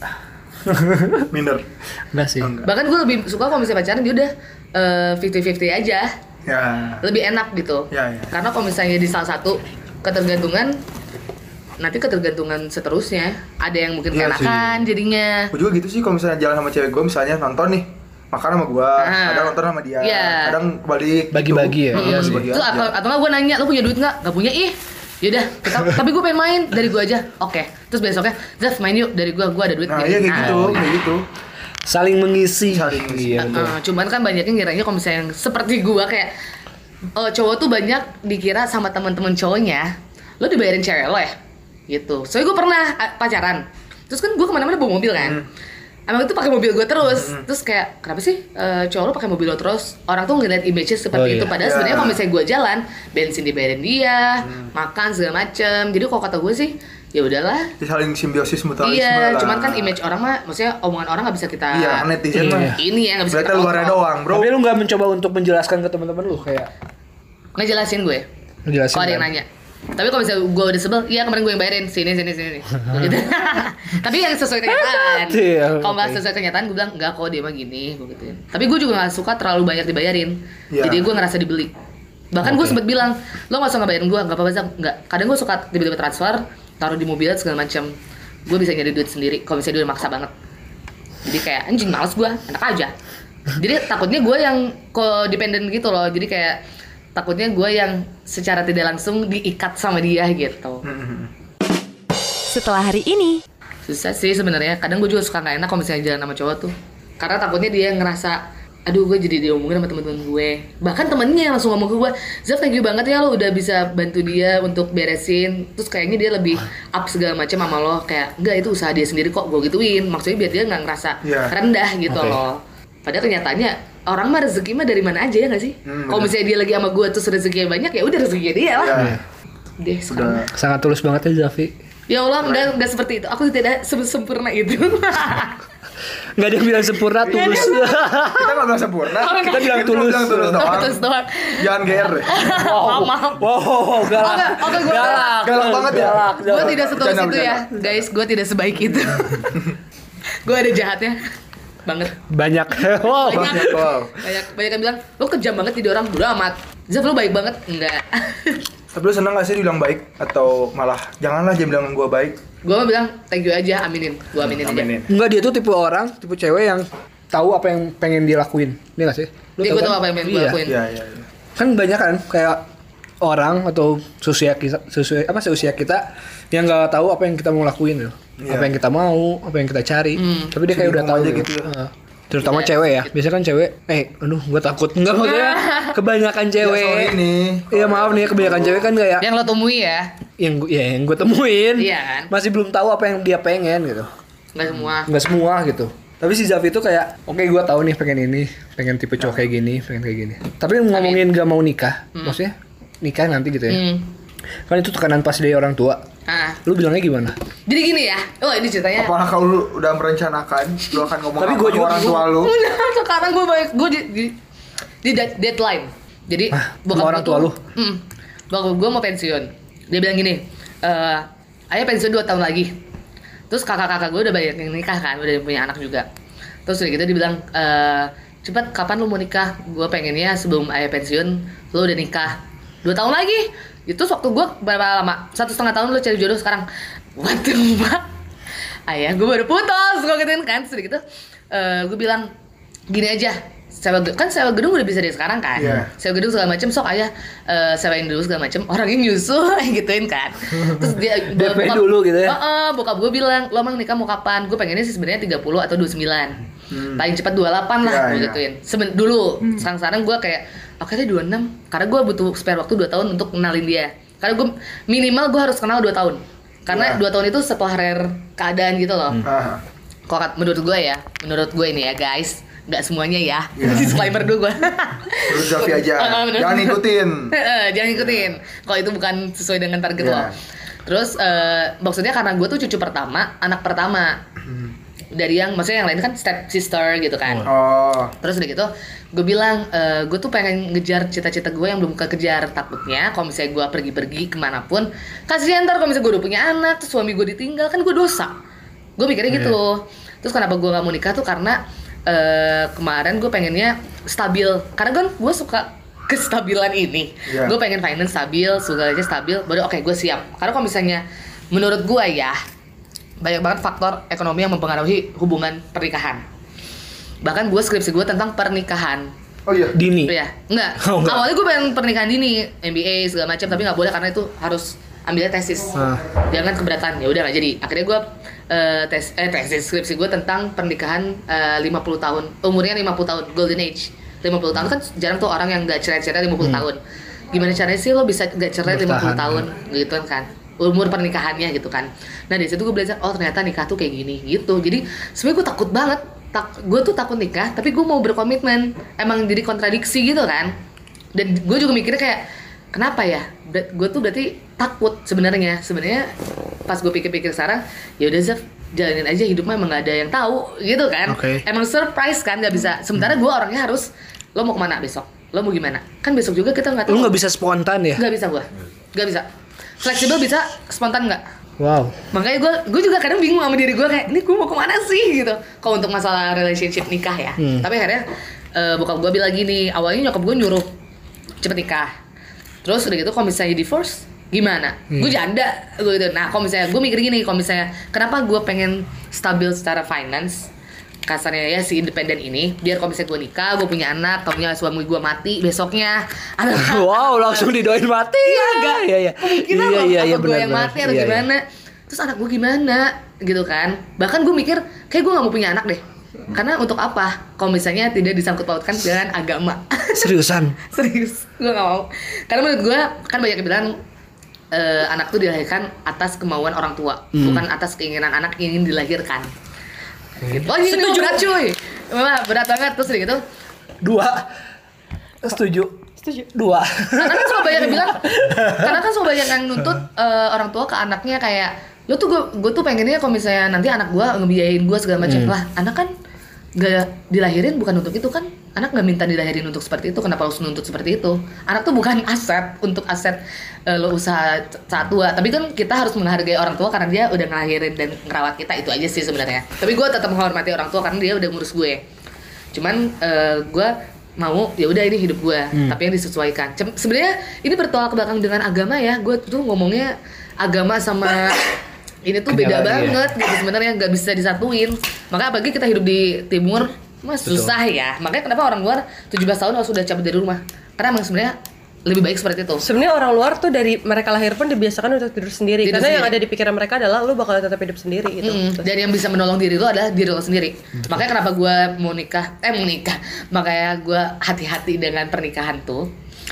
C: Minder.
D: Enggak sih.
C: Enggak.
E: Bahkan gue lebih suka kalau misalnya pacaran dia udah fifty fifty aja.
C: Ya.
E: Lebih enak gitu.
C: Ya, ya.
E: Karena kalau misalnya di salah satu ketergantungan, nanti ketergantungan seterusnya. Ada yang mungkin
C: Iya
E: keenakan jadinya.
C: Gue juga gitu sih kalau misalnya jalan sama cewek gue, misalnya nonton nih, makan sama gue,
E: Ah.
C: kadang nonton sama dia,
E: Iya.
C: kadang balik
D: Bagi-bagi ya?
C: gitu.
D: Iya
C: Hmm,
D: sih.
C: bagi
E: Terus
C: aja.
E: atau, atau nggak gue nanya, lo punya duit nggak? Nggak punya, ih yaudah, kita, tapi gue pengen main, dari gue aja. Oke. Terus besoknya, Zaf main yuk, dari gue, gue ada duit.
C: Nah
E: nih.
C: iya kayak
E: Nah,
C: gitu, kayak gitu.
D: Saling mengisi.
C: Saling mengisi.
D: Iya, betul.
E: Uh, cuman kan banyaknya ngiranya kalau misalnya yang seperti gua kayak uh, cowok tuh banyak dikira sama teman-teman cowoknya lo dibayarin cewek lo ya gitu. Soalnya gue pernah uh, pacaran, terus kan gue kemana-mana bawa mobil kan. Hmm. Emang itu pakai mobil gue terus, hmm. terus kayak kenapa sih uh, cowok lo pakai mobil lo terus? Orang tuh ngeliat image seperti
D: Oh,
E: itu,
D: iya.
E: padahal
C: Yeah.
E: sebenarnya kalau misalnya gue jalan, bensin dibayarin dia, hmm. makan segala macem. Jadi kalau kata gue sih, ya udahlah.
C: Jadi saling simbiosis mutualisme
E: Iya,
C: lah.
E: cuman kan image orang mah, maksudnya omongan orang nggak bisa kita.
C: Iya, netizen mah.
D: Iya.
E: Ini ya nggak bisa
C: Berarti
E: kita
C: luarnya
E: kontrol.
C: doang, bro.
D: Tapi lu nggak mencoba untuk menjelaskan ke teman-teman lu kayak
E: Ngejelasin gue.
D: menjelaskan.
E: Kalau ada yang
D: kan?
E: nanya. Tapi kalau misalnya gue udah sebel, iya kemarin gue yang bayarin, sini sini sini. Gitu. Tapi yang sesuai kenyataan.
D: Iya,
E: Kalau nggak
D: oke.
E: sesuai kenyataan, gue bilang enggak kok, dia mah gini, gue gituin. Tapi gue juga nggak suka terlalu banyak dibayarin.
C: Iya.
E: Jadi gue ngerasa dibeli. Bahkan gue
D: Oke.
E: sempet bilang, lo nggak usah ngebayarin gue, nggak apa-apa Zak, nggak. Kadang gue suka tiba-tiba transfer, taruh di mobil segala macam. Gue bisa nyari duit sendiri. Kalau misalnya dia udah maksa banget. Jadi kayak anjing males gue, enak aja. Jadi takutnya gue yang codependent gitu loh. Jadi kayak takutnya gue yang secara tidak langsung diikat sama dia gitu.
F: Setelah hari ini,
E: Susah sih sebenarnya. Kadang gue juga suka nggak enak kalau misalnya jalan sama cowok tuh. Karena takutnya dia ngerasa, aduh gue jadi diomongin sama teman-teman gue. Bahkan temennya yang langsung ngomong ke gue, Zaf thank you banget ya lo udah bisa bantu dia untuk beresin. Terus kayaknya dia lebih up segala macam sama lo. Kayak enggak, itu usaha dia sendiri kok, gue gituin. Maksudnya biar dia nggak ngerasa
C: Iya.
E: rendah gitu
D: Oke.
E: loh. Padahal kenyataannya orang mah rezeki mah dari mana aja ya nggak sih?
C: Hmm,
E: Kalau
C: bener.
E: misalnya dia lagi sama gue terus rezekinya banyak, ya udah rezekinya dia lah.
C: Iya.
E: Deh sekarang.
C: Udah.
D: sangat tulus banget ya Zafi.
E: Ya Allah, enggak enggak seperti itu. Aku tidak se- sempurna itu.
D: Nggak ada yang bilang sempurna, tulus.
C: Kita nggak bilang sempurna.
D: Kita bilang
C: Kita
D: tulus.
C: bilang tulus doang.
E: Terus doang.
C: Jangan G R deh.
E: Maaf, maaf.
D: Wow, galak.
E: Oke, oke, gua-
D: galak.
C: Galak banget ya.
D: Galak,
E: Gue
D: galak.
E: tidak setulus
C: Bercanda,
E: itu ya, guys. Gue tidak sebaik itu. Gue ada jahatnya banget.
D: Banyak. Wow.
E: Banyak.
C: Wow.
E: Banyak banyak yang bilang, lo kejam banget jadi orang, bodo amat. Zaf lo baik banget, enggak.
C: Tapi lu seneng gak sih dibilang baik? Atau malah janganlah dia bilang gue baik?
E: Gue mah bilang thank you aja, aminin. Gue aminin,
C: Aminin.
E: aja.
D: Enggak, dia tuh tipe orang, tipe cewek yang tahu apa yang pengen dia lakuin. Iya nggak sih? Lu
E: Dia
D: tahu
E: gue
D: kan?
E: tau apa yang pengen gue
D: Iya.
E: lakuin.
C: Iya, iya, iya.
D: Kan banyak kan kayak orang atau seusia kita, seusia apa seusia kita yang nggak tahu apa yang kita mau lakuin loh.
C: Iya.
D: Apa yang kita mau, apa yang kita cari.
E: Hmm.
D: Tapi dia kayak udah
C: Bingung
D: tahu
C: aja
D: gitu.
C: gitu ya.
D: Heeh. Terutama
E: Iya,
D: cewek ya. Biasanya kan cewek, eh aduh gue takut. Enggak maksudnya kebanyakan cewek.
C: Ya, sorry nih.
D: Iya maaf nih, kebanyakan cewek kan kayak
E: Yang lo temui ya,
D: yang gue ya yang gue temuin.
E: Iya kan?
D: Masih belum tahu apa yang dia pengen gitu.
E: nggak semua.
D: Enggak semua gitu. Tapi si Zafi itu kayak, oke okay, gue tahu nih pengen ini, pengen tipe cowok kayak gini, pengen kayak gini. Tapi ngomongin gak mau nikah,
E: Hmm.
D: maksudnya nikah nanti gitu ya.
E: Hmm.
D: Kan itu tekanan pas dari orang tua.
E: Ah.
D: Lu bilangnya gimana?
E: Jadi gini ya, oh ini ceritanya.
C: Apakah kau lu udah merencanakan lu akan ngomong
D: Tapi
C: apa
D: gua
C: ke
D: juga
C: orang
D: bingung.
C: tua lu?
E: Udah, sekarang gue banyak gue di, di, di dead- deadline. Jadi
D: Ah,
E: bokap
D: sama orang
E: gua
D: tua
E: tuh-
D: lu?
E: Mm, bokap gue mau pensiun. Dia bilang gini, eh ayah pensiun dua tahun lagi. Terus kakak-kakak gue udah banyak yang nikah kan, udah punya anak juga. Terus udah gitu dia bilang, eh cepat kapan lu mau nikah? Gue pengennya sebelum ayah pensiun, lu udah nikah. Dua tahun lagi. Itu waktu gue berapa lama? Satu setengah tahun lu cari jodoh sekarang. What the fuck? Ayah gue baru putus, gue gituin kan. Terus udah gitu, eh gue bilang gini aja. Sewa, kan sewa gedung udah bisa dari sekarang kan.
C: Iya.
E: Sewa gedung segala macem, sok ayah eh, sewain dulu segala macem. Orangnya nyusul, gituin kan. Terus dia
D: D P dulu gitu ya?
E: Heeh, bokap gue bilang, lo emang nikah mau kapan? Gue pengennya sih sebenarnya tiga puluh atau dua puluh sembilan.
C: Hmm.
E: Paling cepat dua puluh delapan lah,
C: Iya,
E: gue
C: iya.
E: gituin. Seben dulu, sekarang-sekarang gue kayak, oke deh dua puluh enam. Karena gue butuh spare waktu dua tahun untuk kenalin dia. Karena gue minimal gue harus kenal dua tahun. Karena
C: Iya.
E: dua tahun itu setelah rare keadaan gitu loh.
C: Ah.
E: Kok menurut gue ya, menurut gue ini ya guys, nggak semuanya ya.
C: Iya.
E: Disclaimer dulu gue.
C: Terus Zafi aja.
E: Ah, bener.
C: Jangan ikutin.
E: Jangan ikutin. Kalau itu bukan sesuai dengan target
C: Iya.
E: lo. Terus eh, maksudnya karena gue tuh cucu pertama, anak pertama. Dari yang maksudnya yang lain kan step sister gitu kan.
C: Oh.
E: Terus udah gitu, gue bilang, e, gue tuh pengen ngejar cita-cita gue yang belum kekejar. Takutnya kalau misalnya gue pergi-pergi kemanapun, kasihan ntar kalau misalnya gue udah punya anak, terus suami gue ditinggal, kan gue dosa. Gue mikirnya gitu. Terus kenapa gue gak mau nikah tuh karena e, kemarin gue pengennya stabil. Karena kan gue suka kestabilan ini.
C: Iya.
E: Gue pengen finance stabil, segalanya stabil, baru oke gue siap. Karena kalau misalnya menurut gue ya, banyak banget faktor ekonomi yang mempengaruhi hubungan pernikahan. Bahkan gue skripsi gue tentang pernikahan.
C: Oh iya.
D: Dini.
E: Ya, enggak.
D: Oh, enggak.
E: Awalnya gue pengen pernikahan dini, M B A segala macam, tapi nggak boleh karena itu harus ambilnya tesis.
D: Ah.
E: Jangan keberatan. Ya udah nggak jadi. Akhirnya gue eh, tes eh tesis skripsi gue tentang pernikahan eh, lima puluh tahun. Umurnya lima puluh tahun, golden age. lima puluh tahun kan jarang tuh orang yang nggak cerai-cerai lima puluh tahun. Gimana caranya sih lo bisa nggak cerai lima puluh tahun gitu kan? Umur pernikahannya gitu kan. Nah dari situ gue belajar, oh ternyata nikah tuh kayak gini gitu. Jadi sebenarnya gue takut banget. Tak, gue tuh takut nikah, tapi gue mau berkomitmen. Emang jadi kontradiksi gitu kan. Dan gue juga mikirnya kayak, kenapa ya? Ber- gue tuh berarti takut sebenarnya. Sebenarnya pas gue pikir-pikir sekarang, ya udah Zaf, jalanin aja hidup mah emang gak ada yang tahu gitu kan.
D: Oke.
E: Emang surprise kan, nggak bisa. Sementara gue orangnya harus, lo mau kemana besok? Lo mau gimana? Kan besok juga kita nggak tahu.
D: Lu nggak bisa spontan ya?
E: Nggak bisa gue, nggak bisa. Fleksibel bisa, spontan nggak.
D: Wow.
E: Makanya gue, gue juga kadang bingung sama diri gue kayak, ini gue mau kemana sih gitu. Kalau untuk masalah relationship nikah ya.
D: Hmm.
E: Tapi akhirnya eh, bokap gue bilang gini, awalnya nyokap gue nyuruh cepet nikah. Terus udah gitu kalau misalnya divorce gimana?
D: Hmm.
E: Gue janda, gue gitu. Nah kalau misalnya gue mikir gini, kalau misalnya kenapa gue pengen stabil secara finance, kasarnya ya si independen ini, biar kalau misalnya gue nikah, gue punya anak, taunya suami gue mati besoknya, anak
D: Wow, langsung didoain mati.
E: Iya, enggak.
D: Iya, iya.
E: Kemungkinan
D: Iya,
E: loh,
D: iya,
E: apa
D: iya,
E: gue
D: benar,
E: yang
D: benar.
E: mati atau
D: Iya, iya.
E: gimana. Terus anak gue gimana gitu kan. Bahkan gue mikir, kayak gue gak mau punya anak deh. Karena untuk apa? Kalau misalnya tidak disangkut pautkan dengan agama.
D: Seriusan?
E: Serius, gue gak mau. Karena menurut gue, kan banyak yang bilang eh, anak tuh dilahirkan atas kemauan orang tua,
D: Hmm.
E: bukan atas keinginan anak ingin dilahirkan. Gitu. Oh ini memang berat cuy, memang berat banget. Terus udah gitu,
D: Dua. Setuju.
B: Setuju.
D: Dua.
E: karena kan sama banyak yang bilang, karena kan sama banyak yang nuntut eh, orang tua ke anaknya kayak, lo tuh gue gue tuh pengennya kalau misalnya nanti anak gue ngebiayain gue segala macam.
D: Hmm.
E: Lah anak kan gak dilahirin bukan untuk itu kan, anak nggak minta dilahirin untuk seperti itu, kenapa harus nuntut seperti itu? Anak tuh bukan aset untuk aset eh, lo usaha saat tua, tapi kan kita harus menghargai orang tua karena dia udah ngelahirin dan ngerawat kita, itu aja sih sebenarnya. Tapi gue tetap menghormati orang tua karena dia udah ngurus gue. Cuman eh, gue mau ya udah ini hidup gue,
D: Hmm.
E: tapi yang disesuaikan. Cem- Sebenarnya ini bertolak belakang dengan agama ya. Gue tuh ngomongnya agama sama ini tuh beda
D: Kenyalahan,
E: banget gitu sebenarnya, nggak bisa disatuin. Makanya apalagi kita hidup di timur, mas
D: Betul.
E: susah ya. Makanya kenapa orang luar tujuh belas tahun harus sudah cabut dari rumah? Karena emang sebenarnya lebih baik seperti itu.
B: Sebenarnya orang luar tuh dari mereka lahir pun dibiasakan untuk tidur sendiri.
E: Tidur
B: karena
E: sendiri.
B: yang ada di pikiran mereka adalah lu bakal tetap hidup sendiri gitu.
E: Mm, dan yang bisa menolong diri lo adalah diri lo sendiri. Makanya kenapa gue mau nikah, eh mau nikah, makanya gue hati-hati dengan pernikahan tuh,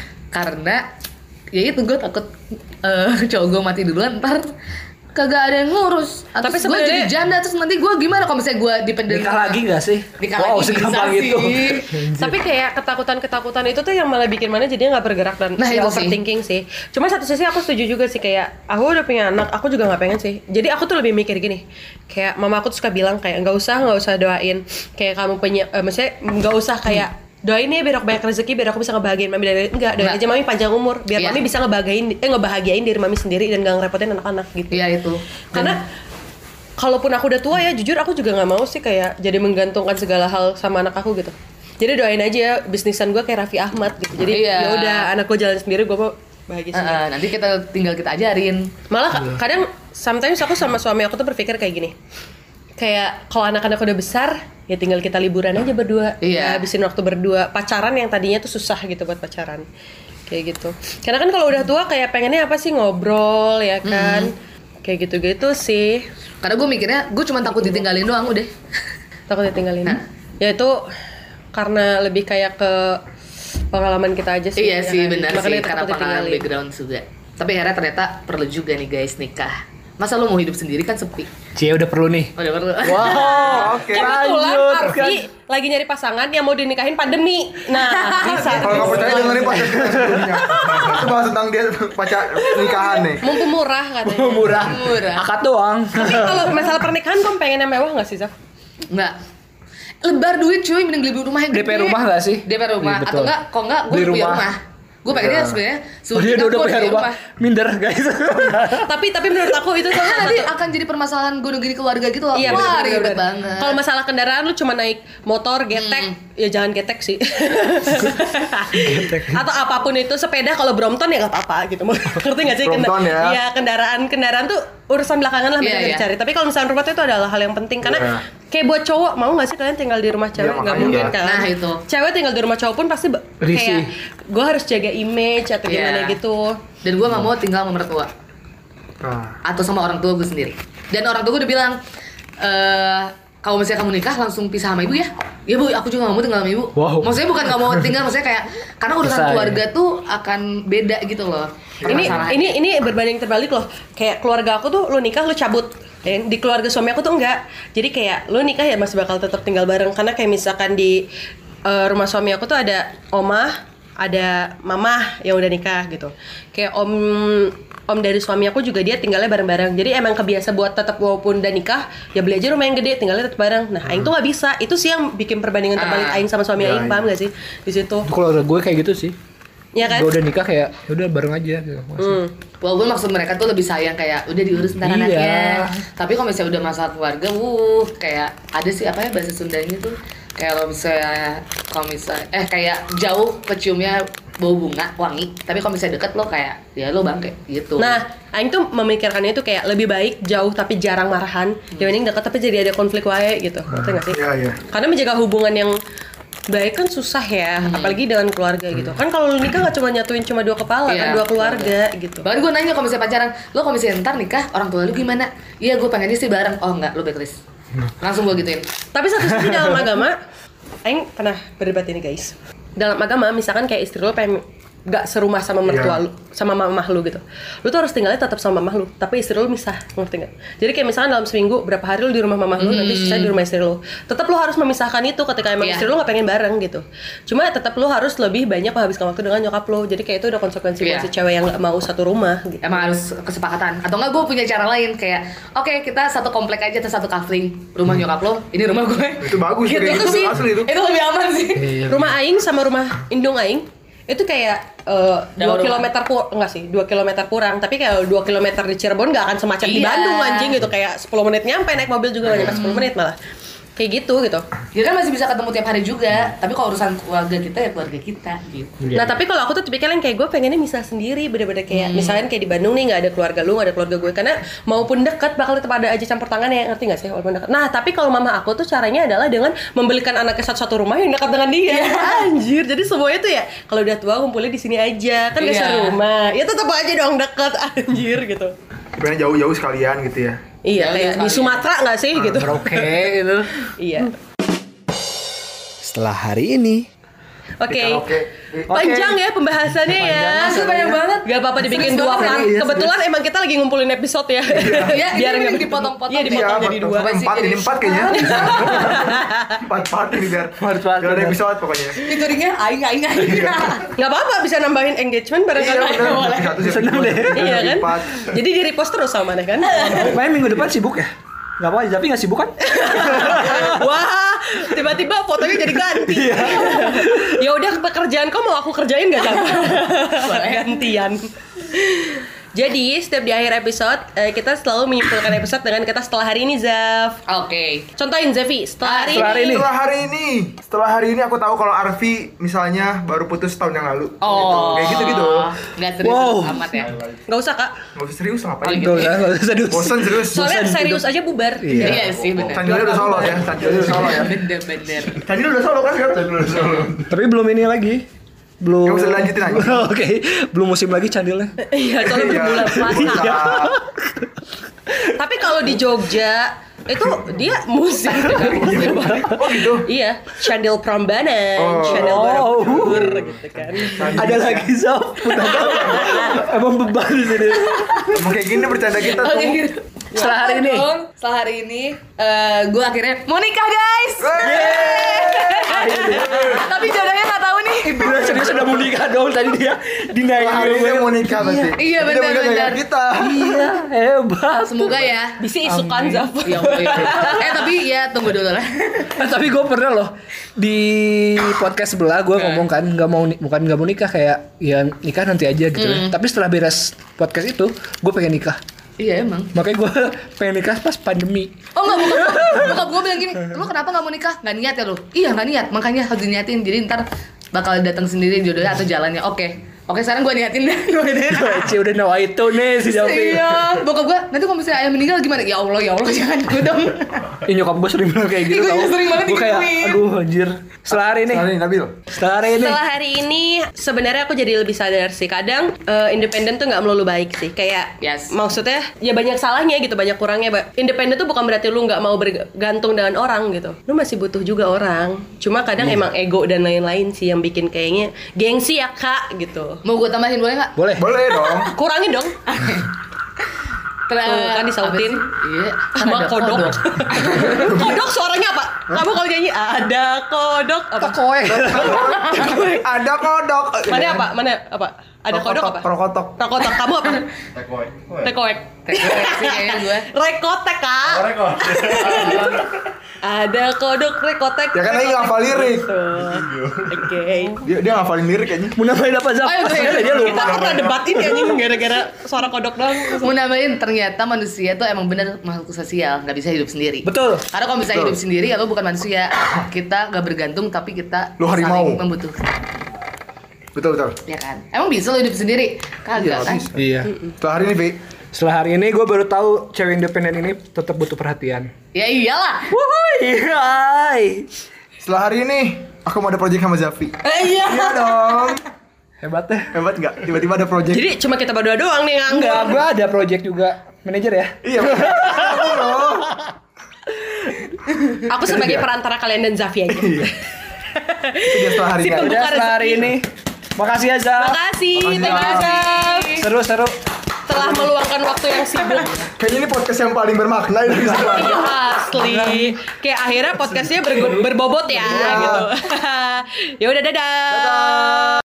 E: karena ya itu gue takut uh, cowok gue mati duluan, ntar kagak ada yang ngurus. Atau
B: Tapi
E: gue
B: sebenarnya-
E: jadi janda terus nanti gue gimana kalau misalnya gue dependen.
D: Nikah lagi nggak sih?
E: Nikah
D: Wow,
E: lagi
D: segampang
E: bisa
D: itu.
E: sih.
B: Tapi kayak ketakutan-ketakutan itu tuh yang malah bikin mana jadinya nggak bergerak dan
E: Nah,
B: ya
E: itu sih.
B: overthinking sih. Cuma satu sisi aku setuju juga sih kayak aku udah punya anak, aku juga nggak pengen sih. Jadi aku tuh lebih mikir gini, kayak mama aku tuh suka bilang kayak nggak usah nggak usah doain kayak kamu punya, eh, maksudnya nggak usah kayak doain ya biar aku banyak rezeki biar aku bisa ngebahagiain mami dari enggak doain
E: Enggak.
B: aja mami panjang umur biar
E: Iya.
B: mami bisa ngebahagiain eh ngebahagiain diri mami sendiri dan gak ngerepotin anak-anak gitu.
E: Iya itu.
B: Karena kalaupun aku udah tua ya jujur aku juga nggak mau sih kayak jadi menggantungkan segala hal sama anak aku gitu. Jadi doain aja bisnisan gue kayak Raffi Ahmad gitu. Jadi
E: Iya.
B: ya udah anak gue jalan sendiri, gue mau bahagia
E: Uh,
B: sendiri.
E: uh, nanti kita tinggal kita ajarin.
B: Malah ka- kadang sometimes aku sama suami aku tuh berpikir kayak gini. Kayak kalau anak-anak udah besar, ya tinggal kita liburan aja berdua.
E: Iya.
B: Ya, habisin waktu berdua. Pacaran yang tadinya tuh susah gitu buat pacaran. Kayak gitu. Karena kan kalau udah tua kayak pengennya apa sih ngobrol ya kan. Kayak gitu-gitu sih.
E: Karena gue mikirnya gue cuma takut ditinggalin doang udah.
B: Takut ditinggalin.
E: Hah?
B: Ya itu karena lebih kayak ke pengalaman kita aja sih.
E: Iya
B: ya
E: sih
B: kan?
E: benar
B: Makanya
E: sih
B: kita
E: karena
B: takut
E: pengalaman
B: ditinggalin.
E: background juga. Tapi akhirnya ternyata perlu juga nih guys nikah. Masa lo mau hidup sendiri kan sepi.
D: Cie udah perlu nih.
E: Oh, udah perlu.
D: Wow, oke.
B: Kebetulan
D: Lanjut.
B: Arfi lagi nyari pasangan yang mau dinikahin pandemi. Nah, bisa.
C: Kalau nggak percaya dengerin podcast kita sebelumnya. Itu bahas tentang dia pacar nikahan nih.
B: Mumpung murah katanya.
D: Murah.
E: Murah.
D: Akad doang.
B: Tapi kalau masalah pernikahan kamu pengen yang mewah nggak sih, Zaf?
E: Enggak. Lebar duit cuy, mending beli rumah yang
D: D
E: gede.
D: P rumah nggak sih?
E: D P rumah.
D: Iya, betul.
E: Atau enggak, kok enggak gue
D: Beli
E: punya
D: rumah.
E: rumah. Gue pengennya sebenarnya
D: Oh dia udah, udah punya rumah. Minder guys.
B: Tapi tapi menurut aku itu
E: Karena
B: salah
E: nanti
B: satu.
E: akan jadi permasalahan gue gini keluarga gitu loh.
B: Iya
E: Wah,
B: benar,
E: ribet
B: benar.
E: banget.
B: Kalau masalah kendaraan lu cuma naik motor, getek, ya jangan getek sih. Atau apapun itu sepeda kalau Brompton ya nggak apa-apa gitu. Ngerti nggak sih?
C: Brompton ya.
B: Iya kendaraan kendaraan tuh urusan belakangan lah
E: Iya,
B: bisa
E: iya.
B: dicari. Tapi kalau misalnya rumah tuh itu adalah hal yang penting karena
C: Iya.
B: kayak buat cowok mau nggak sih kalian tinggal di rumah cewek?
C: Iya,
B: Nggak
C: makanya.
B: mungkin kan?
E: Nah, itu.
B: Cewek tinggal di rumah cowok pun pasti ba-
D: Risih.
B: kayak gue harus jaga image atau
E: Iya.
B: gimana gitu.
E: Dan gue gak mau tinggal sama mertua
C: Nah,
E: atau sama orang tua gue sendiri. Dan orang tua gue udah bilang, eh kalau misalnya kamu nikah langsung pisah sama ibu ya? Ya bu, aku juga gak mau tinggal sama ibu.
D: Wow.
E: Maksudnya bukan gak mau tinggal, maksudnya kayak karena urusan
D: Pisah, ya.
E: keluarga tuh akan beda gitu loh.
B: Ini
E: permasalahannya.
B: ini ini berbanding terbalik loh. Kayak keluarga aku tuh lu nikah lu cabut. Eh, di keluarga suami aku tuh enggak. Jadi kayak lu nikah ya masih bakal tetap tinggal bareng karena kayak misalkan di eh, rumah suami aku tuh ada omah, ada mamah yang udah nikah gitu. Kayak om om dari suami aku juga dia tinggalnya bareng-bareng. Jadi emang kebiasa buat tetap walaupun udah nikah ya beli aja rumah yang gede tinggalnya tetap bareng. Nah, aing tuh nggak bisa. Itu sih yang bikin perbandingan terbalik
E: Ah.
B: aing sama suami
C: Ya,
B: aing,
C: iya.
B: paham gak sih? Di situ.
D: Kalau gue kayak gitu sih.
B: Ya kan?
D: Gue udah nikah kayak ya udah bareng aja gitu.
B: Hmm.
E: Walaupun maksud mereka tuh lebih sayang kayak udah diurus ntar
D: Iya.
E: anaknya. Tapi kalau misalnya udah masalah keluarga, wuh kayak ada sih apa ya bahasa Sundanya tuh kayak kalau misalnya kalau misalnya eh kayak jauh keciumnya bau bunga wangi, tapi kalau misalnya deket lo kayak ya lo bangke gitu.
B: Nah, aing tuh memikirkannya itu kayak lebih baik jauh tapi jarang marahan dibanding deket tapi jadi ada konflik wae gitu. Ngerti gak sih?
C: iya iya.
B: Karena menjaga hubungan yang baik kan susah ya, apalagi dengan keluarga gitu. Kan kalau lu nikah gak cuma nyatuin cuma dua kepala kan,
E: Iya,
B: dua keluarga gitu.
E: Bahkan gue nanya kalau misalnya pacaran, lo kalau misalnya ntar nikah orang tua lu gimana? Iya gue pengennya sih bareng. Oh enggak, lo backlist. Langsung gue gituin.
B: Tapi satu sisi dalam agama, aing pernah berdebat ini guys. Dalam agama misalkan kayak istri lu pengen gak serumah sama mertua
C: Iya.
B: lu, sama mamah lu gitu. Lu tuh harus tinggalnya tetap sama mamah lu, tapi istri lu misah, ngerti gak? Jadi kayak misalkan dalam seminggu berapa hari lu di rumah mamah lu, nanti sisa di rumah istri lu. Tetap lu harus memisahkan itu ketika emang
E: Iya.
B: istri lu gak pengen bareng gitu. Cuma tetap lu harus lebih banyak menghabiskan waktu dengan nyokap lu. Jadi kayak itu udah konsekuensi buat
E: Iya.
B: si cewek yang gak mau satu rumah gitu.
E: Emang harus kesepakatan. Atau enggak gue punya cara lain kayak, oke kita satu komplek aja atau satu kafling. Rumah nyokap lo, ini rumah gue.
C: Itu bagus,
E: Gitu,
C: kayak
E: itu
C: gitu,
E: sih.
C: asli itu.
E: Itu lebih aman sih.
B: Rumah aing sama rumah indung aing itu kayak uh, dua
E: Jauh
B: kilometer kur enggak sih dua kilometer kurang, tapi kayak dua kilometer di Cirebon nggak akan semacam di
E: Iya.
B: Bandung anjing gitu, kayak sepuluh menit nyampe naik mobil juga nggak nyampe sepuluh menit malah. kayak gitu gitu.
E: Ya kan masih bisa ketemu tiap hari juga, tapi kalau urusan keluarga kita ya keluarga kita gitu.
B: Nah tapi kalau aku tuh tipikal yang kayak gue pengennya misah sendiri, bener-bener kayak hmm. misalkan kayak di Bandung nih nggak ada keluarga lu, nggak ada keluarga gue, karena maupun dekat bakal tetap ada aja campur tangan ya, ngerti nggak sih walaupun dekat. Nah tapi kalau mama aku tuh caranya adalah dengan membelikan anaknya satu-satu rumah yang dekat dengan dia. Yeah. Anjir, jadi semuanya tuh ya kalau udah tua ngumpulnya di sini aja, kan nggak
E: yeah.
B: serumah, ya tetap aja dong dekat, anjir gitu.
C: Pengen jauh-jauh sekalian gitu ya.
B: Iya,
E: Jauh
B: kayak di
E: sekalian.
B: Sumatera nggak sih gitu?
D: Oke gitu.
B: Iya.
A: Setelah hari ini.
B: Oke.
C: Oke.
B: Panjang ya pembahasannya ya.
E: Masih banyak banget.
B: Gak apa-apa dibikin
E: Serius
B: dua
E: banget
B: part.
C: ya, iya,
B: Kebetulan emang kita lagi ngumpulin episode ya.
E: Ya,
B: Biar
E: ini
B: nggak
E: dipotong-potong.
B: Iya, dipotong
C: Iya,
B: jadi dua.
C: sampai empat ini empat kayaknya. Empat part ini biar
D: Part, part,
C: biar ada
D: part.
C: episode pokoknya.
E: Fiturnya aing aing aing.
B: Gak apa-apa bisa nambahin engagement bareng-bareng.
C: Iya, benar.
B: Boleh.
C: Satu sih.
D: Seneng deh.
B: Iya kan?
C: Empat.
B: Jadi di repost terus sama mana kan?
D: Main minggu depan sibuk ya? Gak apa-apa, tapi gak sibuk kan?
B: Wah, tiba-tiba fotonya jadi ganti. Ya udah pekerjaan kau mau aku kerjain gak sama? Gantian. Jadi setiap di akhir episode eh, kita selalu menyimpulkan episode dengan kata setelah hari ini, Zaf.
E: Oke.
B: Contohin Zafi, setelah hari
D: setelah hari
B: ini.
D: ini.
C: Setelah hari ini, setelah hari ini aku tahu kalau Arfi misalnya baru putus tahun yang lalu.
E: Oh.
C: Gitu. Kayak gitu-gitu.
E: Nggak serius
D: Wow.
E: amat ya.
B: Gak usah kak.
C: Nggak usah serius ngapain?
E: Oh,
D: Tuh kan, gak usah serius.
C: Bosan serius.
B: Soalnya serius aja bubar.
D: Iya.
E: Iya sih benar.
C: Sanjil udah solo ya, Sanjil udah solo ya.
E: Bener-bener.
C: Sanjil udah solo kan sekarang? Sanjil udah solo.
D: Tapi belum ini lagi. Belum.
C: Nggak usah dilanjutin aja.
D: Oke, belum musim lagi candilnya.
B: Iya, soalnya berbulan puasa.
C: Iya.
B: Tapi kalau di Jogja itu dia musik.
C: Oh gitu.
B: Iya, Candil Prambanan,
C: Oh.
B: Candil
D: Oh.
B: Borobudur gitu kan.
D: Ada lagi Zaf. Emang beban di sini.
C: Emang kayak gini bercanda kita tuh.
E: Oke gitu.
D: Setelah hari ini.
E: Dong, setelah hari ini eh gue akhirnya mau nikah guys. Tapi jodohnya nggak tahu nih.
D: Bener serius udah mau nikah dong tadi dia dinaikin.
C: Setelah hari ini mau nikah berarti.
E: Iya,
C: Dia
E: benar,
C: mau nikah
E: benar.
C: kayak kita.
D: Iya, hebat.
E: Semoga ya.
B: Bisa isukan Zaf.
E: Ya, Allah, ya. Eh tapi ya tunggu dulu lah.
D: Eh, tapi gue pernah loh di podcast sebelah gue ngomong kan nggak mau ni- bukan nggak mau nikah kayak ya nikah nanti aja gitu ya. Tapi setelah beres podcast itu gue pengen nikah.
E: Iya emang.
D: Makanya gue pengen nikah pas pandemi.
E: Oh enggak, bokap bokap gue bilang gini, lu kenapa nggak mau nikah? Nggak niat ya lu? Iya nggak niat, makanya harus diniatin. Jadi ntar bakal datang sendiri jodohnya atau jalannya. Oke, oke sekarang gue niatin deh. Gue niatin.
D: Cie udah nawa itu nih si Javi.
E: Iya, bokap gue nanti kalau misalnya ayah meninggal gimana? Ya Allah, ya Allah jangan gue dong.
D: Ih nyokap gue sering bilang kayak gitu
E: Ih, gua
D: tau.
E: juga sering banget
D: Gue kayak
E: digituin.
D: aduh anjir. Setelah hari ini.
C: Setelah hari ini Nabil.
D: Setelah hari ini.
B: Setelah hari ini sebenarnya aku jadi lebih sadar sih. Kadang eh, independen tuh nggak melulu baik sih. Kayak
E: Yes.
B: maksudnya ya banyak salahnya gitu, banyak kurangnya. Ba- Independen tuh bukan berarti lu nggak mau bergantung dengan orang gitu. Lu masih butuh juga orang. Cuma kadang emang ego dan lain-lain sih yang bikin kayaknya gengsi ya kak gitu.
E: Mau gue tambahin boleh nggak?
D: Boleh.
C: Boleh dong.
B: Kurangin dong.
E: Ter-
B: Tuh, kan disautin.
E: apa sih? Iya. kan
B: Sama
E: ada
B: kodok. Kodok suaranya apa? Kamu kalau nyanyi ada kodok apa?
D: Koe.
C: Ada kodok.
B: Mana apa? Mana apa? Ada kodok apa?
C: Rokotok.
B: Rokotok. Kamu apa? Tekoek.
E: Teknik sih kayaknya gue.
B: Rekotek kak. Ada kodok rekotek.
C: Ya kan lagi ngafal lirik.
B: Oke.
C: Dia dia ngafalin lirik kayaknya.
D: Mau nambahin apa Zaf?
E: Ayo, ayo,
D: Dia
B: Kita
D: lupa.
B: pernah debatin ya anjing gara-gara suara kodok doang.
E: Mau nambahin ternyata manusia tuh emang bener makhluk sosial, nggak bisa hidup sendiri.
D: Betul.
E: Karena kalau bisa
C: Betul.
E: hidup sendiri ya lo bukan manusia. Kita nggak bergantung tapi kita
C: Lo harimau.
E: saling membutuhkan.
C: Betul betul.
E: Ya kan? Emang bisa lo hidup sendiri? Kagak kan?
C: bisa.
D: Iya.
C: Setelah hari ini Vi.
D: Setelah hari ini gue baru tahu cewek independen ini tetap butuh perhatian.
E: Ya iyalah.
D: Wuhui, hai.
C: Setelah hari ini aku mau ada project sama Zafi.
E: Eh, iya.
C: Iya dong.
D: Hebat deh.
C: Hebat nggak? Tiba-tiba ada project.
B: Jadi cuma kita berdua doang nih yang
D: Enggak,
B: nganggur.
D: gue ada project juga. Manajer ya?
C: Iya. Aku loh.
B: Aku sebagai perantara kalian dan Zafi aja.
C: Iya. Itu dia setelah hari
B: Si
C: ini.
B: pembuka
D: Udah setelah hari
B: rezeki.
D: ini. Makasih ya Zaf.
B: Makasih,
C: Makasih,
B: thank you
C: Zaf.
B: Zaf.
D: Seru-seru.
B: Telah meluangkan waktu yang sibuk.
C: Kayaknya ini podcast yang paling bermakna ini.
B: Iya, asli. Kayak akhirnya podcastnya bergo- berbobot ya gitu. Ya udah dadah.
C: Dadah.